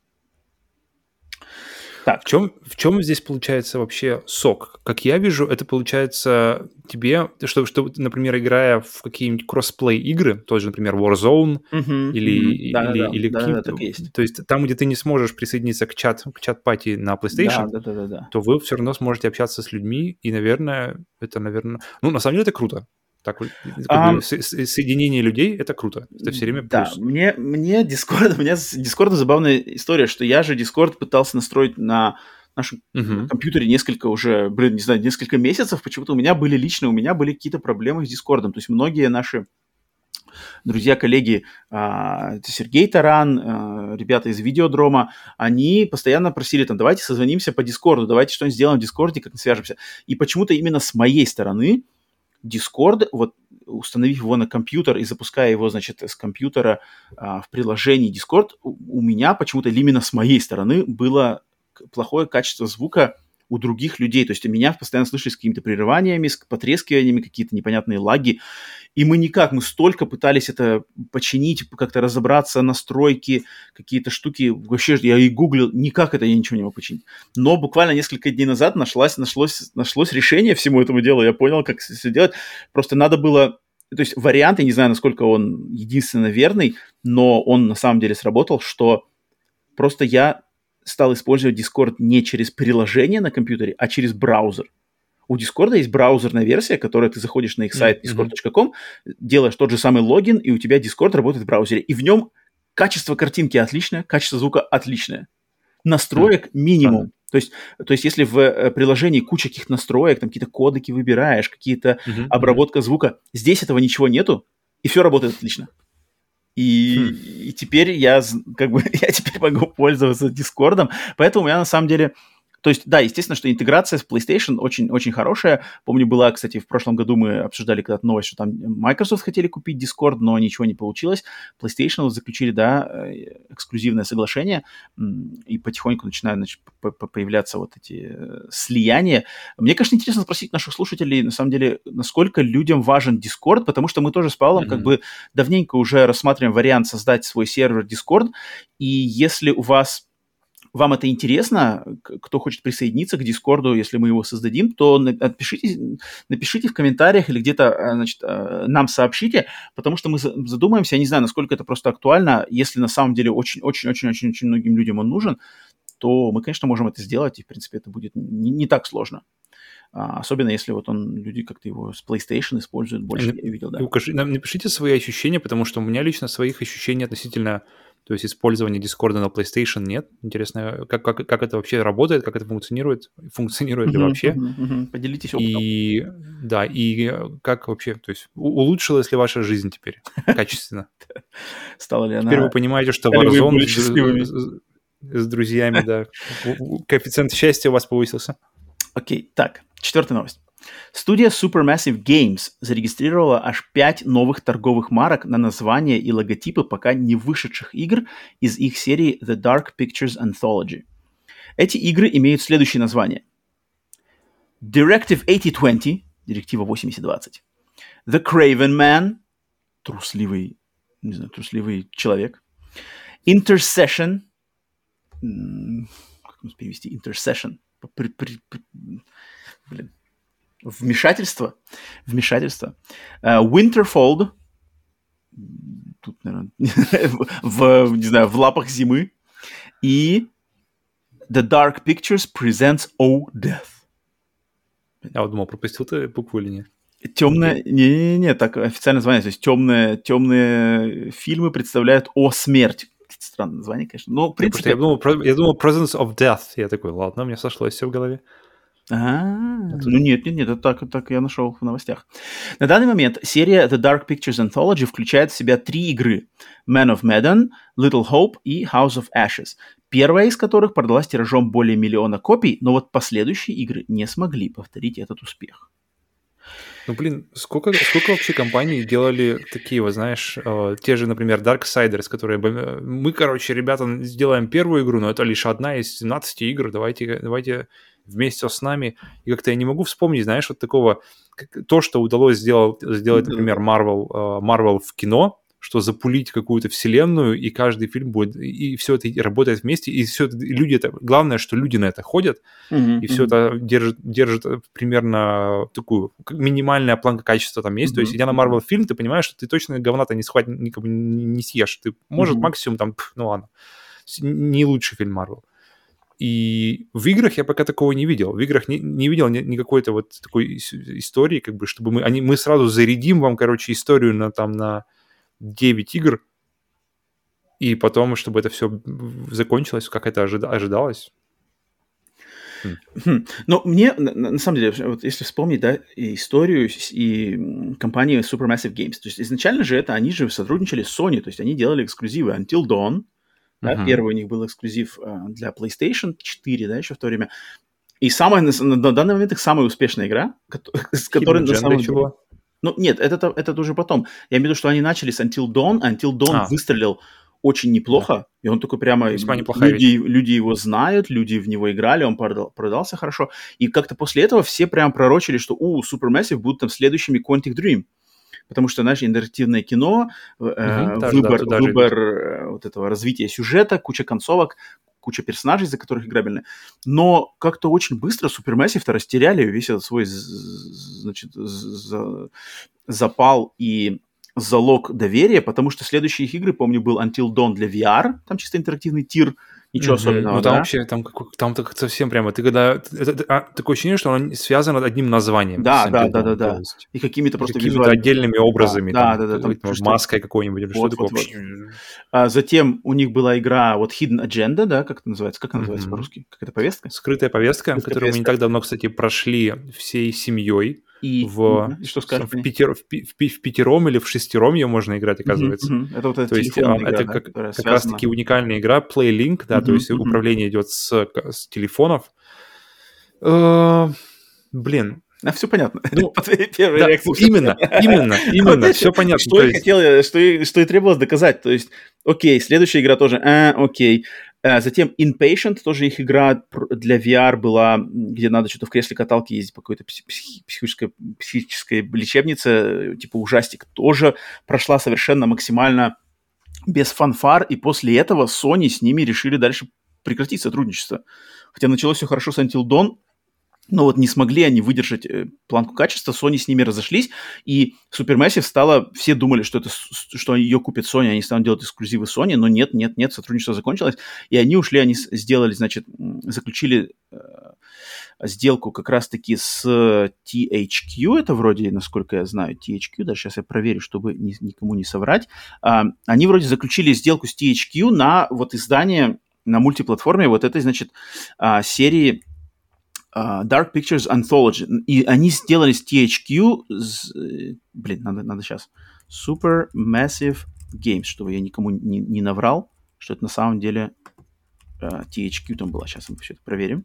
Так. В чем здесь получается вообще сок? Как я вижу, это получается тебе, что например, играя в какие-нибудь кроссплей игры, тот же, например, Warzone или какие-то... так и есть. То есть там, где ты не сможешь присоединиться к чат-пати на PlayStation, то вы все равно сможете общаться с людьми, и, наверное... Ну, на самом деле, это круто. Так, соединение людей — это круто. Это все время плюс. Да, мне с Discord забавная история, что я же Discord пытался настроить на нашем компьютере несколько месяцев. Почему-то у меня были какие-то проблемы с Discord. То есть многие наши друзья, коллеги, Сергей Таран, ребята из Видеодрома, они постоянно просили, давайте созвонимся по Discord, давайте что-нибудь сделаем в Discord, как-то свяжемся. И почему-то именно с моей стороны Discord, вот установив его на компьютер и запуская его, значит, с компьютера в приложении Discord, у меня почему-то именно с моей стороны было плохое качество звука у других людей. То есть меня постоянно слышали с какими-то прерываниями, с потрескиваниями, какие-то непонятные лаги. И мы столько пытались это починить, как-то разобраться, настройки, какие-то штуки. Вообще, я и гуглил, никак это я ничего не мог починить. Но буквально несколько дней назад нашлось решение всему этому делу. Я понял, как все делать. Просто надо было... То есть вариант, я не знаю, насколько он единственно верный, но он на самом деле сработал, что просто я стал использовать Discord не через приложение на компьютере, а через браузер. У Discord есть браузерная версия, которая ты заходишь на их сайт discord.com, делаешь тот же самый логин, и у тебя Discord работает в браузере. И в нем качество картинки отличное, качество звука отличное. Настроек минимум. То есть если в приложении куча каких-то настроек, там какие-то кодеки выбираешь, какие-то обработка звука, здесь этого ничего нету, и все работает отлично. И теперь я теперь могу пользоваться Дискордом, поэтому у меня на самом деле... То есть, да, естественно, что интеграция с PlayStation очень хорошая. Помню, была, кстати, в прошлом году мы обсуждали когда-то новость, что там Microsoft хотели купить Discord, но ничего не получилось. PlayStation заключили, да, эксклюзивное соглашение, и потихоньку начинают появляться вот эти слияния. Мне, конечно, интересно спросить наших слушателей, на самом деле, насколько людям важен Discord, потому что мы тоже с Павлом как бы давненько уже рассматриваем вариант создать свой сервер Discord, и если вам это интересно, кто хочет присоединиться к Дискорду, если мы его создадим, то напишите в комментариях или где-то, значит, нам сообщите, потому что мы задумаемся, я не знаю, насколько это просто актуально, если на самом деле очень-очень-очень-очень многим людям он нужен, то мы, конечно, можем это сделать, и, в принципе, это будет не так сложно. Особенно если вот люди как-то его с PlayStation используют больше, я видел, да. Напишите свои ощущения, потому что у меня лично своих ощущений относительно... То есть использования Discord на PlayStation нет. Интересно, как это вообще работает, как это функционирует ли вообще. Поделитесь опытом. И как вообще, то есть улучшилась ли ваша жизнь теперь качественно? Стала ли она... Теперь вы понимаете, что Warzone с друзьями, да, коэффициент счастья у вас повысился. Окей, так, 4-я новость. Студия Supermassive Games зарегистрировала аж 5 новых торговых марок на названия и логотипы пока не вышедших игр из их серии The Dark Pictures Anthology. Эти игры имеют следующие названия. Directive 8020, Директива 8020. The Craven Man, трусливый человек. Intercession, как можно перевести? Intercession. Вмешательство. Winterfold. Тут, наверное, в лапах зимы. И The Dark Pictures Presents Oh Death. Я вот думал, пропустил ты букву или нет? Темное... Не, так официальное название. То есть темные фильмы представляют О Смерть. Странное название, конечно. Но, в принципе... Я думал Presence of Death. Я такой, ладно, у меня сошлось все в голове. Ну нет, это так я нашел в новостях. На данный момент серия The Dark Pictures Anthology включает в себя 3 игры: Man of Medan, Little Hope и House of Ashes. Первая из которых продалась тиражом более 1 миллиона копий, но вот последующие игры не смогли повторить этот успех. Ну, блин, сколько вообще компаний делали такие, вот, знаешь, те же, например, Darksiders, которые... Мы, короче, ребята, сделаем первую игру, но это лишь одна из 17 игр, давайте вместе с нами. И как-то я не могу вспомнить, знаешь, вот такого... То, что удалось сделать, например, Marvel в кино, что запулить какую-то вселенную, и каждый фильм будет... И все это работает вместе, и все это... Люди это... Главное, что люди на это ходят, и все это держит примерно такую... Минимальная планка качества там есть. То есть, идя на Marvel фильм, ты понимаешь, что ты точно говна-то не съешь. Ты, может, максимум там... Ну ладно. Не лучший фильм Marvel. И в играх я пока такого не видел. В играх не видел ни какой-то вот такой истории, как бы, чтобы мы сразу зарядим вам, короче, историю на 9 игр, и потом, чтобы это все закончилось, как это ожидалось. Но мне, на самом деле, вот если вспомнить, да, историю и компанию Supermassive Games, то есть изначально же они же сотрудничали с Sony, то есть они делали эксклюзивы Until Dawn, да, первый у них был эксклюзив для PlayStation 4, да, еще в то время. И на данный момент их самая успешная игра, с которой на самом деле... Ну, нет, это уже потом. Я имею в виду, что они начали с Until Dawn, Until Dawn выстрелил очень неплохо, да. И он такой прямо... Весьма неплохая люди его знают, люди в него играли, он продался хорошо. И как-то после этого все прям пророчили, что Supermassive будут там следующими Quantic Dream. Потому что, знаешь, интерактивное кино, выбор вот этого развития сюжета, куча концовок, куча персонажей, за которых играбельны. Но как-то очень быстро Supermassive-то растеряли весь этот свой, значит, запал и залог доверия, потому что следующие их игры, помню, был Until Dawn для VR, там чисто интерактивный тир, ничего особенного, ну, там вообще, там так совсем прямо, ты когда... такое ощущение, что оно связано одним названием. Да. И какими-то просто отдельными образами, да. маской какой-нибудь, или что такое. Затем у них была игра, вот Hidden Agenda, да, как это называется? Как она называется по-русски? Как это повестка? Скрытая повестка, которую мы не так давно, кстати, прошли всей семьей. Что скажешь? В пятером или в шестером ее можно играть, оказывается. Это вот эта то есть это как раз-таки уникальная игра PlayLink, да, то есть управление идет с телефонов. Блин. Все понятно. Ну, первая реакция. Именно, все понятно. Что я хотел, что и требовалось доказать. То есть, окей, следующая игра тоже, окей. Затем Inpatient, тоже их игра для VR была, где надо что-то в кресле-каталке ездить по какой-то психической лечебнице, типа ужастик, тоже прошла совершенно максимально без фанфар, и после этого Sony с ними решили дальше прекратить сотрудничество. Хотя началось все хорошо с Until Dawn, но вот не смогли они выдержать планку качества, Sony с ними разошлись, и Supermassive стало, все думали, что ее купит Sony, они станут делать эксклюзивы Sony, но нет, сотрудничество закончилось, и они ушли, они сделали, значит, заключили сделку как раз-таки с THQ, это вроде, насколько я знаю, THQ, даже сейчас я проверю, чтобы никому не соврать, они вроде заключили сделку с THQ на вот издание на мультиплатформе вот этой, значит, серии Dark Pictures Anthology. И они сделали с THQ... надо сейчас. Supermassive Games, чтобы я никому не наврал, что это на самом деле THQ там была. Сейчас мы все это проверим.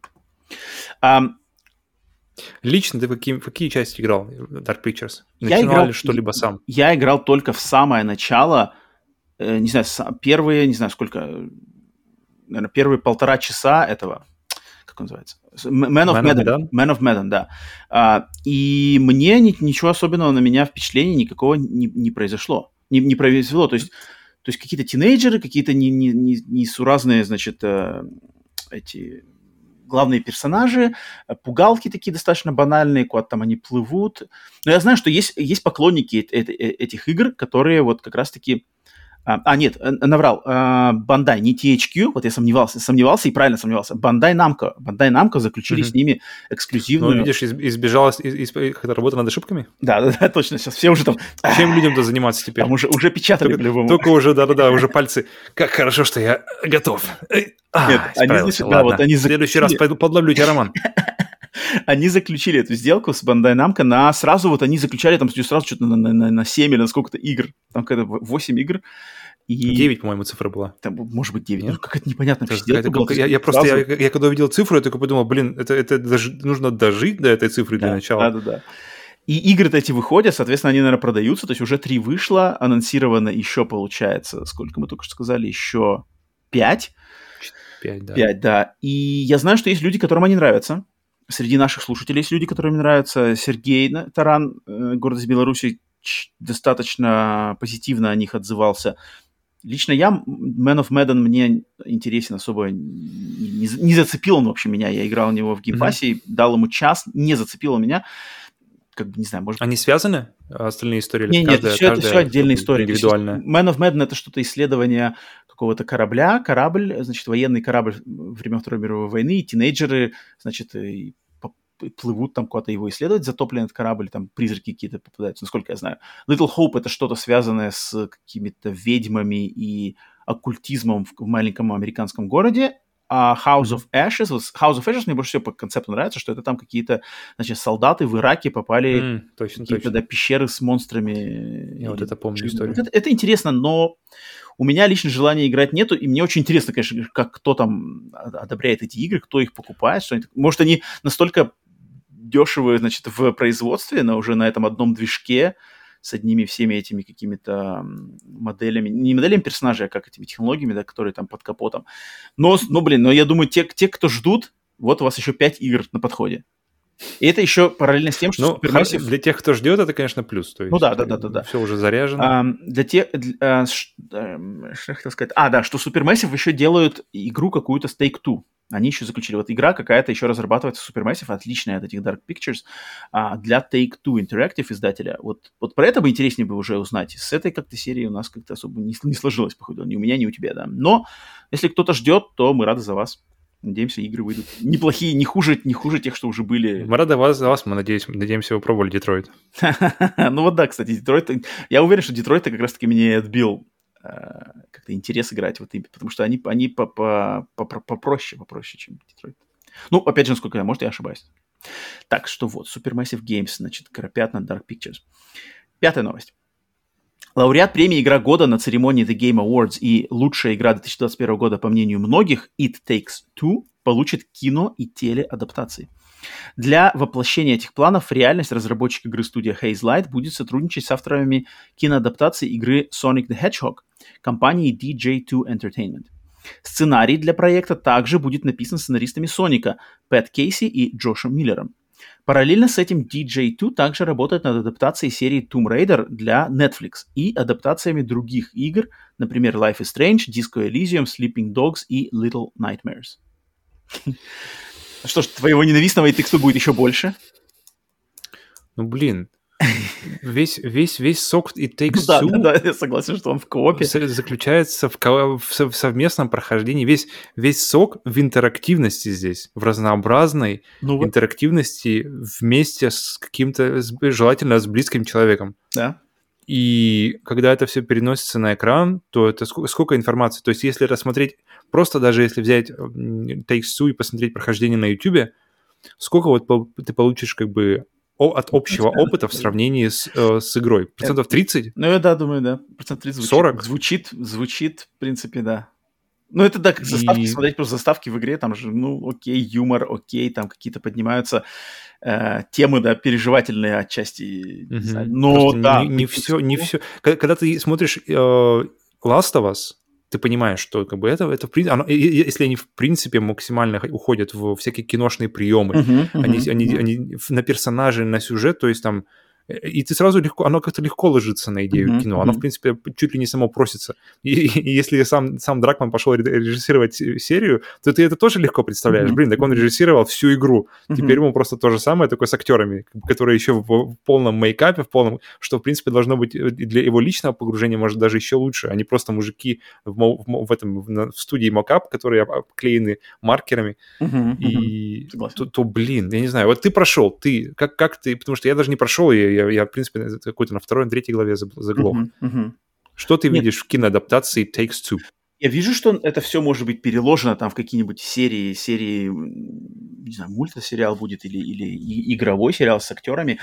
Лично ты в какие части играл Dark Pictures? Начинал ли что-либо сам? Я играл только в самое начало. Не знаю, первые, не знаю сколько... Наверное, первые 1,5 часа этого... Как он называется? Man of Medan, да. И мне ничего особенного на меня впечатления никакого не произошло. Не произвело. То есть какие-то тинейджеры, какие-то несуразные, значит, эти главные персонажи, пугалки такие достаточно банальные, куда там они плывут. Но я знаю, что есть поклонники этих игр, которые вот как раз-таки... нет, наврал. Bandai, не THQ, вот я сомневался и правильно сомневался. Bandai Namco заключили с ними эксклюзивную... Ну, видишь, избежал как-то работа над ошибками? Да, точно, сейчас все уже там... Чем людям-то заниматься теперь? Там уже печатали по-любому. Только уже, да, уже пальцы. Как хорошо, что я готов. Нет, они в следующий раз пойду подловлю тебя, Роман. Они заключили эту сделку с Bandai Namco сразу вот они заключали там сразу что-то на 7 или на сколько-то игр. Там какая-то 8 игр. 9, по-моему, цифра была. Там, может быть, 9. Ну, какая-то непонятная сделка была. Я когда увидел цифру, я только подумал, блин, это даже нужно дожить до этой цифры для начала. Да. И игры-то эти выходят, соответственно, они, наверное, продаются. То есть уже 3 вышло, анонсировано еще, получается, сколько мы только что сказали, еще 5. 5, да. 5, да. И я знаю, что есть люди, которым они нравятся. Среди наших слушателей есть люди, которым нравятся. Сергей Таран, город из Беларуси, достаточно позитивно о них отзывался. Лично я, Man of Medan мне интересен особо, не зацепил он вообще меня. Я играл в него в геймпассе, дал ему час, не зацепило меня. Как бы, не знаю, может... Они связаны, остальные истории? Нет, это все отдельная история. Индивидуальная. Man of Medan — это что-то исследование какого-то корабль, значит, военный корабль времен Второй мировой войны, и тинейджеры, значит, плывут там куда-то его исследовать, затоплен этот корабль, там призраки какие-то попадаются, насколько я знаю. Little Hope — это что-то связанное с какими-то ведьмами и оккультизмом в маленьком американском городе, а House of Ashes мне больше всего по концепту нравится, что это там какие-то, значит, солдаты в Ираке попали в какие-то пещеры с монстрами. Я вот это помню историю. Это интересно, но у меня лично желания играть нету, и мне очень интересно, конечно, как кто там одобряет эти игры, кто их покупает, что они... Может, они настолько дешевые, значит, в производстве, но уже на этом одном движке с одними всеми этими какими-то моделями, не моделями персонажей, а как этими технологиями, да, которые там под капотом. Но я думаю, те, кто ждут, вот у вас еще 5 игр на подходе. И это еще параллельно с тем, что Supermassive... Для тех, кто ждет, это, конечно, плюс. То есть, да. Все уже заряжено. Для тех... что я хотел сказать? Что Supermassive еще делают игру какую-то с Take-Two. Они еще заключили. Вот игра какая-то еще разрабатывается Supermassive, отличная от этих Dark Pictures, для Take-Two Interactive издателя. Вот про это бы интереснее бы уже узнать. С этой как-то серией у нас как-то особо не сложилось, походу. Ни у меня, ни у тебя, да. Но если кто-то ждет, то мы рады за вас. Надеемся, игры выйдут неплохие, не хуже тех, что уже были. Мы рады за вас, мы надеемся, вы пробовали Детройт. Ну вот да, кстати, Детройт... Я уверен, что Детройт как раз-таки мне отбил как-то интерес играть в это, потому что они попроще, чем Детройт. Ну, опять же, насколько я, может, я ошибаюсь. Так, что вот, Supermassive Games, значит, корпят на Dark Pictures. 5-я новость. Лауреат премии «Игра года» на церемонии The Game Awards и лучшая игра 2021 года, по мнению многих, It Takes Two, получит кино- и телеадаптации. Для воплощения этих планов в реальность разработчик игры студия Hazelight будет сотрудничать с авторами киноадаптации игры Sonic the Hedgehog компанией DJ2 Entertainment. Сценарий для проекта также будет написан сценаристами Соника Пэт Кейси и Джошем Миллером. Параллельно с этим DJ2 также работает над адаптацией серии Tomb Raider для Netflix и адаптациями других игр, например, Life is Strange, Disco Elysium, Sleeping Dogs и Little Nightmares. Что ж, твоего ненавистного и тексту будет еще больше? Ну, блин. Весь сок It Takes Two... Да, я согласен, что он в коопе. Заключается в совместном прохождении. Весь сок в интерактивности здесь, в разнообразной интерактивности вместе с каким-то, желательно с близким человеком. Да. И когда это все переносится на экран, то это сколько информации. То есть если рассмотреть, просто даже если взять Takes Two и посмотреть прохождение на YouTube, сколько вот ты получишь как бы от общего опыта в сравнении с игрой? 30%? Ну, я думаю, да. 30% звучит. 40? Звучит, в принципе, да. Ну, это да, как заставки, смотреть просто заставки в игре, там же, окей, юмор, окей, там какие-то поднимаются темы, да, переживательные отчасти. Но, да. Не все. Когда ты смотришь Last of Us, ты понимаешь, что как бы это в принципе, если они в принципе максимально уходят в всякие киношные приемы, они на персонажей, на сюжет, то есть там, и ты сразу легко, оно как-то легко ложится на идею кино, оно в принципе чуть ли не само просится. И если сам Дракман пошел режиссировать серию, то ты это тоже легко представляешь. Блин, так он режиссировал всю игру. Теперь ему просто то же самое, только с актерами, которые еще в полном мейкапе, что в принципе должно быть для его личного погружения, может, даже еще лучше. Они просто мужики в студии мокап, которые обклеены маркерами. И то, блин, я не знаю. Вот ты прошел, как ты, потому что я даже не прошел, я, в принципе, какой-то на 2-й, на 3-й главе заглох. Что ты видишь в киноадаптации Takes Two? Я вижу, что это все может быть переложено там в какие-нибудь серии, не знаю, мультсериал будет или игровой сериал с актерами.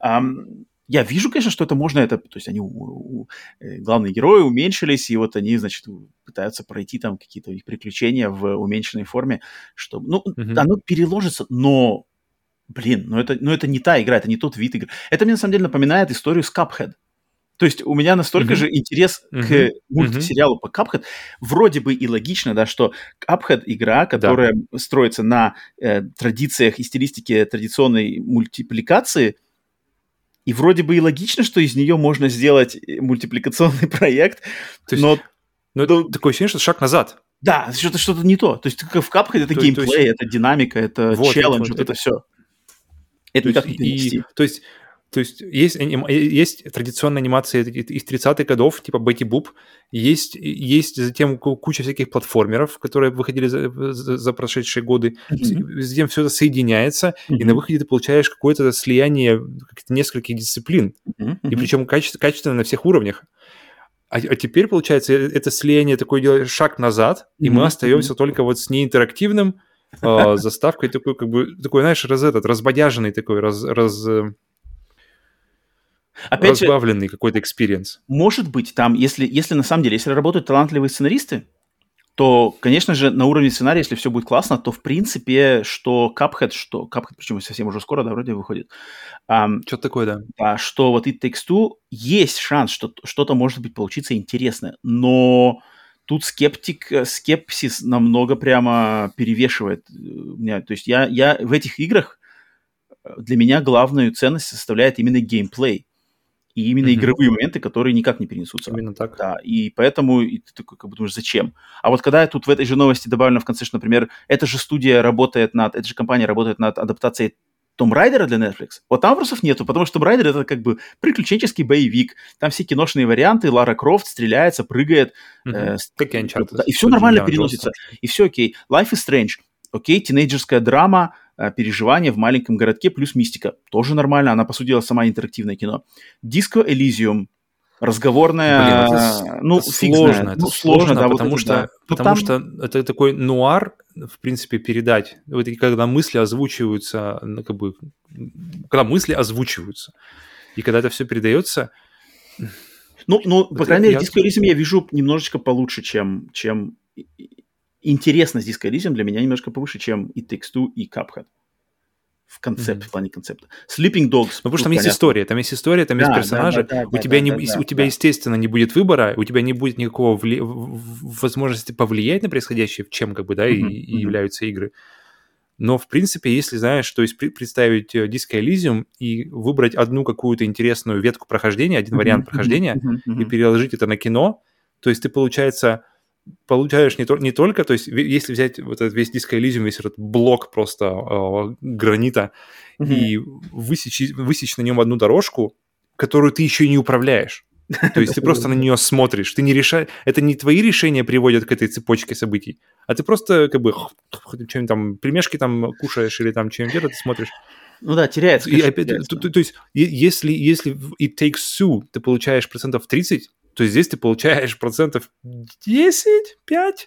Я вижу, конечно, что это можно, то есть они, главные герои уменьшились, и вот они, значит, пытаются пройти там какие-то их приключения в уменьшенной форме, чтобы, оно переложится, но... Блин, это не та игра, это не тот вид игры. Это мне на самом деле напоминает историю с Cuphead. То есть у меня настолько же интерес к мультсериалу по Cuphead. Вроде бы и логично, да, что Cuphead игра, которая строится на традициях и стилистике традиционной мультипликации, и вроде бы и логично, что из нее можно сделать мультипликационный проект, но такое ощущение, что шаг назад. Да, что-то не то. То есть в Cuphead это геймплей, это динамика, это челлендж, вот это все. Это никак не перенести. То есть есть традиционная анимация из 30-х годов, типа Бетти Буп, есть затем куча всяких платформеров, которые выходили за прошедшие годы, затем все это соединяется, и на выходе ты получаешь какое-то слияние нескольких дисциплин, и причем качественно на всех уровнях. А теперь, получается, это слияние такое делает шаг назад, и мы остаемся только вот с неинтерактивным заставкой, такой, как бы, такой, знаешь, разбодяженный такой, разбавленный какой-то экспириенс. Может быть, там, если на самом деле, если работают талантливые сценаристы, то, конечно же, на уровне сценария, если все будет классно, то, в принципе, что Cuphead, причем совсем уже скоро, да, вроде выходит. Что-то такое, да. Да, что вот It Takes Two, есть шанс, что что-то может быть получиться интересное, но тут скепсис намного прямо перевешивает меня. То есть я в этих играх, для меня главную ценность составляет именно геймплей. И именно игровые моменты, которые никак не перенесутся. Именно так. Да, и поэтому и ты такой как бы думаешь, зачем? А вот когда тут в этой же новости добавлено в конце, что, например, эта же компания работает над адаптацией Tomb Raider для Netflix, вот там вопросов нету, потому что Tomb Raider — это как бы приключенческий боевик, там все киношные варианты, Лара Крофт стреляется, прыгает, Как и Uncharted. и все нормально переносится, и все окей. Life is Strange, окей, тинейджерская драма, переживания в маленьком городке плюс мистика. Тоже нормально, она, по сути дела, сама интерактивное кино. Disco Elysium, разговорная... Блин, это сложно, это сложно, да, потому что это такой нуар, в принципе, передать. Вот и когда мысли озвучиваются, как бы, когда мысли озвучиваются, и когда это все передается... по крайней мере, Disco Elysium я вижу немножечко получше, чем... Интересность Disco Elysium для меня немножко повыше, чем It Takes Two и Cuphead. В плане концепта. Sleeping Dogs. Потому что там есть история, там есть персонажи. У тебя, естественно, не будет выбора, у тебя не будет никакого возможности повлиять на происходящее, в чем как бы, да, и являются игры. Но, в принципе, если, знаешь, то есть представить Disco Elysium и выбрать одну какую-то интересную ветку прохождения, один вариант прохождения, и переложить это на кино, то есть ты, получаешь не только, то есть если взять вот этот весь Disco Elysium, весь этот блок просто гранита и высечь на нем одну дорожку, которую ты еще и не управляешь. То есть ты просто на нее смотришь, ты не решаешь, это не твои решения приводят к этой цепочке событий, а ты просто как бы что-нибудь там, пельмешки там кушаешь или там чем-нибудь где-то ты смотришь. Ну да, теряется. И опять, то есть если It Takes Two ты получаешь 30%, то здесь ты получаешь 10, 5.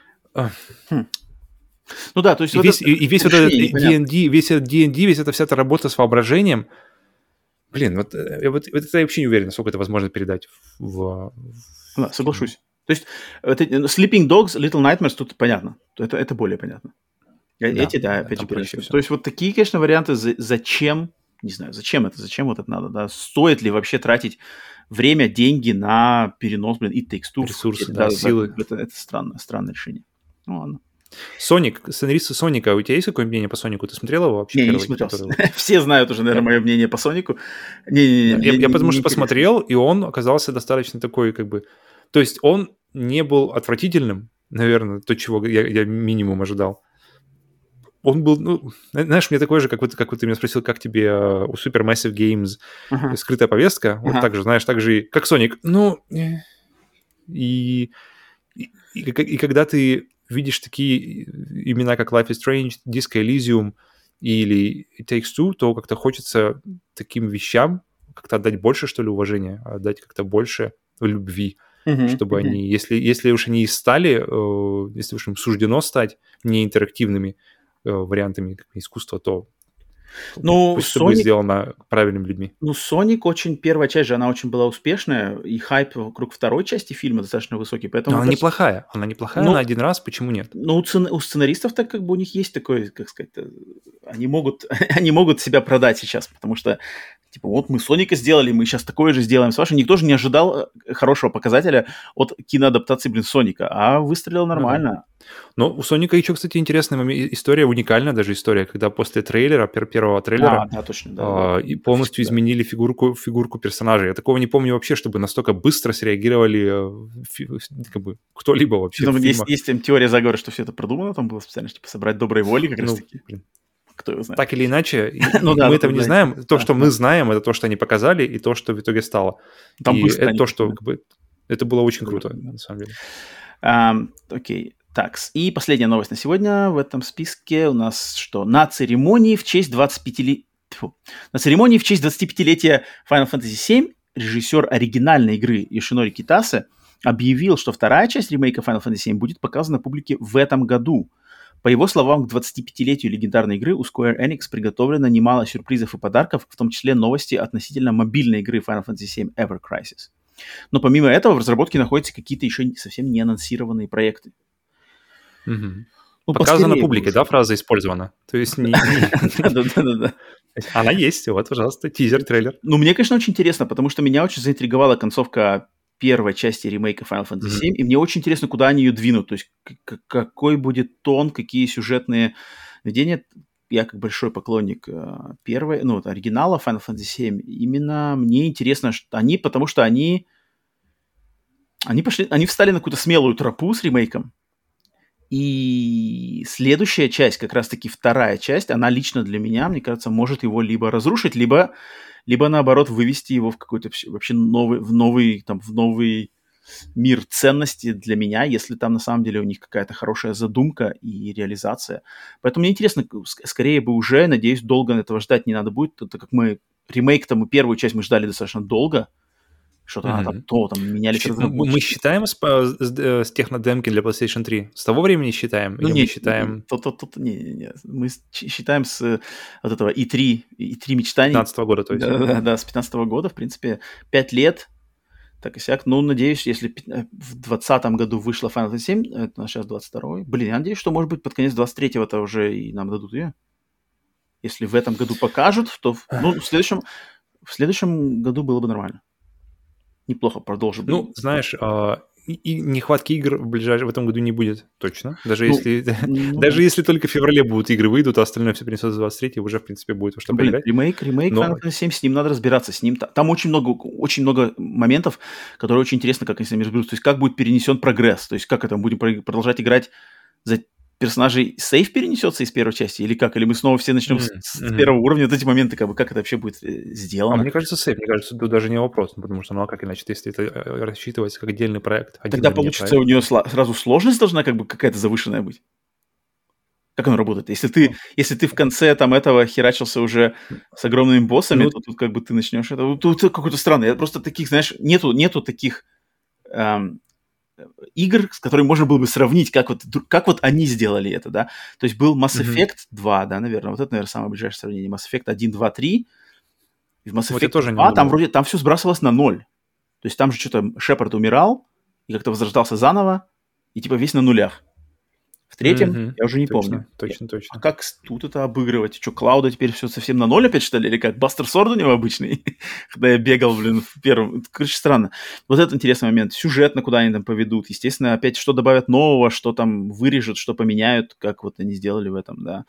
Ну да, то есть... И весь вот этот D&D, весь эта вся эта работа с воображением, блин, вот это я вообще не уверен, насколько это возможно передать Да, соглашусь. То есть Sleeping Dogs, Little Nightmares, тут понятно. Это более понятно. Опять же, то есть вот такие, конечно, варианты, зачем, не знаю, зачем вот это надо, да? Стоит ли вообще тратить время, деньги на перенос, It Takes Two. Ресурсы, силы. Это странное решение. Ну ладно. Сценаристы Соника, у тебя есть какое мнение по Сонику? Ты смотрел его вообще? Не смотрел. Все знают уже, наверное, мое мнение по Сонику. Я потому что посмотрел, и он оказался достаточно такой, как бы... То есть он не был отвратительным, наверное, то, чего я минимум ожидал. Он был, знаешь, мне такой же, как вот ты меня спросил, как тебе у Supermassive Games скрытая повестка, вот так же, знаешь, так же, как Sonic. И когда ты видишь такие имена, как Life is Strange, Disco Elysium или It Takes Two, то как-то хочется таким вещам как-то отдать больше, что ли, уважения, отдать как-то больше любви, чтобы они, если уж они и стали, если уж им суждено стать неинтерактивными вариантами искусства, то пусть это будет сделано правильными людьми. Sonic первая часть же, она очень была успешная, и хайп вокруг второй части фильма достаточно высокий, поэтому... Но она неплохая на один раз, почему нет? У сценаристов так как бы у них есть такой, как сказать, они могут себя продать сейчас, потому что типа, вот мы Соника сделали, мы сейчас такое же сделаем с вашим. Никто же не ожидал хорошего показателя от киноадаптации, Соника, а выстрелил нормально. Но у Соника еще, кстати, интересная история, уникальная даже история, когда после трейлера, первого трейлера, и полностью изменили фигурку персонажей. Я такого не помню вообще, чтобы настолько быстро среагировали как бы кто-либо вообще в фильмах. Есть там теория заговора, что все это продумано, там было специально, типа, собрать доброй воли как раз-таки. Кто его знает. Так или иначе, мы этого не знаем. То, что мы знаем, это то, что они показали, и то, что в итоге стало. И это то, что это было очень круто, на самом деле. Окей. Так, и последняя новость на сегодня в этом списке у нас что? На церемонии в честь 25-летия Final Fantasy VII режиссер оригинальной игры Йошинори Китасе объявил, что вторая часть ремейка Final Fantasy VII будет показана публике в этом году. По его словам, к 25-летию легендарной игры у Square Enix приготовлено немало сюрпризов и подарков, в том числе новости относительно мобильной игры Final Fantasy VII Ever Crisis. Но помимо этого в разработке находятся какие-то еще совсем не анонсированные проекты. Ну, показана публике, да, фраза использована? То есть не... Да. Она есть, вот, пожалуйста, тизер-трейлер. Ну, мне, конечно, очень интересно, потому что меня очень заинтриговала концовка первой части ремейка Final Fantasy VII, и мне очень интересно, куда они ее двинут, то есть какой будет тон, какие сюжетные ведения. Я как большой поклонник оригинала Final Fantasy VII, именно мне интересно, что потому что они встали на какую-то смелую тропу с ремейком, и следующая часть, как раз-таки вторая часть, она лично для меня, мне кажется, может его либо разрушить, либо наоборот вывести его в какой-то вообще новый мир ценностей для меня, если там на самом деле у них какая-то хорошая задумка и реализация. Поэтому мне интересно, скорее бы уже, надеюсь, долго этого ждать не надо будет, так как ремейк тому первую часть мы ждали достаточно долго, что-то менялись разработчики. Мы считаем с технодемки для PlayStation 3? С того времени считаем? Ну, или нет, мы считаем... Не. Мы считаем с вот этого E3 мечтаний. 15-го года, то есть. Да, с 15-го года, в принципе, 5 лет, так и сяк. Ну, надеюсь, если в 2020 году вышла Final Fantasy VII, это сейчас 22-й. Блин, я надеюсь, что, может быть, под конец 23-го-то уже и нам дадут ее. Если в этом году покажут, то в следующем году было бы нормально. Неплохо продолжить. Ну, знаешь, и нехватки игр в этом году не будет, точно. Даже если только в феврале будут игры выйдут, а остальное все перенесется в 23, уже, в принципе, будет во что поиграть. Ремейк Final Fantasy VII, с ним надо разбираться. Там очень много моментов, которые очень интересно, как они с ними разберутся. То есть, как будет перенесен прогресс. То есть, как это, мы будем продолжать играть за персонажей, сейф перенесется из первой части, или как? Или мы снова все начнем с первого уровня, вот эти моменты, как это вообще будет сделано? Мне кажется, сейф, тут даже не вопрос, потому что, как иначе, если это рассчитывается как отдельный проект. Тогда получится, у нее сразу сложность должна какая-то завышенная быть. Как оно работает? Если ты в конце этого херачился уже с огромными боссами, то тут ты начнешь это... Тут какое-то странное. Просто таких, знаешь, нету таких игр, с которыми можно было бы сравнить, как они сделали это, да. То есть был Mass Effect 2, да, наверное. Вот это, наверное, самое ближайшее сравнение. Mass Effect 1, 2, 3. И в Mass Effect 2 там все сбрасывалось на 0. То есть там же что-то Шепард умирал и как-то возрождался заново, и весь на нулях. В третьем я уже не помню. Точно. А как тут это обыгрывать? Что, Клауда теперь все совсем на 0 опять, что ли? Или как? Бастер Сорд у него обычный? Когда я бегал, в первом. Короче, странно. Вот это интересный момент. Сюжетно, куда они там поведут. Естественно, опять что добавят нового, что там вырежут, что поменяют, как вот они сделали в этом, да.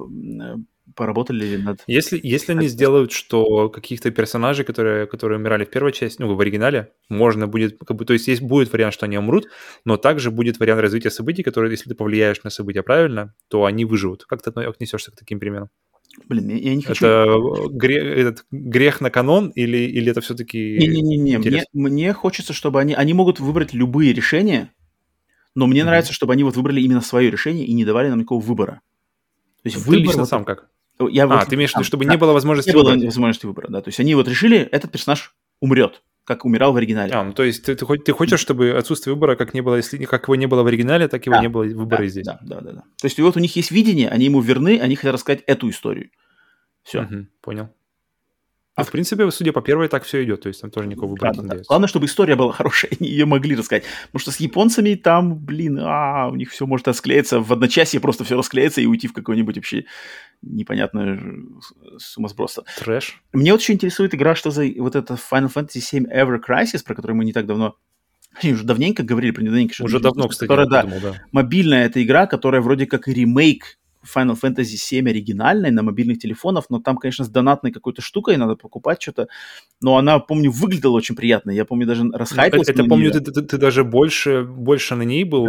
Поработали над... Если они сделают, что каких-то персонажей, которые умирали в первой части, в оригинале, можно будет, то есть будет вариант, что они умрут, но также будет вариант развития событий, которые, если ты повлияешь на события правильно, то они выживут. Как ты отнесешься к таким примерам? Блин, я не хочу... Это грех на канон или это все-таки... Не. Мне хочется, чтобы они могут выбрать любые решения, но мне нравится, чтобы они выбрали именно свое решение и не давали нам никакого выбора. То есть ты лично сам как? Ты имеешь в виду, чтобы не было возможности выбора? Не было возможности выбора, да. То есть они решили, этот персонаж умрет, как умирал в оригинале. То есть ты хочешь, чтобы отсутствие выбора, как его не было в оригинале, так его не было выбора и здесь. Да. То есть вот у них есть видение, они ему верны, они хотят рассказать эту историю. Все. Понял. В принципе, судя по первой, так все идет, то есть там тоже никакого выбора не дается. Главное, чтобы история была хорошая, они ее могли рассказать. Потому что с японцами там, у них все может расклеиться, в одночасье просто все расклеится и уйти в какое-нибудь вообще непонятное сумасбродство. Трэш. Мне вот еще интересует игра, что за вот это Final Fantasy VII Ever Crisis, про которую мы не так давно, уже давненько говорили, Уже давно, кстати, я подумал, да. Мобильная эта игра, которая вроде как и ремейк Final Fantasy VII оригинальной на мобильных телефонах, но там, конечно, с донатной какой-то штукой надо покупать что-то. Но она, помню, выглядела очень приятно. Я помню, даже расхайпился на помню, ты даже больше на ней был,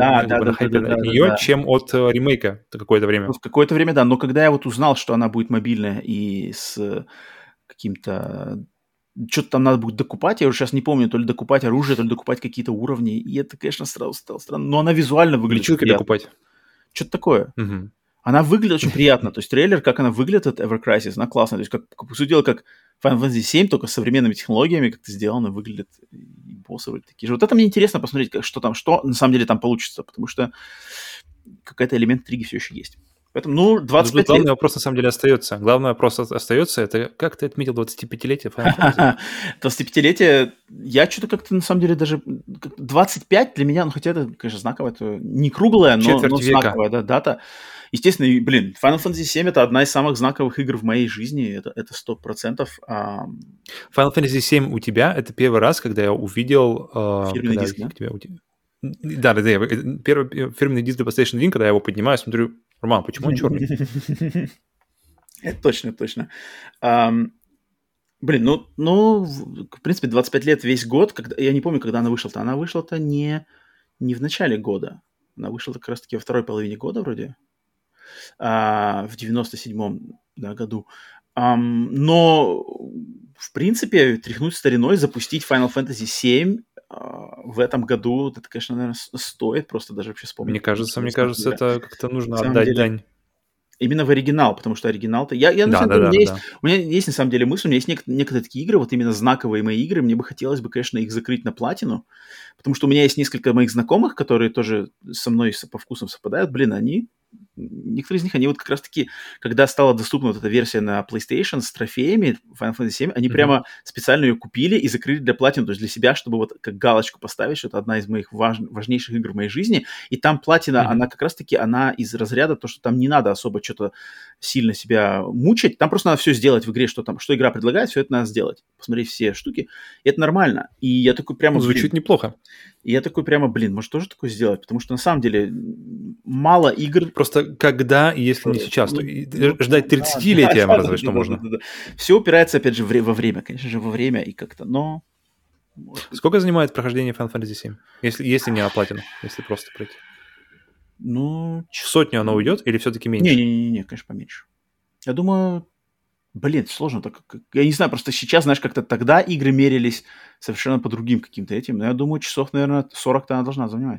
чем от ремейка какое-то время. В какое-то время, да. Но когда я вот узнал, что она будет мобильная и с каким-то... Что-то там надо будет докупать, я уже сейчас не помню, то ли докупать оружие, то ли докупать какие-то уровни. И это, конечно, сразу стало странно. Но она визуально выглядит лечилки докупать. Что-то такое. Она выглядит очень приятно. То есть трейлер, как она выглядит от Ever Crisis, она классная. То есть, по сути дела, как Final Fantasy VII, только с современными технологиями как-то сделано, выглядит. И боссы вроде такие же. Вот это мне интересно посмотреть, что на самом деле там получится. Потому что какой-то элемент интриги все еще есть. Поэтому, ну, 25 главный лет. вопрос на самом деле остается. Главный вопрос остается, это как ты отметил 25-летие Final Fantasy? 25-летие, я что-то как-то на самом деле даже 25 для меня, ну хотя это, конечно, знаковое, это не круглая, но Четверть века. знаковая, да, дата. Естественно, и, блин, Final Fantasy 7 это одна из самых знаковых игр в моей жизни, это 100%. Final Fantasy 7 у тебя, это первый раз, когда я увидел... Фирменный диск, да? Да, первый фирменный диск для PlayStation 1, когда я его поднимаю, смотрю, Роман, почему он черный? Это точно, точно. Блин, ну, в принципе, 25 лет весь год, я не помню, когда она вышла-то. Она вышла-то не в начале года. Она вышла как раз-таки во второй половине года вроде, в 97-м году. Но, в принципе, тряхнуть стариной, запустить Final Fantasy 7 в этом году, это, конечно, наверное, стоит просто даже вообще вспомнить. Мне кажется, это как-то нужно отдать дань. Именно в оригинал, потому что оригинал-то... У меня есть на самом деле мысль, у меня есть некоторые такие игры, вот именно знаковые мои игры, мне бы хотелось бы, конечно, их закрыть на платину, потому что у меня есть несколько моих знакомых, которые тоже со мной по вкусам совпадают, блин, некоторые из них, они вот как раз-таки, когда стала доступна вот эта версия на PlayStation с трофеями Final Fantasy 7, они прямо специально ее купили и закрыли для платины, то есть для себя, чтобы вот как галочку поставить, что это одна из моих важнейших игр в моей жизни, и там платина, она как раз-таки, она из разряда то, что там не надо особо что-то сильно себя мучить, там просто надо все сделать в игре, что игра предлагает, все это надо сделать, посмотреть все штуки, и это нормально. И я такой прямо... Звучит неплохо. И я такой прямо, может тоже такое сделать, потому что на самом деле мало игр... Просто когда, если не сейчас, то ждать 30-летия, разве что можно. Все упирается, опять же, во время, конечно же, во время и как-то, но... Сколько занимает прохождение Final Fantasy 7? Если не на платину, если просто пройти? Ну... В сотню оно уйдет или все-таки меньше? Не, конечно, поменьше. Я думаю... Блин, сложно так. Я не знаю, просто сейчас, знаешь, как-то тогда игры мерились совершенно по другим каким-то этим. Но я думаю, часов, наверное, 40-то она должна занимать.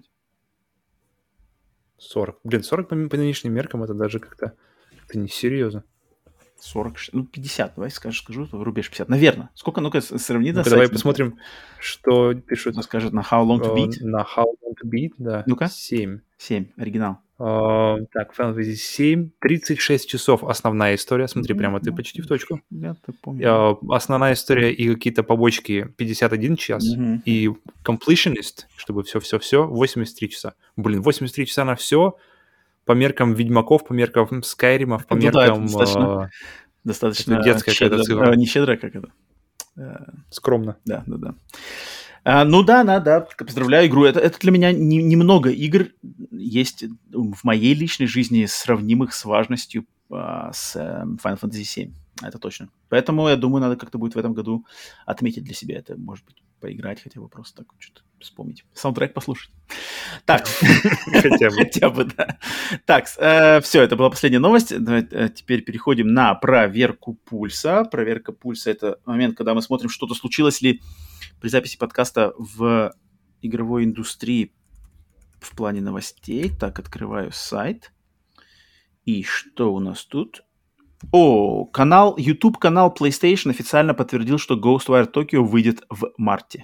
40. Блин, 40 по нынешним меркам это даже как-то несерьезно. 40, 50, давай скажу, рубеж 50. Наверное. Сколько, ну-ка, сравни на сайте. Давай посмотрим, что пишут. Она скажет на How Long to Beat. На How Long to Beat, да. Ну-ка. 7. 7, оригинал. Так, Final Fantasy 7, 36 часов основная история. Смотри, прямо ты почти в точку. Я так помню. Основная история и какие-то побочки 51 час. И Completionist, чтобы все-все-все, 83 часа. Блин, 83 часа на все по меркам Ведьмаков, по меркам Скайримов, по меркам... Достаточно детская какая-то цифра. Не щедрая, как это? Скромно. Да. Ну да, поздравляю игру. Это для меня немного игр есть в моей личной жизни, сравнимых с важностью с Final Fantasy 7. Это точно. Поэтому, я думаю, надо как-то будет в этом году отметить для себя это. Может быть, поиграть хотя бы просто так, что-то вспомнить. Саундтрек послушать. Так. Хотя бы, да. Так, все, это была последняя новость. Теперь переходим на проверку пульса. Проверка пульса – это момент, когда мы смотрим, что-то случилось ли при записи подкаста в игровой индустрии в плане новостей. Так, открываю сайт. И что у нас тут? YouTube-канал PlayStation официально подтвердил, что Ghostwire Tokyo выйдет в марте.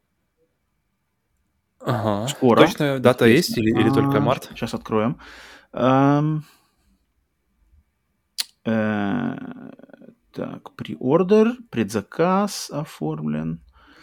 Ага. Скоро. Точная дата есть или только март? Сейчас откроем. Так, преордер, предзаказ оформлен.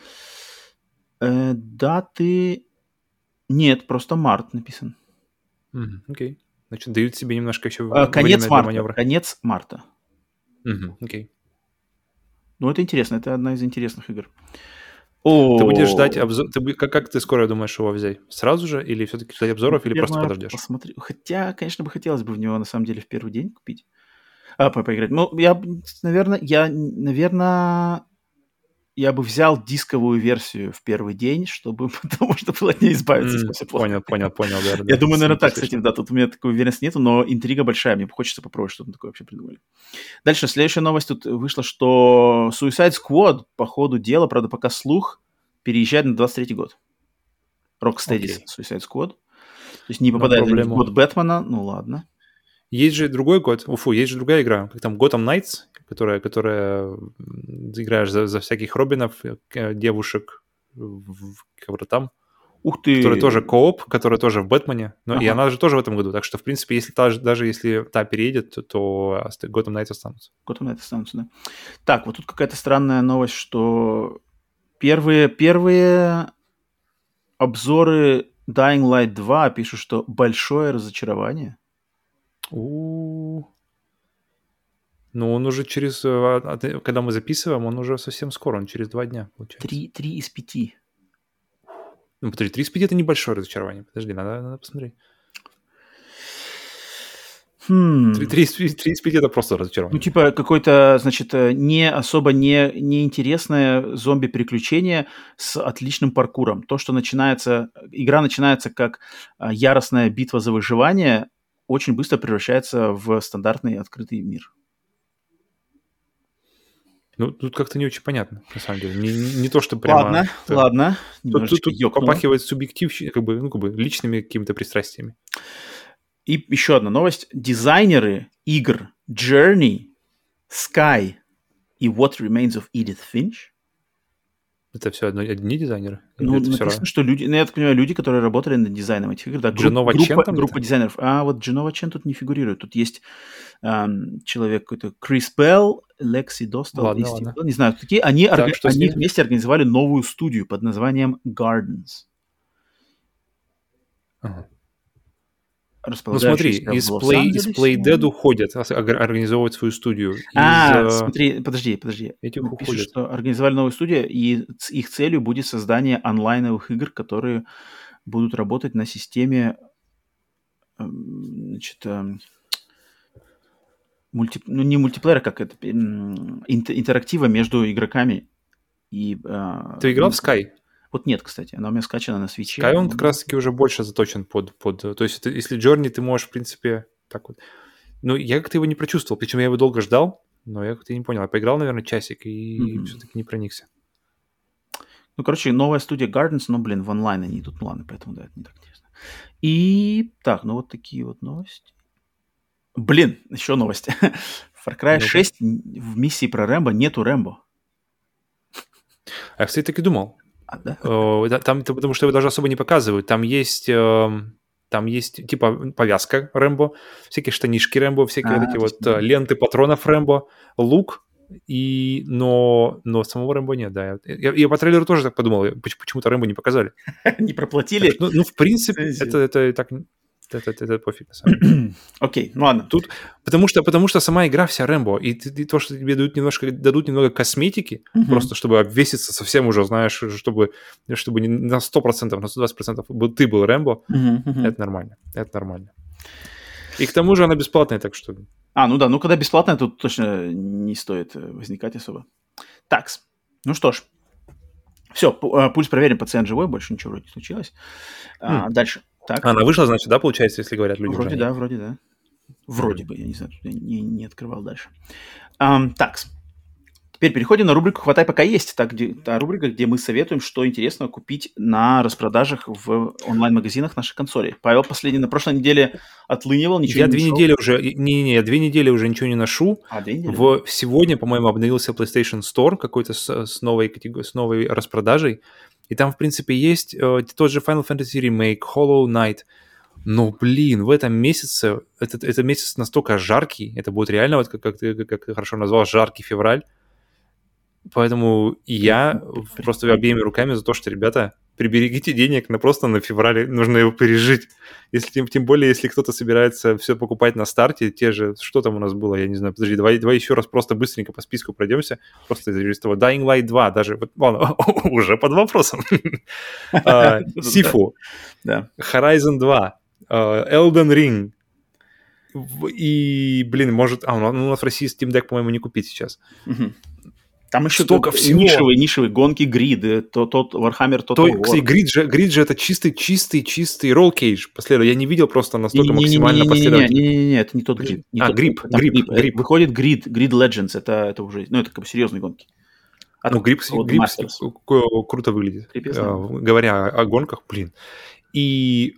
Даты... Нет, просто март написан. Окей. Значит, дают себе немножко еще конец время марта, для маневра. Конец марта. Окей. Ну, это интересно. Это одна из интересных игр. Ты будешь ждать обзор... Как ты скоро думаешь его взять? Сразу же? Или все-таки ждать обзоров, или просто подождешь? Посмотри. Хотя, конечно, бы хотелось бы в него, на самом деле, в первый день купить. Поиграть. Ну, я бы взял дисковую версию в первый день, потому что было от нее избавиться после плохо. Понял, да. Я думаю, наверное, так, кстати, да, тут у меня такой уверенности нету, но интрига большая, мне хочется попробовать, что там такое вообще придумали. Дальше, следующая новость тут вышла, что Suicide Squad, по ходу дела, правда, пока слух, переезжает на 23-й год. Rocksteady Suicide Squad. То есть не попадает в год Бэтмена, ну ладно. Есть же другой год, есть же другая игра, как там Gotham Knights, которая играешь за всяких Робинов, девушек, кого-то там. Ух ты! Которая тоже кооп, которая тоже в Бэтмене. И она же тоже в этом году. Так что, в принципе, если даже если та переедет, то Gotham Knights останутся. Gotham Knights останутся, да. Так, вот тут какая-то странная новость, что первые обзоры Dying Light 2 пишут, что большое разочарование. Ну, он уже когда мы записываем, он уже совсем скоро, он через 2 дня, получается. 3 из 5. Ну, подожди, 3 из 5 это небольшое разочарование. Подожди, надо посмотреть. 3 из 5 это просто разочарование. Ну, типа какое-то, значит, не особо неинтересное зомби-приключение с отличным паркуром. То, что игра начинается как яростная битва за выживание, очень быстро превращается в стандартный открытый мир. Ну, тут как-то не очень понятно, на самом деле. Не то, что прямо... Ладно. Тут попахивает личными какими-то пристрастиями. И еще одна новость. Дизайнеры игр Journey, Sky и What Remains of Edith Finch. Это все одни дизайнеры? Ну, написано, что люди... Ну, я так понимаю, люди, которые работали над дизайном этих игр. Да, группа дизайнеров. А вот Дженова Чен тут не фигурирует. Тут есть человек какой-то Крис Белл, Лекси Достал. Ладно. Не знаю, кто такие. Они вместе организовали новую студию под названием Gardens. Ага. Ну смотри, из Playdead уходят, организовывать свою студию. Смотри, подожди. Этих уходят. Пишут, что организовали новую студию, и их целью будет создание онлайновых игр, которые будут работать на системе, значит, не мультиплеера, как это, интерактива между игроками. Ты играл в Sky? Вот нет, кстати, она у меня скачана на Switch. Sky, он как раз-таки уже больше заточен под... То есть, если Journey, ты можешь, в принципе, так вот... Ну, я как-то его не прочувствовал, причем я его долго ждал, но я как-то не понял. Я поиграл, наверное, часик и все-таки не проникся. Ну, короче, новая студия Gardens, но, в онлайн они идут. Ну, ладно, поэтому, да, это не так интересно. И, так, ну, вот такие вот новости. Еще новость. В Far Cry 6 в миссии про Рэмбо нету Рэмбо. Я, кстати, так и думал. Да? Там, потому что его даже особо не показывают. Там есть типа повязка Рэмбо, всякие штанишки Рэмбо, всякие вот эти вот ленты патронов Рэмбо, лук, но самого Рэмбо нет, да. Я по трейлеру тоже так подумал, почему-то Рэмбо не показали. Не проплатили? Ну, в принципе, это так... Это пофиг, на самом деле. Окей, ну ладно. Тут, потому что сама игра вся Рэмбо, и то, что тебе дадут немного косметики, просто чтобы обвеситься совсем уже, знаешь, чтобы не на 100%, на 120% ты был Рэмбо, это нормально. И к тому же она бесплатная, так что... Ну да, когда бесплатная, тут точно не стоит возникать особо. Такс. Ну что ж. Все, пульс проверим, пациент живой, больше ничего вроде не случилось. Дальше. Так. Она вышла, значит, да, получается, если говорят люди? Вроде да. Вроде бы, я не знаю, я не открывал дальше. Такс. Теперь переходим на рубрику «Хватай, пока есть». Та рубрика, где мы советуем, что интересно купить на распродажах в онлайн-магазинах нашей консоли. Павел на прошлой неделе отлынивал, ничего не нашел. Я 2 недели уже ничего не ношу. 2 недели? Сегодня, по-моему, обновился PlayStation Store какой-то с новой распродажей. И там, в принципе, есть тот же Final Fantasy Remake, Hollow Knight. Но, в этом месяце, этот месяц настолько жаркий, это будет реально, вот как ты хорошо назвал, жаркий февраль. Поэтому я просто обеими руками за то, что, ребята, приберегите денег просто на феврале, нужно его пережить. Тем более, если кто-то собирается все покупать на старте, те же, что там у нас было, я не знаю, подожди, давай еще раз просто быстренько по списку пройдемся, просто из того. Dying Light 2, даже, ладно, уже под вопросом. Sifu, Horizon 2, Elden Ring, и, может... у нас в России Steam Deck, по-моему, не купить сейчас. Там еще столько всего. Нишевые гонки, гриды, тот Warhammer, тот War. Кстати, грид же это чистый Roll Cage последовательно. Я не видел просто настолько максимально последовательно. Не, это не тот грид. Гриб. Выходит Grid Legends, это уже, это как бы серьезные гонки. Гриб круто выглядит. Говоря о гонках, И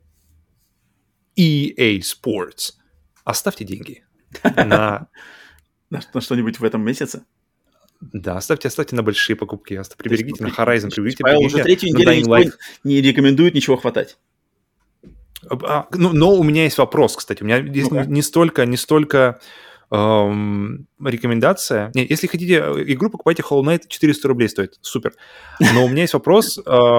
EA Sports. Оставьте деньги на что-нибудь в этом месяце. Да, оставьте на большие покупки, приберегите на Horizon, приберегите Павел уже третью на неделю Dying Light. не рекомендует ничего хватать. Но у меня есть вопрос, кстати. У меня есть не столько рекомендация. Не, если хотите игру, покупайте Hollow Knight, 400 рублей стоит. Супер. Но у меня есть вопрос.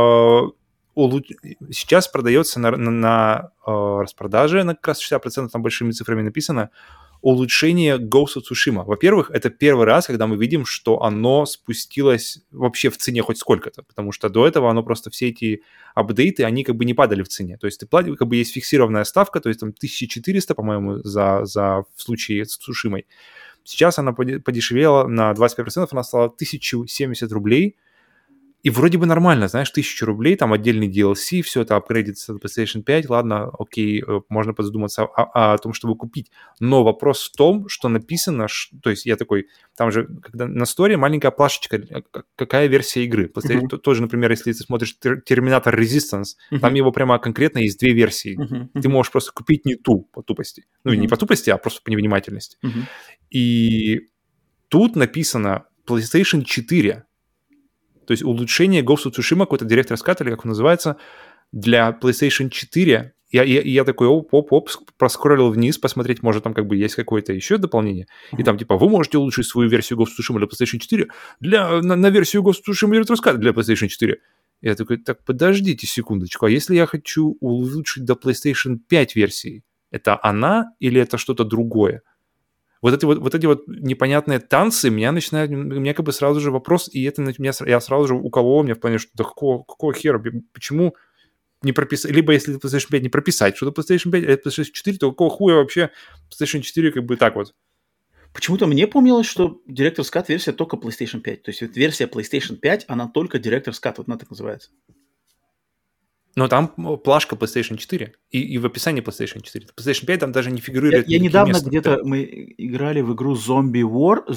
Сейчас продается на распродаже, на как раз 60%, там большими цифрами написано, улучшение Ghost of Tsushima. Во-первых, это первый раз, когда мы видим, что оно спустилось вообще в цене хоть сколько-то, потому что до этого оно просто все эти апдейты, они как бы не падали в цене. То есть ты платишь, как бы есть фиксированная ставка, то есть там 1400, по-моему, в случае с Tsushima. Сейчас она подешевела на 25%, она стала 1070 рублей. И вроде бы нормально, знаешь, 1000 рублей, там отдельный DLC, все это апгрейдится до PlayStation 5, ладно, окей, можно задуматься о том, чтобы купить. Но вопрос в том, что написано, то есть я такой, там же, когда на сторе маленькая плашечка, какая версия игры. Тоже, например, если ты смотришь Terminator Resistance, там его прямо конкретно есть две версии. Ты можешь просто купить не ту по тупости. Ну, не по тупости, а просто по невнимательности. И тут написано PlayStation 4. То есть улучшение Ghost of Tsushima, какой-то Director's Cut, или как он называется, для PlayStation 4. Я такой оп-оп-оп, проскроллил вниз, посмотреть, может, там как бы есть какое-то еще дополнение. И там типа, вы можете улучшить свою версию Ghost of Tsushima для PlayStation 4 на версию Ghost of Tsushima Director's Cut для PlayStation 4. Я такой, так, подождите секундочку, а если я хочу улучшить до PlayStation 5 версии, это она или это что-то другое? Вот эти непонятные танцы, у меня как бы сразу же вопрос, и это я сразу же уколол меня в плане, что да какого хера, почему не прописать, либо если PlayStation 5 не прописать, что-то PlayStation 5, а это PlayStation 4, то какого хуя вообще PlayStation 4 как бы так вот? Почему-то мне помнилось, что Director's Cut версия только PlayStation 5. То есть версия PlayStation 5, она только Director's Cut, вот она так называется. Но там плашка PlayStation 4 и в описании PlayStation 4. PlayStation 5 там даже не фигурирует. Я недавно где-то мы играли в игру Zombie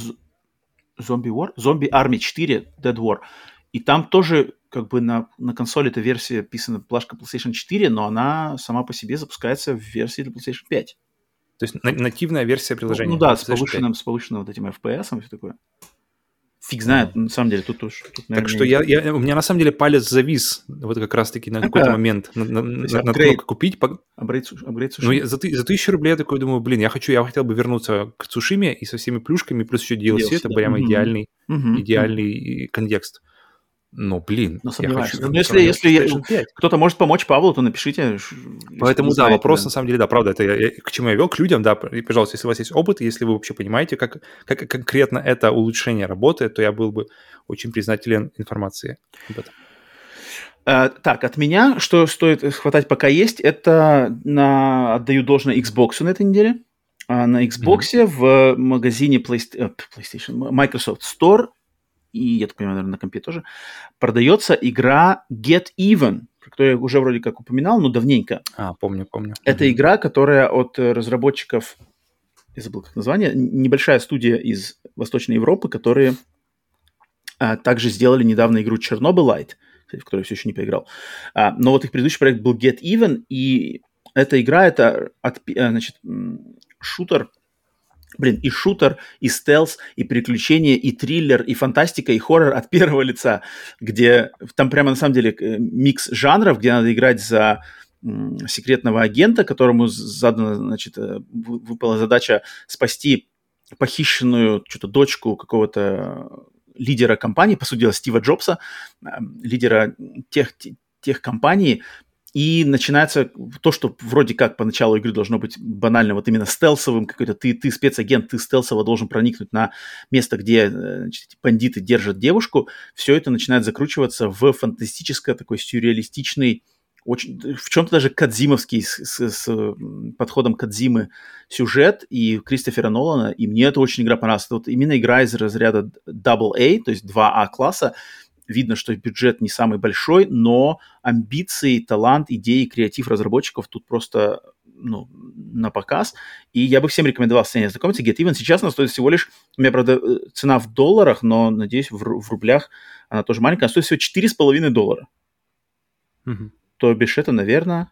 Army 4 Dead War. И там тоже как бы на консоли эта версия писана плашка PlayStation 4, но она сама по себе запускается в версии для PlayStation 5. То есть нативная версия приложения. Ну да, с повышенным вот этим FPS и все такое. Фиг знает, на самом деле, тут уж... наверное, так что у меня на самом деле палец завис вот как раз-таки на какой-то момент на кнопку купить. Апгрейд Ну, за 1000 рублей я такой думаю, блин, я хотел бы вернуться к Цушиме и со всеми плюшками, плюс еще DLC, это прямо идеальный контекст. Но, блин, я хочу... Ну, если кто-то может помочь Павлу, то напишите. Поэтому, да, вопрос, на самом деле, да, правда, это к чему я вел, к людям, да, и, пожалуйста, если у вас есть опыт, если вы вообще понимаете, как конкретно это улучшение работает, то я был бы очень признателен информации об этом. Так, от меня, что стоит хватать пока есть, это отдаю должное Xbox на этой неделе. На Xbox в магазине PlayStation, Microsoft Store, и, я так понимаю, наверное, на компе тоже, продается игра Get Even, которую я уже вроде как упоминал, но давненько. Помню. Это игра, которая от разработчиков, я забыл как название, небольшая студия из Восточной Европы, которые также сделали недавно игру Chernobylite, в которую я все еще не поиграл. Но вот их предыдущий проект был Get Even, и эта игра, это шутер, и шутер, и стелс, и приключения, и триллер, и фантастика, и хоррор от первого лица, где там прямо на самом деле микс жанров, где надо играть за секретного агента, которому выпала задача спасти похищенную дочку какого-то лидера компании, по сути дела, Стива Джобса, лидера тех компаний. И начинается то, что вроде как по началу игры должно быть банально вот именно стелсовым, какой-то ты спецагент, ты стелсово должен проникнуть на место, где бандиты держат девушку. Все это начинает закручиваться в фантастическое, такой сюрреалистичный, очень, в чем-то даже кодзимовский, с подходом Кодзимы сюжет и Кристофера Нолана, и мне эта очень игра понравилась. Это вот именно игра из разряда AA, то есть 2А класса. Видно, что бюджет не самый большой, но амбиции, талант, идеи, креатив разработчиков тут просто на показ. И я бы всем рекомендовал с ней ознакомиться. Get Even сейчас она стоит всего лишь, у меня, правда, цена в долларах, но, надеюсь, в рублях она тоже маленькая. Она стоит всего $4,5. То бишь это, наверное...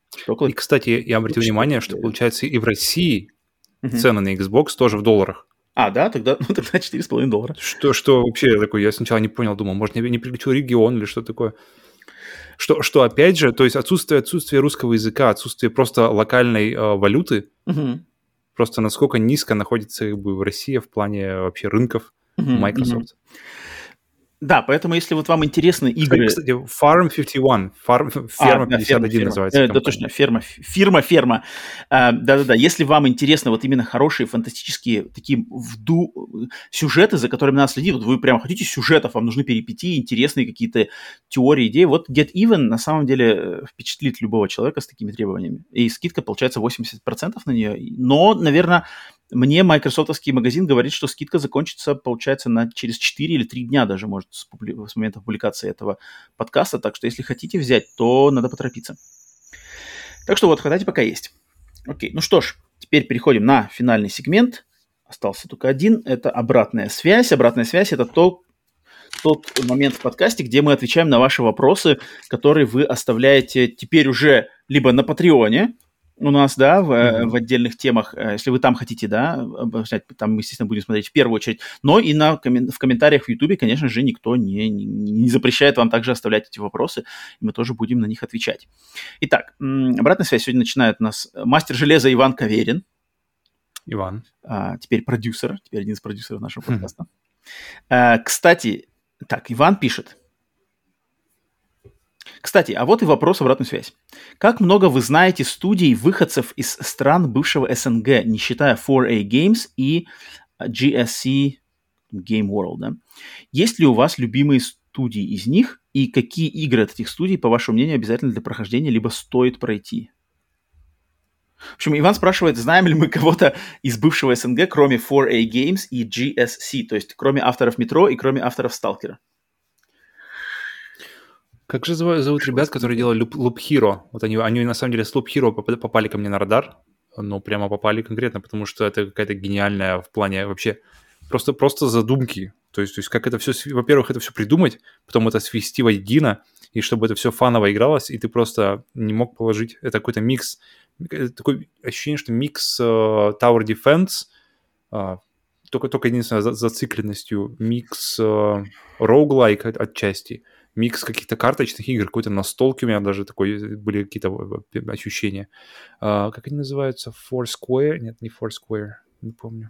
И, кстати, я обратил внимание, что, получается, и в России цены на Xbox тоже в долларах. Да? Тогда $4,5. Что вообще такое? Я сначала не понял, думал, может, не прилетел регион или что такое? Что опять же, то есть отсутствие русского языка, отсутствие просто локальной валюты, просто насколько низко находится как бы в России в плане вообще рынков Microsoft. Да, поэтому если вот вам интересны игры... Кстати, Farm 51, ферма 51 называется. Да, точно, фирма. Да-да-да, если вам интересны вот именно хорошие фантастические такие сюжеты, за которыми надо следить, вот вы прям хотите сюжетов, вам нужны перипетии, интересные какие-то теории, идеи, вот Get Even на самом деле впечатлит любого человека с такими требованиями. И скидка получается 80% на нее, но, наверное... Мне майкрософтовский магазин говорит, что скидка закончится, получается, через 4 или 3 дня даже, может, с момента публикации этого подкаста. Так что, если хотите взять, то надо поторопиться. Так что вот, хватайте, пока есть. Окей, ну что ж, теперь переходим на финальный сегмент. Остался только один. Это обратная связь. Обратная связь – это тот момент в подкасте, где мы отвечаем на ваши вопросы, которые вы оставляете теперь уже либо на Патреоне, у нас, да, в отдельных темах, если вы там хотите, да, там мы, естественно, будем смотреть в первую очередь, но и в комментариях в Ютубе, конечно же, никто не запрещает вам также оставлять эти вопросы, и мы тоже будем на них отвечать. Итак, обратная связь сегодня начинает у нас мастер железа Иван Каверин. Иван. Теперь продюсер, теперь один из продюсеров нашего подкаста. Кстати, так, Иван пишет. Кстати, а вот и вопрос в обратную связь. Как много вы знаете студий выходцев из стран бывшего СНГ, не считая 4A Games и GSC Game World, да? Есть ли у вас любимые студии из них, и какие игры от этих студий, по вашему мнению, обязательно для прохождения, либо стоит пройти? В общем, Иван спрашивает, знаем ли мы кого-то из бывшего СНГ, кроме 4A Games и GSC, то есть кроме авторов Метро и кроме авторов Сталкера. Как же зовут ребят, которые делали Loop Hero? Вот они на самом деле с Loop Hero попали ко мне на радар, но прямо попали конкретно, потому что это какая-то гениальная в плане вообще просто задумки. То есть как это все, во-первых, это все придумать, потом это свести воедино, и чтобы это все фаново игралось, и ты просто не мог положить... Это какой-то микс, такое ощущение, что микс Tower Defense, только единственное зацикленностью, микс roguelike отчасти, микс каких-то карточных игр, какой-то настолки у меня даже такой, были какие-то ощущения. Как они называются? Foursquare? Нет, не Foursquare, не помню.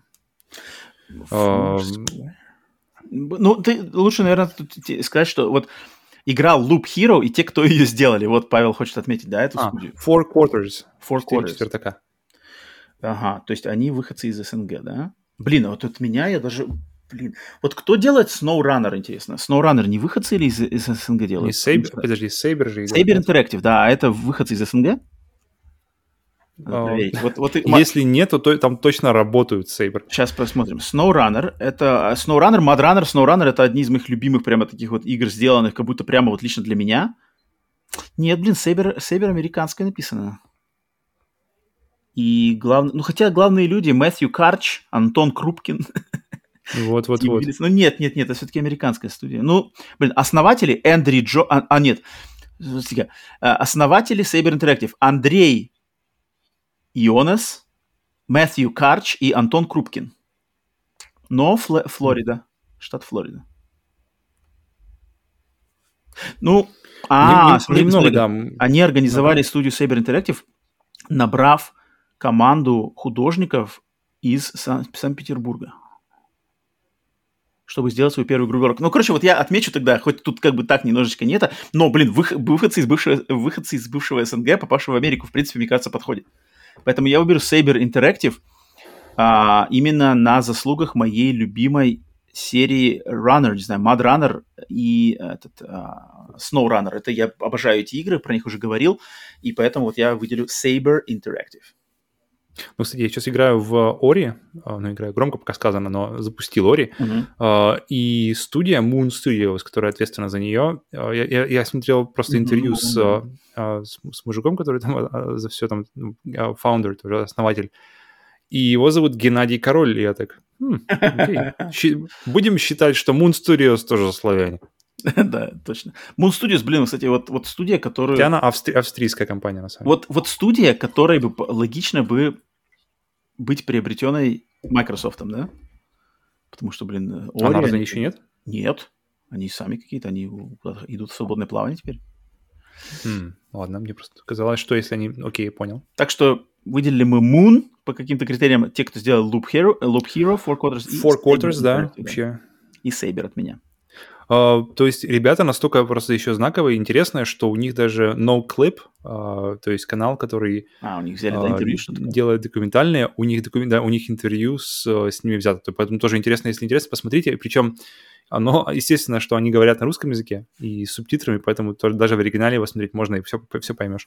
Ну, ты лучше, наверное, сказать, что вот игра Loop Hero и те, кто ее сделали. Вот Павел хочет отметить, да, эту студию? Four Quarters. 4 Quarters. Четвертака. Ага, то есть они выходцы из СНГ, да? Блин, а вот от меня я даже... Вот кто делает SnowRunner, интересно? SnowRunner не выходцы или из СНГ делают? Подожди, Saber же идет. Saber Interactive, да, а это выходцы из СНГ? Если нет, то там точно работают Saber. Сейчас посмотрим. SnowRunner, это SnowRunner, MudRunner. SnowRunner это одни из моих любимых прямо таких вот игр, сделанных как будто прямо вот лично для меня. Нет, блин, Saber американское написано. И хотя главные люди Мэтью Карч, Антон Крупкин. Вот. Ну нет, это все-таки американская студия. Ну, блин, основатели Эндрю Джо... нет. Основатели Saber Interactive Андрей Ионес, Мэтью Карч и Антон Крупкин. Но Флорида. Штат Флорида. Ну, смотри, да. Они организовали студию Saber Interactive, набрав команду художников из Санкт-Петербурга, чтобы сделать свою первую игру. Ну, короче, вот я отмечу тогда, хоть тут как бы так немножечко не это, но, блин, выходцы из бывшего СНГ, попавшие в Америку, в принципе, мне кажется, подходит. Поэтому я выберу Saber Interactive именно на заслугах моей любимой серии Runner, не знаю, MudRunner и SnowRunner. Это я обожаю эти игры, про них уже говорил, и поэтому вот я выделю Saber Interactive. Ну, кстати, я сейчас играю в Ori, играю громко пока сказано, но запустил Ori, и студия Moon Studios, которая ответственна за нее, я смотрел просто интервью с мужиком, который там за все там, фаундер, тоже основатель, и его зовут Геннадий Король, и я так, окей. Будем считать, что Moon Studios тоже славяне. Да, точно. Moon Studios, блин, кстати, вот студия, которая... Хотя она австрийская компания, на самом деле. Вот студия, которой бы логично бы быть приобретенной Microsoft, да? Потому что, блин, А на разве еще нет? Нет. Они сами какие-то, они идут в свободное плавание теперь. Ладно, мне просто казалось, что если они... Окей, понял. Так что выделили мы Moon по каким-то критериям. Те, кто сделал Loop Hero, Four Quarters. Four Quarters, да, вообще. И Saber от меня. То есть ребята настолько просто еще знаковые и интересные, что у них даже No Clip, то есть канал, который у них взяли интервью, что-то делает документальные, у них интервью с ними взято. Поэтому тоже интересно, если интересно, посмотрите. Причем оно, естественно, что они говорят на русском языке и с субтитрами, поэтому даже в оригинале его смотреть можно, и все поймешь.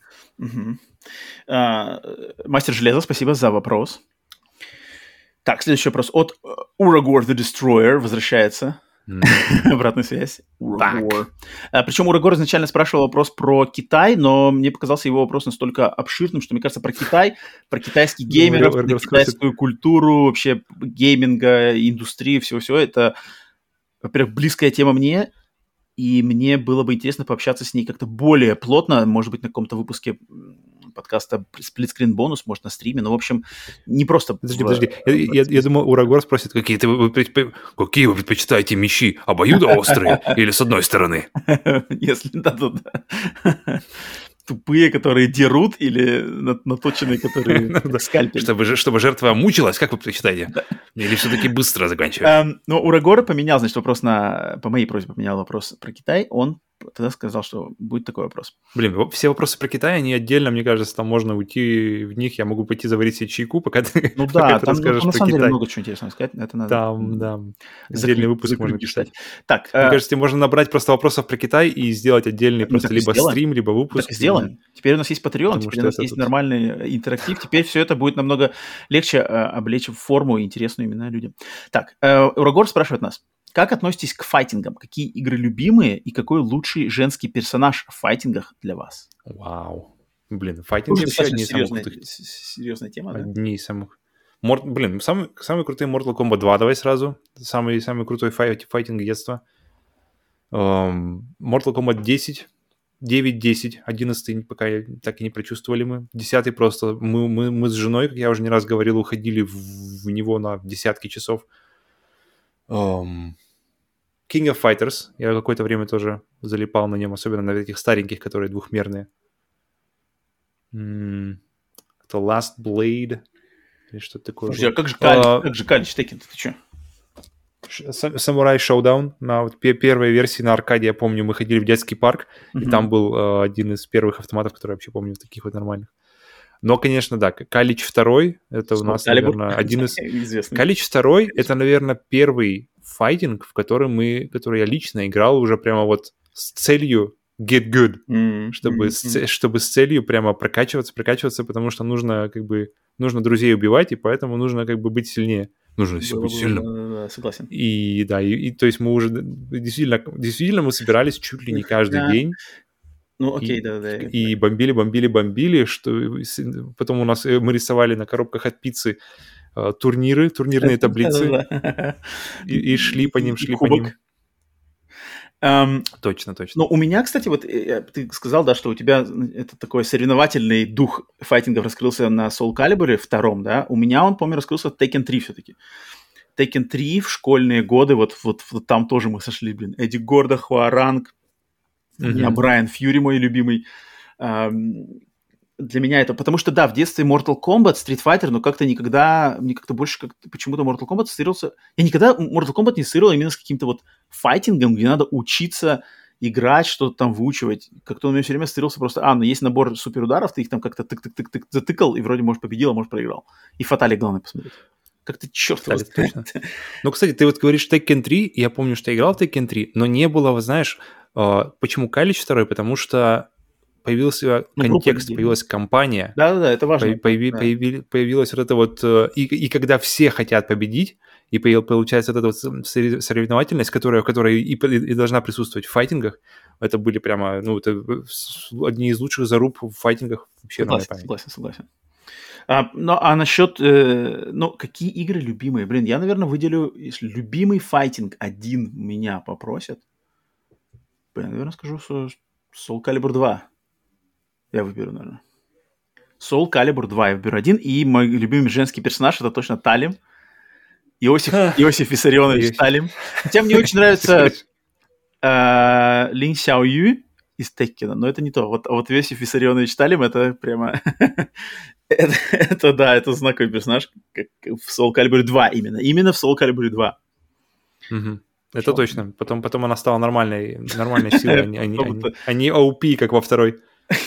Мастер Железа, спасибо за вопрос. Так, следующий вопрос от Урагор the Destroyer возвращается. Обратная связь. Урагор. Причем Урагор изначально спрашивал вопрос про Китай, но мне показался его вопрос настолько обширным, что, мне кажется, про Китай, про китайских геймеров, про китайскую культуру, вообще гейминга, индустрию, всего-всего. Это, во-первых, близкая тема мне, и мне было бы интересно пообщаться с ней как-то более плотно, может быть, на каком-то выпуске подкаста Split Screen Bonus, может, на стриме, но, в общем, не просто... Подожди. Я думаю, Урагор спросит, какие вы предпочитаете мечи, обоюдоострые или с одной стороны? Если да. Тупые, которые дерут, или наточенные, которые скальпель. Чтобы жертва мучилась, как вы предпочитаете? Или все-таки быстро заканчивать? Но Урагора поменял, значит, вопрос по моей просьбе поменял вопрос про Китай. Он тогда сказал, что будет такой вопрос. Блин, все вопросы про Китай, они отдельно, мне кажется, там можно уйти в них. Я могу пойти заварить себе чайку, пока ты расскажешь про на самом Китай. деле много чего интересного сказать. Это надо там отдельный выпуск можно писать. Так, мне кажется, можно набрать просто вопросов про Китай и сделать отдельный просто либо стрим, либо выпуск. Так сделаем. Теперь у нас есть Patreon, теперь у нас есть нормальный интерактив. Теперь все это будет намного легче облечь в форму интересную именно людям. Так, Урагор спрашивает нас. Как относитесь к файтингам? Какие игры любимые и какой лучший женский персонаж в файтингах для вас? Вау. Блин, файтинги вообще одни из самых крутых. Серьезная тема, да? Одни из самых... Блин, самый крутой Mortal Kombat 2 давай сразу. Самый крутой файтинг детства. Mortal Kombat 10, 9, 10, 11 пока так и не прочувствовали мы. 10 просто. Мы с женой, как я уже не раз говорил, уходили в него на десятки часов. King of Fighters. Я какое-то время тоже залипал на нем, особенно на этих стареньких, которые двухмерные. Это Last Blade или что-то такое. Слушай, а как же Калич Tekken? Ты что? Samurai Showdown на первой версии на аркаде, я помню, мы ходили в детский парк, и там был один из первых автоматов, который я вообще помню, таких вот нормальных. Но, конечно, да, Калич 2, это у нас, наверное, один из... Калич 2, это, наверное, первый файтинг, в который я лично играл уже прямо вот с целью get good, чтобы с целью прямо прокачиваться, потому что нужно друзей убивать, и поэтому нужно быть сильнее. Нужно быть сильным. Да, согласен. И то есть мы уже действительно мы собирались чуть ли не каждый день. Ну, окей, да. И бомбили, что потом мы рисовали на коробках от пиццы турнирные таблицы, и шли по ним. Точно. Ну, у меня, кстати, вот ты сказал, да, что у тебя это такой соревновательный дух файтингов раскрылся на Soul Calibur 2, да? У меня он, помню, раскрылся в Tekken 3 все-таки. Tekken 3 в школьные годы, вот там тоже мы сошли, блин. Эдди Гордо, Хуаранг, у меня Брайан Фьюри мой любимый. Для меня это... Потому что, да, в детстве Mortal Kombat, Street Fighter, но как-то никогда... Мне как-то больше почему-то Mortal Kombat ассоциировался... Я никогда Mortal Kombat не ассоциировал именно с каким-то вот файтингом, где надо учиться играть, что-то там выучивать. Как-то он у меня все время ассоциировался просто... есть набор суперударов, ты их там как-то тык-тык-тык затыкал, и вроде, может, победил, а может, проиграл. И Фатали, главное, посмотреть. Как-то черт его знает. Ну, кстати, ты вот говоришь Tekken 3, я помню, что я играл в Tekken 3, но не было, знаешь, почему Калич 2, потому что появился контекст, появилась компания. Да, это важно. Появилась вот это вот... И когда все хотят победить, и получается вот эта вот соревновательность, которая и должна присутствовать в файтингах, это были прямо, это одни из лучших заруб в файтингах вообще на моей памяти. Согласен. А насчет... какие игры любимые? Блин, я, наверное, выделю... Если любимый файтинг один меня попросят, я, наверное, скажу Soul Calibur 2. Я выберу, наверное. Soul Calibur 2 я выберу один. И мой любимый женский персонаж — это точно Талим. Иосиф Виссарионович Сталин. Хотя мне очень нравится Лин Сяою из Теккена, но это не то. Вот Иосиф Виссарионович Сталин, это прямо... это знаковый персонаж, как в Soul Calibur 2 именно. Именно в Soul Calibur 2. Это точно. Потом она стала нормальной силой, а не OP, как во второй.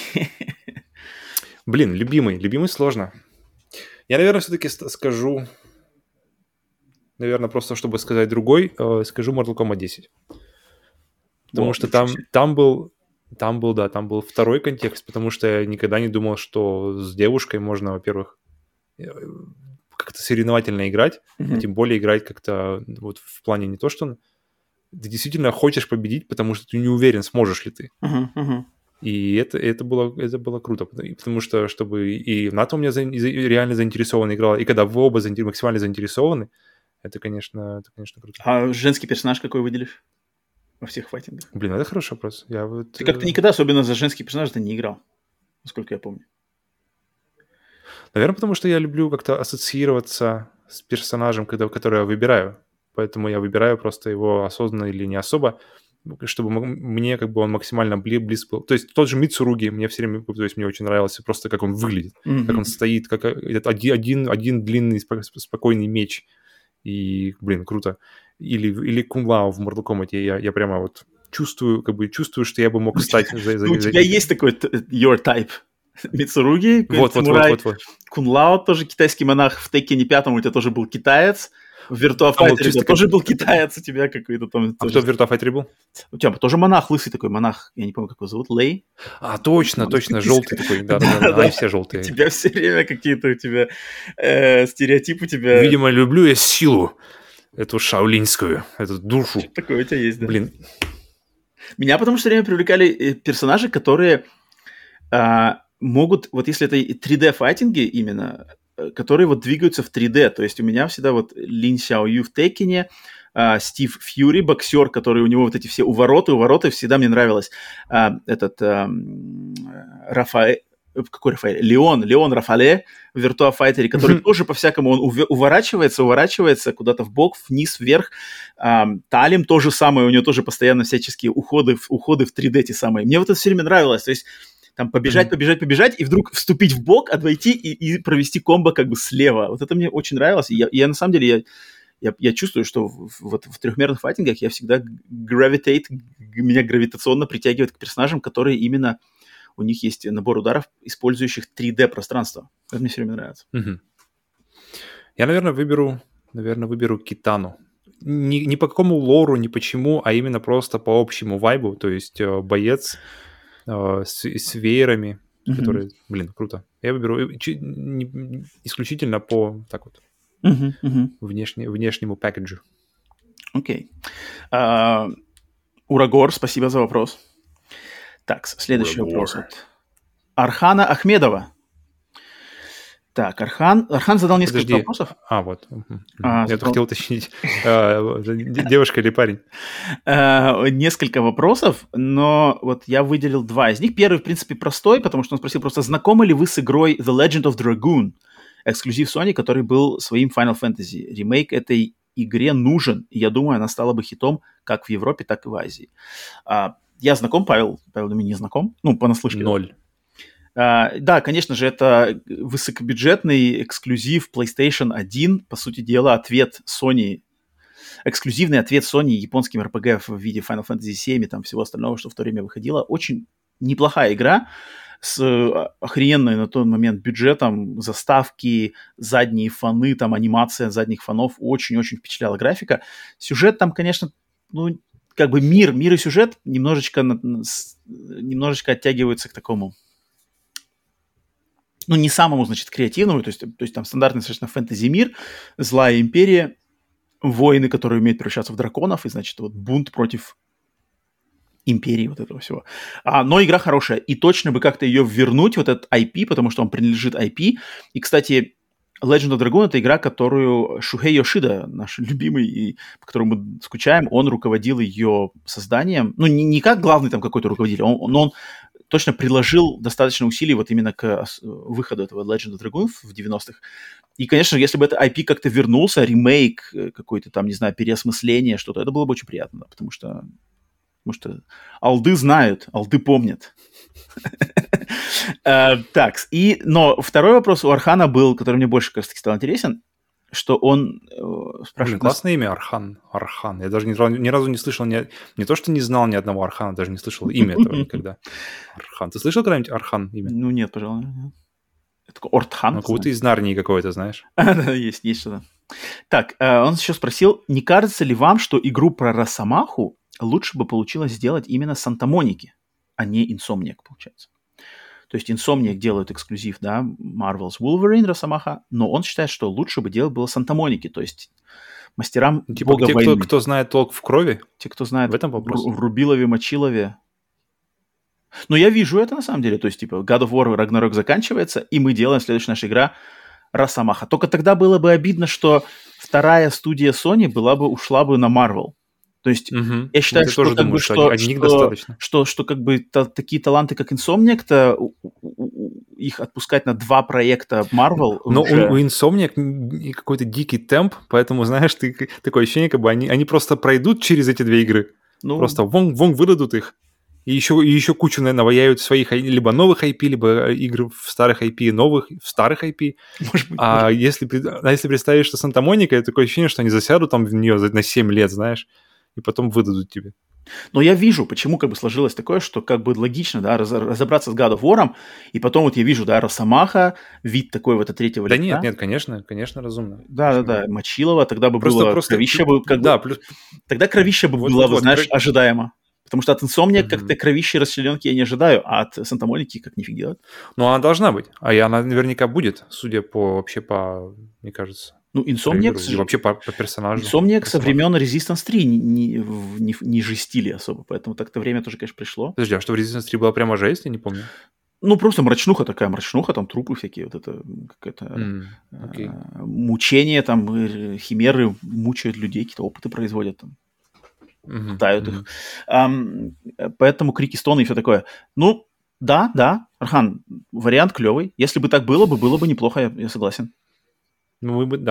Блин, любимый сложно. Я, наверное, все-таки скажу, наверное, просто чтобы сказать другой, скажу Mortal Kombat 10. Потому что там был второй контекст, потому что я никогда не думал, что с девушкой можно, во-первых, как-то соревновательно играть, а тем более играть как-то вот в плане не то, что ты действительно хочешь победить, потому что ты не уверен, сможешь ли ты. И это было круто, потому что чтобы и НАТО у меня реально заинтересованно играла, и когда вы оба максимально заинтересованы, это, конечно, круто. А женский персонаж какой выделишь во всех файтингах? Блин, это хороший вопрос. Ты как-то никогда особенно за женский персонаж ты не играл, насколько я помню. Наверное, потому что я люблю как-то ассоциироваться с персонажем, который я выбираю. Поэтому я выбираю просто его осознанно или не особо, чтобы мне как бы он максимально близко был. То есть тот же Мицуруги мне все время, то есть мне очень нравился просто как он выглядит, как он стоит, как один длинный спокойный меч. И, блин, круто. Или Кунлао в Mortal Kombat. Я прямо вот чувствую, что я бы мог стать... У тебя есть такой your type. Мицуруги, самурай. Кунлао тоже китайский монах. В Теккене 5 у тебя тоже был китаец. В Virtua Fighter у тебя тоже был китаец, у тебя какой-то там... А кто в Virtua Fighter был? У тебя тоже монах, лысый такой монах. Я не помню, как его зовут. Лэй? А, точно, желтый такой. Да, они все желтые. У тебя все время какие-то стереотипы у тебя... Видимо, люблю я силу. Эту шаолиньскую, эту душу. Что такое у тебя есть, да? Блин. Меня потому что все время привлекали персонажи, которые могут, вот если это 3D-файтинги именно, которые вот двигаются в 3D. То есть у меня всегда вот Лин Сяою в Теккене, Стив Фьюри, боксер, который у него вот эти все увороты всегда мне нравилось. Рафаэль, какой Рафаэль? Леон Рафале в Virtua Fighter, который тоже по-всякому, он уворачивается куда-то в бок, вниз, вверх. Талим то же самое, у него тоже постоянно всяческие уходы в 3D те самые. Мне вот это все время нравилось, то есть там побежать, и вдруг вступить в бок, отвойти и провести комбо как бы слева. Вот это мне очень нравилось. И я на самом деле, я чувствую, что в трехмерных файтингах я всегда меня гравитационно притягивает к персонажам, которые именно у них есть набор ударов, использующих 3D-пространство. Это мне все время нравится. Я, наверное, выберу Китану. Ни по какому лору, ни почему, а именно просто по общему вайбу. То есть боец с веерами, которые, блин, круто. Я выберу исключительно по так вот внешнему пакетджу. Окей. Урагор, спасибо за вопрос. Так, следующий вопрос. Архана Ахмедова. Так, Архан задал несколько вопросов. Вот. Я хотел уточнить, девушка или парень? Несколько вопросов, но вот я выделил два из них. Первый, в принципе, простой, потому что он спросил просто, знакомы ли вы с игрой The Legend of Dragoon, эксклюзив Sony, который был своим Final Fantasy. Ремейк этой игре нужен, и я думаю, она стала бы хитом как в Европе, так и в Азии. Я знаком, Павел думаю, не знаком, понаслышке. 0. Да, конечно же, это высокобюджетный эксклюзив PlayStation 1, по сути дела, ответ Sony, эксклюзивный ответ Sony японским RPG в виде Final Fantasy 7 и там всего остального, что в то время выходило. Очень неплохая игра с охрененной на тот момент бюджетом, заставки, задние фоны, там анимация задних фонов, очень-очень впечатляла графика. Сюжет там, конечно, как бы мир и сюжет немножечко оттягиваются к такому, не самому, значит, креативному, то есть там стандартный совершенно фэнтези-мир, злая империя, воины, которые умеют превращаться в драконов, и, значит, вот бунт против империи вот этого всего. Но игра хорошая, и точно бы как-то ее вернуть, вот этот IP, потому что он принадлежит IP. И, кстати, Legend of Dragoon — это игра, которую Шухей Йошида, наш любимый, и по которому мы скучаем, он руководил ее созданием. Не как главный там какой-то руководитель, он точно приложил достаточно усилий вот именно к выходу этого Legend of Dragoon в 90-х. И, конечно, если бы это IP как-то вернулся, ремейк, какой-то там, не знаю, переосмысление, что-то, это было бы очень приятно, да, потому что алды знают, алды помнят. Так, но второй вопрос у Архана был, который мне больше, кажется, стал интересен, что он спрашивает... Классное имя Архан. Архан. Я даже ни разу не слышал, не то, что не знал ни одного Архана, даже не слышал имя этого никогда. Архан. Ты слышал когда-нибудь Архан имя? Ну, нет, пожалуй. Это такой Ортхан. Ну, как будто из Нарнии какой-то, знаешь. Да, есть что-то. Так, он еще спросил, не кажется ли вам, что игру про Росомаху лучше бы получилось сделать именно Санта-Моники, а не Insomniac, получается? То есть Insomniac делают эксклюзив, да, Marvel's Wolverine, Росомаха, но он считает, что лучше бы делать было Санта-Моники, то есть мастерам типа бога те, войны. кто знает толк в крови? Те, кто знает в этом вопрос. В Рубилове, Мочилове. Но я вижу это на самом деле, то есть типа God of War Ragnarok заканчивается, и мы делаем следующая наша игра Росомаха. Только тогда было бы обидно, что вторая студия Sony ушла бы на Marvel. То есть я считаю, я тоже думаю, что как бы такие таланты, как Insomniac, их отпускать на 2 проекта Marvel. Но уже... у Insomniac какой-то дикий темп, поэтому, знаешь, такое ощущение, как бы они просто пройдут через эти 2 игры. Просто вон выдадут их. И еще кучу, наверное, ваяют своих либо новых IP, либо игр в старых IP, новых в старых IP. Может быть, если представить, что Санта-Моника, это такое ощущение, что они засядут там в нее на 7 лет, знаешь, и потом выдадут тебе. Но я вижу, почему как бы сложилось такое, что как бы логично, да, разобраться с God of War, и потом вот я вижу, да, Росомаха, вид такой вот от третьего лица. Да нет, конечно, разумно. Да, Мочилова, тогда бы было кровища бы, как бы, тогда кровища бы было, знаешь, ожидаемо. Потому что от Insomniac как-то кровищи расчлененки я не ожидаю, а от Санта-Моники как нифиг делать. Ну, она должна быть. А она наверняка будет, судя по, мне кажется. Ну, Insomniac... И вообще по персонажу. Insomniac со времен Resistance 3 не жестили особо, поэтому так-то время тоже, конечно, пришло. Подожди, а что в Resistance 3 была прямо жесть? Я не помню. Ну, просто мрачнуха, там трупы всякие, вот это какое-то мучение, там химеры мучают людей, какие-то опыты производят там. Пытают их. Поэтому крики, стоны и все такое. Ну, да, Архан, вариант клевый. Если бы так было бы неплохо, я согласен. Ну, мы бы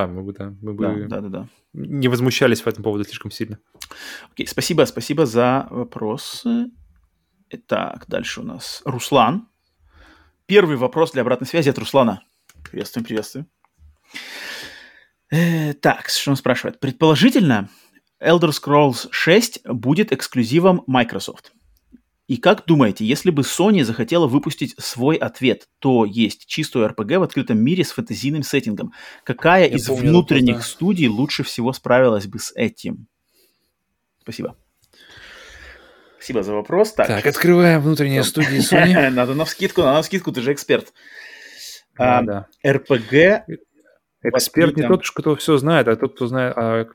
не возмущались по этому поводу слишком сильно. Окей, спасибо за вопросы. Итак, дальше у нас Руслан. Первый вопрос для обратной связи от Руслана. Приветствуем. Так, что он спрашивает? Предположительно, Elder Scrolls 6 будет эксклюзивом Microsoft. И как думаете, если бы Sony захотела выпустить свой ответ, то есть чистую RPG в открытом мире с фэнтезийным сеттингом, какая из внутренних студий лучше всего справилась бы с этим? Спасибо за вопрос. Так, открываем внутренние студии Sony. Надо навскидку, ты же эксперт. Да. RPG... Эксперт не тот, кто все знает, а тот, кто знает...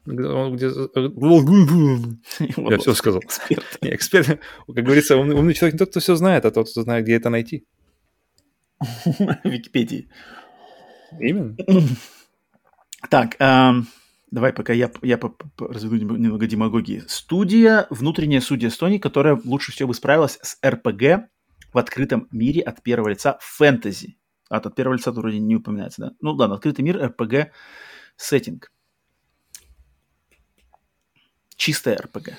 Я все сказал. Эксперт, как говорится, умный человек не тот, кто все знает, а тот, кто знает, где это найти. В Википедии. Именно. Так, давай пока я разведу немного демагогии. Внутренняя студия Sony, которая лучше всего бы справилась с RPG в открытом мире от первого лица фэнтези. От первого лица вроде не упоминается, да? Ну ладно, открытый мир, RPG, сеттинг. Чистая RPG.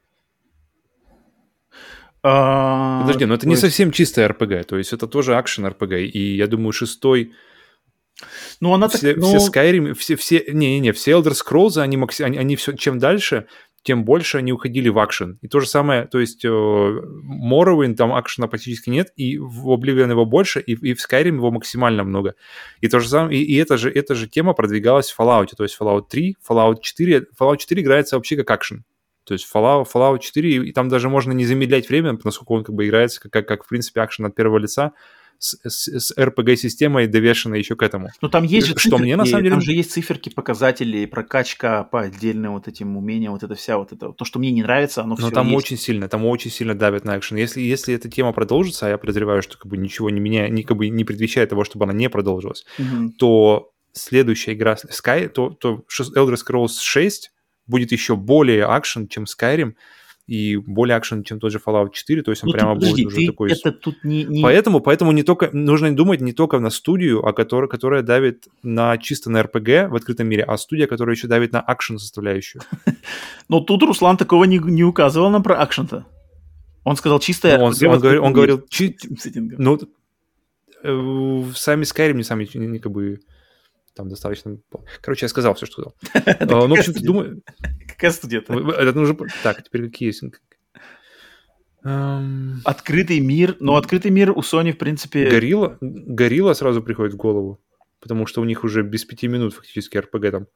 Подожди, но это не совсем чистая RPG, то есть это тоже акшен RPG, и я думаю, 6-й... Ну, она все Skyrim, все Elder Scrolls, они все, чем дальше, тем больше они уходили в акшен. И то же самое, то есть Morrowind, там акшена практически нет, и в Oblivion его больше, и в Skyrim его максимально много. И то же самое, и эта же тема продвигалась в Fallout, то есть Fallout 3, Fallout 4 играется вообще как акшен. То есть Fallout 4, и там даже можно не замедлять время, насколько он как бы играется как в принципе, акшен от первого лица, с RPG-системой довешенной еще к этому. Ну, там есть же циферки, мне, на самом деле... там же есть циферки, показатели, прокачка по отдельным вот этим умениям, вот это вся вот это. То, что мне не нравится, оно все есть. Но там очень сильно давят на экшен. Если эта тема продолжится, а я подозреваю, что как бы ничего не меняет, не предвещает того, чтобы она не продолжилась, то следующая игра Elder Scrolls 6 будет еще более акшен, чем Skyrim, и более акшен, чем тот же Fallout 4, то есть он прямо будет уже такой... Это тут не... Поэтому не только, нужно думать не только на студию, которая давит чисто на RPG в открытом мире, а студия, которая еще давит на акшен составляющую. Но тут Руслан такого не указывал нам про акшен-то. Он сказал чисто RPG. Он говорил... Сами Skyrim не как бы... Там достаточно... Короче, я сказал все, что сказал. Ну, в общем-то, думаю... Какая студия-то? Это уже... Так, теперь какие есть? Открытый мир. Но открытый мир у Sony, в принципе... Горилла сразу приходит в голову. Потому что у них уже без 5 минут фактически RPG там.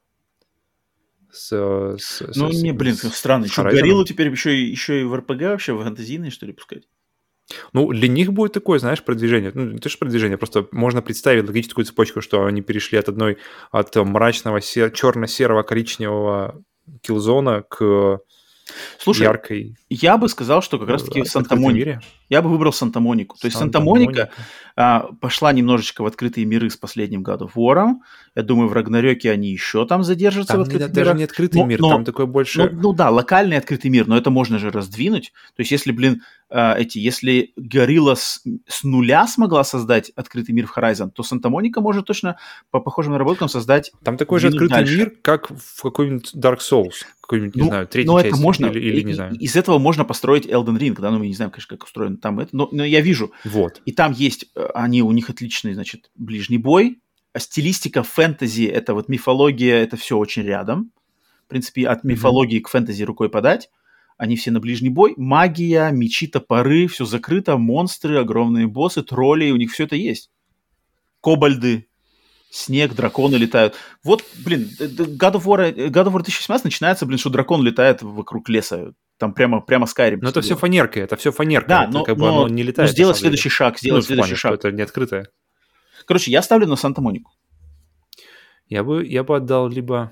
Странно. Что, Гориллу теперь еще и в RPG вообще, в фэнтезийной, что ли, пускать? Ну, для них будет такое, знаешь, продвижение. Ну, не то, что продвижение, просто можно представить логическую цепочку, что они перешли от мрачного черно-серого коричневого киллзона к яркой... Я бы сказал, что как раз-таки Санта-Моника. Я бы выбрал Санта-Монику. То есть Санта-Моника пошла немножечко в открытые миры с последним God of War. Я думаю, в Рагнарёке они еще там задержатся в открытых мирах. Даже не открытый мир, там такой больше... Ну да, локальный открытый мир, но это можно же раздвинуть. То есть если, если Горилла с нуля смогла создать открытый мир в Horizon, то Санта-Моника может точно по похожим наработкам создать... Там такой же открытый мир, как в какой-нибудь Dark Souls, какой-нибудь, не знаю, третьей части. Это можно, или не знаю. Из этого можно построить Elden Ring, да, мы не знаем, конечно, как устроен там это, но я вижу. Вот. И там есть, у них отличный, значит, ближний бой, а стилистика фэнтези, это вот мифология, это все очень рядом. В принципе, от мифологии к фэнтези рукой подать. Они все на ближний бой. Магия, мечи, топоры, все закрыто, монстры, огромные боссы, тролли, у них все это есть. Кобальды, снег, драконы летают. Вот, God of War 2017 начинается, что дракон летает вокруг леса. Там прямо Skyrim. Но это все фанерка, Да, но оно не летает. Сделать следующий шаг, следующий шаг. Это не открытое. Короче, я ставлю на Санта-Монику. Я бы отдал либо...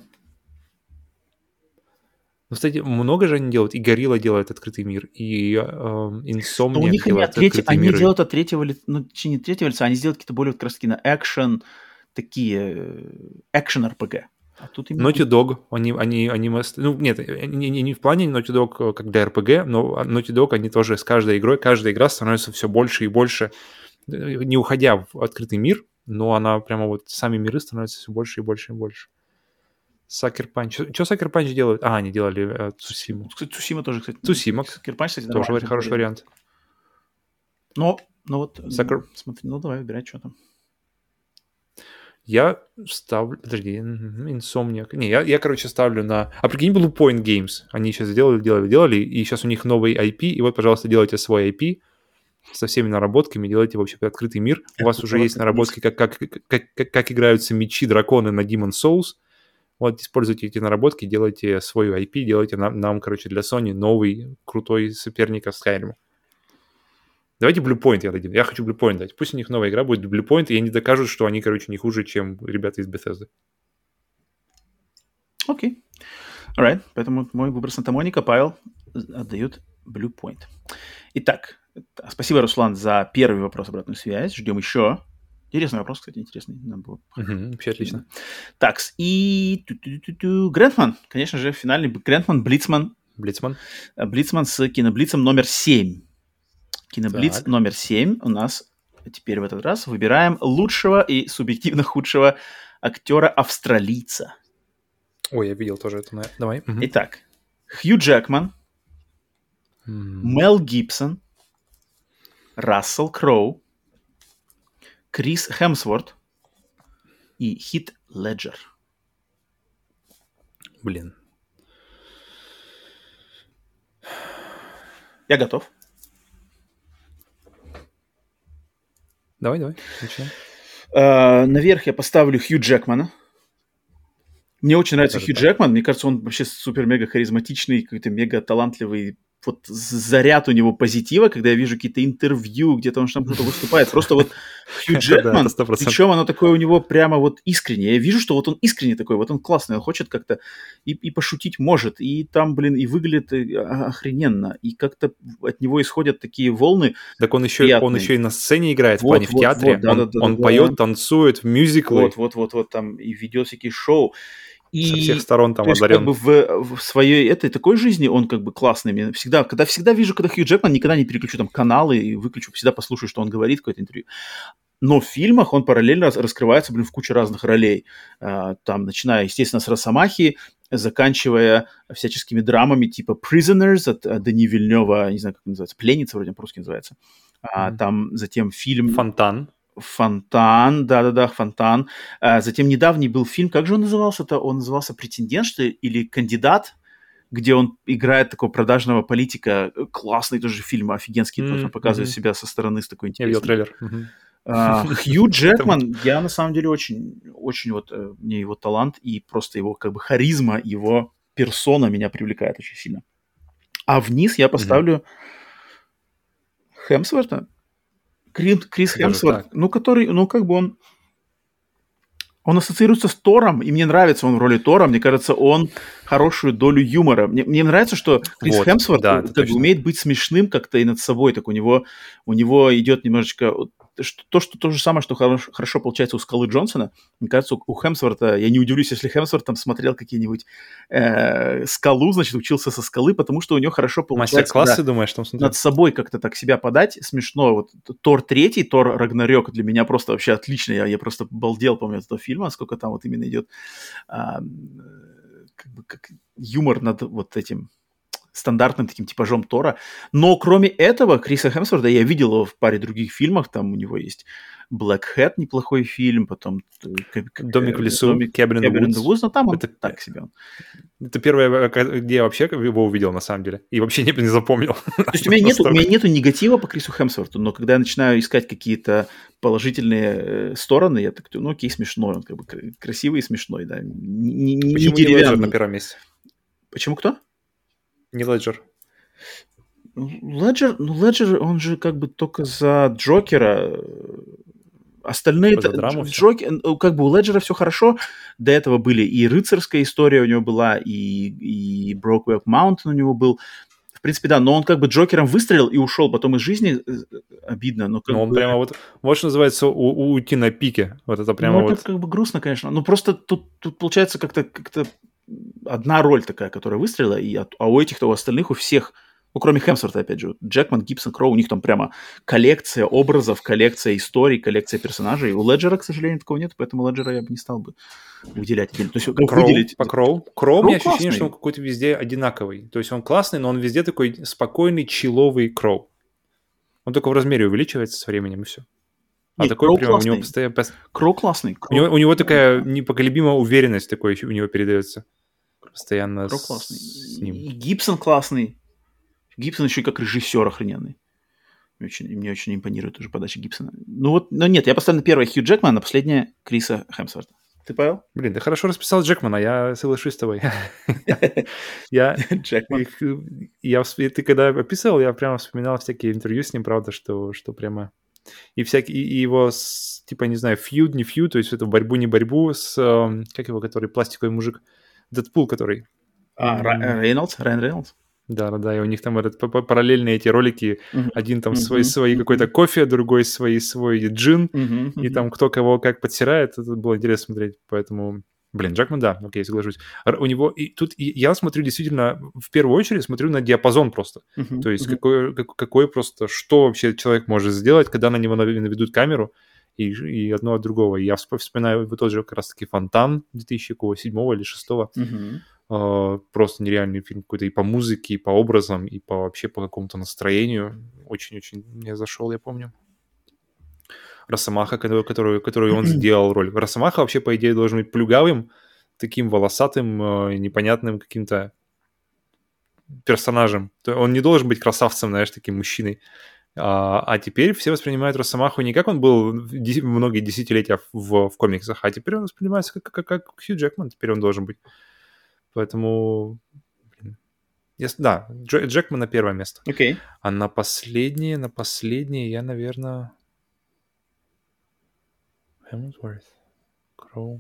Ну, кстати, много же они делают. И Горилла делает открытый мир, и Insomniac делает открытый мир. Они делают от третьего лица, не третьего лица, они сделают какие-то более как раз таки на экшен, такие экшен-РПГ. А тут именно... Naughty Dog, они не в плане Naughty Dog как для RPG, но Naughty Dog, они тоже с каждой игрой, каждая игра становится все больше и больше, не уходя в открытый мир, но она прямо вот сами миры становятся все больше и больше и больше. Sucker Punch. Что Sucker Punch делают? Они делали Цусиму. Цусима тоже, кстати. Цусима. Sucker Punch, кстати, тоже хороший вариант. Ну вот, смотри, давай выбирай, что там. Я ставлю... Подожди, Insomniac. Не, я, короче, ставлю на... А прикинь, Blue Point Games. Они сейчас делали, и сейчас у них новый IP, и вот, пожалуйста, делайте свой IP со всеми наработками, делайте вообще открытый мир. У вас уже есть наработки, как играются мечи, драконы на Demon's Souls. Вот, используйте эти наработки, делайте свою IP, делайте нам, короче, для Sony новый крутой соперник Skyrim. Давайте Blue Point я дадим. Я хочу Blue Point дать. Пусть у них новая игра будет Blue Point, и они докажут, что они, короче, не хуже, чем ребята из Bethesda. Окей. Alright. Поэтому мой выбор Санта-Моника, Павел отдает Blue Point. Итак, спасибо, Руслан, за первый вопрос, обратную связь. Ждем еще. Интересный вопрос, кстати, интересный. Нам было... Вообще отлично. Так, и Грентман, конечно же, финальный Грентман, Блицман. Блицман с Киноблицем номер 7. Киноблиц номер 7 у нас теперь в этот раз выбираем лучшего и субъективно худшего актера-австралийца. Ой, я видел тоже это. Давай. Итак, Хью Джекман, Мел Гибсон, Рассел Кроу, Крис Хемсворт и Хит Леджер. Блин. Я готов. Давай, начинаем. Наверх я поставлю Хью Джекмана. Мне очень нравится Хью Джекман. Мне кажется, он вообще супер-мега харизматичный, какой-то мега талантливый. Вот заряд у него позитива, когда я вижу какие-то интервью, где-то он там кто-то выступает. Просто вот Хью Джекман, причем оно такое у него прямо вот искреннее. Я вижу, что вот он искренне такой, вот он классный, он хочет как-то и пошутить может, и там, и выглядит охрененно, и как-то от него исходят такие волны. Так он еще и на сцене играет, в плане в театре. Он поет, танцует в мюзиклы. Вот, там и ведет всякие шоу. со всех сторон там то есть, как одарен. бы в своей этой такой жизни он как бы классный. Мне всегда вижу, когда Хью Джекман, никогда не переключу там каналы и выключу, всегда послушаю, что он говорит, какое-то интервью. Но в фильмах он параллельно раскрывается, в куче разных ролей. Там, начиная, естественно, с Росомахи, заканчивая всяческими драмами типа Prisoners от Дени Вильнёва, не знаю, как называется, Пленница вроде по-русски называется. Там затем фильм... Фонтан, да-да-да, Фонтан. Затем недавний был фильм, как же он назывался-то? Он назывался «Претендент», что ли, или «Кандидат», где он играет такого продажного политика. Классный тоже фильм, офигенский. Он показывает себя со стороны с такой интересной. Я видел трейлер. Хью Джекман, я на самом деле очень, очень вот мне его талант и просто его как бы харизма, его персона меня привлекает очень сильно. А вниз я поставлю Хемсворта. Крис Хемсворт, он ассоциируется с Тором, и мне нравится он в роли Тора. Мне кажется, он хорошую долю юмора. Мне нравится, что Крис Хемсворт умеет быть смешным как-то и над собой. Так у него идет немножечко... То же самое, что хорошо получается у Скалы Джонсона. Мне кажется, у Хемсворта, я не удивлюсь, если Хемсворт там смотрел какие-нибудь Скалу, значит, учился со Скалы, потому что у него хорошо получается... Мастер-классы, думаешь, там смотрел? Над собой как-то так себя подать. Смешно. Вот Тор 3, Тор Рагнарёк для меня просто вообще отлично. Я просто балдел, помню, от этого фильма, сколько там вот именно идет как юмор над вот этим стандартным таким типажом Тора. Но кроме этого, Криса Хемсворта я видел его в паре других фильмов. Там у него есть Black Hat, неплохой фильм, потом «Домик в лесу», «Cabin in the Woods». Но там он так себе. Это первое, где я вообще его увидел, на самом деле. И вообще не запомнил. То есть у меня нету негатива по Крису Хемсворту, но когда я начинаю искать какие-то положительные стороны, я так думаю, окей, смешной. Он как бы красивый и смешной, да. Почему не Леджер на первом месте? Почему кто? Не Леджер. Леджер, он же как бы только за Джокера. Остальные... как бы у Леджера все хорошо. До этого были и рыцарская история у него была, и Brokeback Mountain у него был. В принципе, да, но он как бы Джокером выстрелил и ушел потом из жизни. Обидно, но он прямо вот что называется уйти на пике. Вот это прямо это как бы грустно, конечно. Ну, просто тут получается как-то одна роль такая, которая выстрелила, а у этих-то, у остальных, у всех, кроме Хемсворта, опять же, Джекман, Гибсон, Кроу, у них там прямо коллекция образов, коллекция историй, коллекция персонажей. У Леджера, к сожалению, такого нет, поэтому Леджера я бы не стал бы выделять. То есть, Кроу, у меня ощущение, что он какой-то везде одинаковый. То есть он классный, но он везде такой спокойный, чиловый Кроу. Он только в размере увеличивается со временем, и все. Нет, такой прям у него постоянно... Кроу классный. У него такая непоколебимая уверенность такой у него передается. Постоянно с ним. И Гибсон классный. Гибсон еще и как режиссер охрененный. Мне очень импонирует уже подача Гибсона. Но нет, я поставлю на первое Хью Джекмана, на последнее Криса Хемсворта. Ты, Павел? Блин, ты хорошо расписал Джекмана, я соглашусь с тобой. Ты когда описывал, я прямо вспоминал всякие интервью с ним, правда, что прямо... И его, типа, не знаю, фьюд, не фьюд, то есть эту борьбу, не борьбу с... Как его, который пластиковый мужик? Дэдпул, который... Райан Рейнольдс? Да, и у них там параллельные эти ролики, один там свой какой-то кофе, другой свой джин, и там кто кого как подтирает, это было интересно смотреть, поэтому... Блин, Джекман, да, окей, соглашусь. У него, я смотрю действительно, в первую очередь смотрю на диапазон просто, то есть какой просто, что вообще человек может сделать, когда на него наведут камеру, и одно от другого. Я вспоминаю тот же как раз-таки «Фонтан» 2007 или 2006. Просто нереальный фильм какой-то и по музыке, и по образам, и вообще по какому-то настроению. Очень-очень мне зашел, я помню. Росомаха, которую он сделал роль. Росомаха вообще, по идее, должен быть плюгавым, таким волосатым, непонятным каким-то персонажем. Он не должен быть красавцем, знаешь, таким мужчиной. А теперь все воспринимают Росомаху не как он был многие десятилетия в комиксах, а теперь он воспринимается как Хью Джекман. Теперь он должен быть. Поэтому... Да, Джекман на первое место. Okay. А на последнее я, наверное... Хемсворт, Кроу.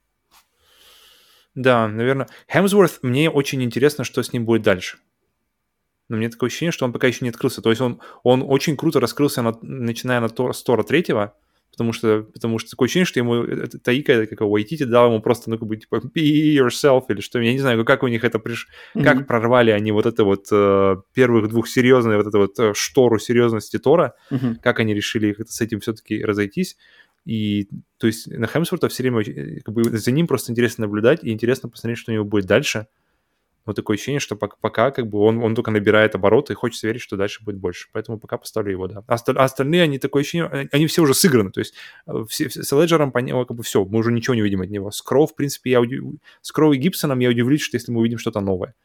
Да, наверное. Хемсворт, мне очень интересно, что с ним будет дальше. Но мне такое ощущение, что он пока еще не открылся. То есть он очень круто раскрылся, начиная с Тора 3, потому что такое ощущение, что ему Таика, как Уайтити, дал ему просто, ну, как бы, типа, be yourself, или что, я не знаю, как у них это как прорвали они вот это вот первых двух серьезных, вот это вот штору серьезности Тора, как они решили с этим все-таки разойтись. И, то есть, на Хемсворта все время, как бы, за ним просто интересно наблюдать, и интересно посмотреть, что у него будет дальше. Вот такое ощущение, что пока как бы он только набирает обороты, и хочется верить, что дальше будет больше. Поэтому пока поставлю его, да. А остальные, они такое ощущение, они все уже сыграны. То есть с Леджером, как бы все, мы уже ничего не увидим от него. С Кроу, в принципе, с Кроу и Гибсоном я удивлюсь, что если мы увидим что-то новое.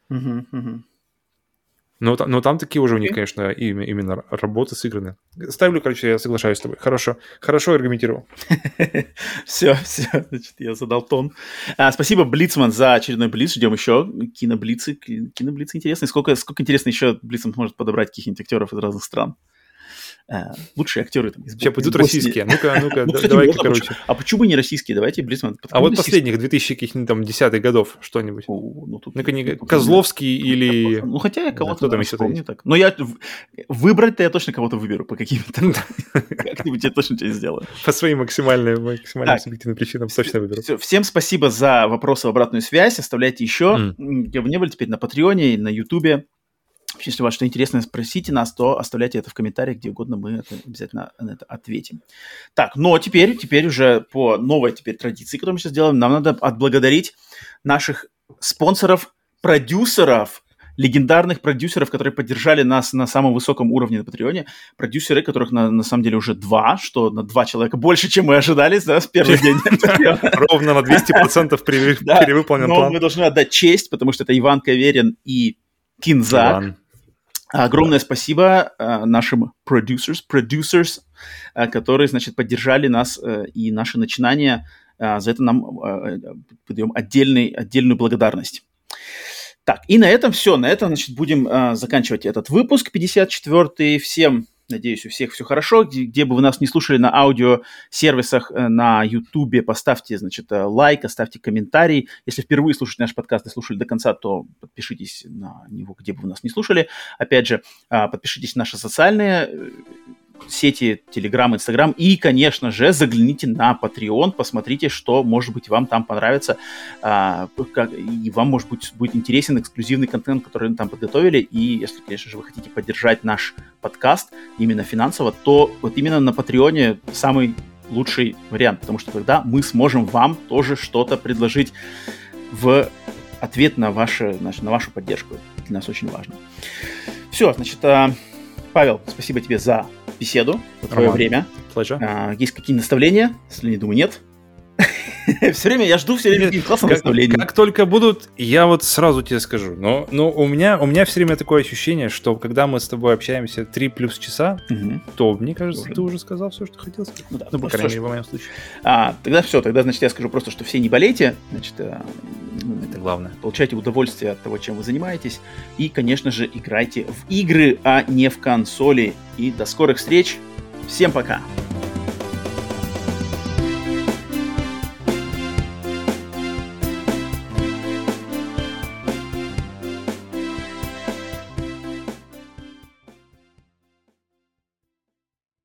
Но там такие уже у них, конечно, именно работы сыграны. Ставлю, короче, я соглашаюсь с тобой. Хорошо аргументировал. Все, значит, я задал тон. Спасибо, Блицман, за очередной Блиц. Ждем еще киноблицы. Киноблицы интересные. Сколько интересно еще Блицман может подобрать каких-нибудь актеров из разных стран. Лучшие актеры там из Сейчас пойдут российские. Ну-ка, давай-ка, короче. А почему не российские? Давайте, Блицман. А вот последних 2010-х годов что-нибудь. Ну-ка, не Козловский или... Ну, хотя я кого-то там вспомню так. Но я выбрать-то я точно кого-то выберу по каким-то... Как-нибудь я точно тебя сделаю. По своим максимальным субъективным причинам точно выберу. Всем спасибо за вопросы, обратную связь. Оставляйте еще. Где вы не были, теперь на Патреоне, на Ютубе. Если у вас что интересное, спросите нас, то оставляйте это в комментариях, где угодно, мы обязательно на это ответим. Так, но теперь уже по новой традиции, которую мы сейчас делаем, нам надо отблагодарить наших спонсоров, продюсеров, легендарных продюсеров, которые поддержали нас на самом высоком уровне на Патреоне. Продюсеры, которых на самом деле уже 2, что на 2 человека больше, чем мы ожидали, да, с первого дня. Ровно на 200% перевыполнен план. Но мы должны отдать честь, потому что это Иван Каверин и Кинзак. Огромное спасибо нашим producers, которые, значит, поддержали нас и наши начинания. За это нам подаем отдельную благодарность. Так, и на этом все. На этом, значит, будем заканчивать этот выпуск 54-й. Всем, надеюсь, у всех все хорошо. Где бы вы нас не слушали на аудиосервисах, на Ютубе, поставьте, значит, лайк, оставьте комментарий. Если впервые слушаете наш подкаст и слушали до конца, то подпишитесь на него, где бы вы нас не слушали. Опять же, подпишитесь на наши социальные сети, Telegram, Instagram. И, конечно же, загляните на Patreon, посмотрите, что, может быть, вам там понравится. И вам, может быть, будет интересен эксклюзивный контент, который мы там подготовили. И если, конечно же, вы хотите поддержать наш подкаст именно финансово, то вот именно на Patreon самый лучший вариант, потому что тогда мы сможем вам тоже что-то предложить в ответ на вашу поддержку. Это для нас очень важно. Все, значит, Павел, спасибо тебе за беседу, за твое время. Есть какие наставления? Если не думаю, нет. Все время я жду какие-то классные наставления. Как только будут, я вот сразу тебе скажу. Но у меня все время такое ощущение, что когда мы с тобой общаемся 3+ часа, то, мне кажется, ты уже сказал все, что хотел сказать. Ну, по крайней мере, в моем случае. Тогда все, значит, я скажу просто, что все не болейте. Значит, это главное. Получайте удовольствие от того, чем вы занимаетесь. И, конечно же, играйте в игры, а не в консоли. И до скорых встреч. Всем пока.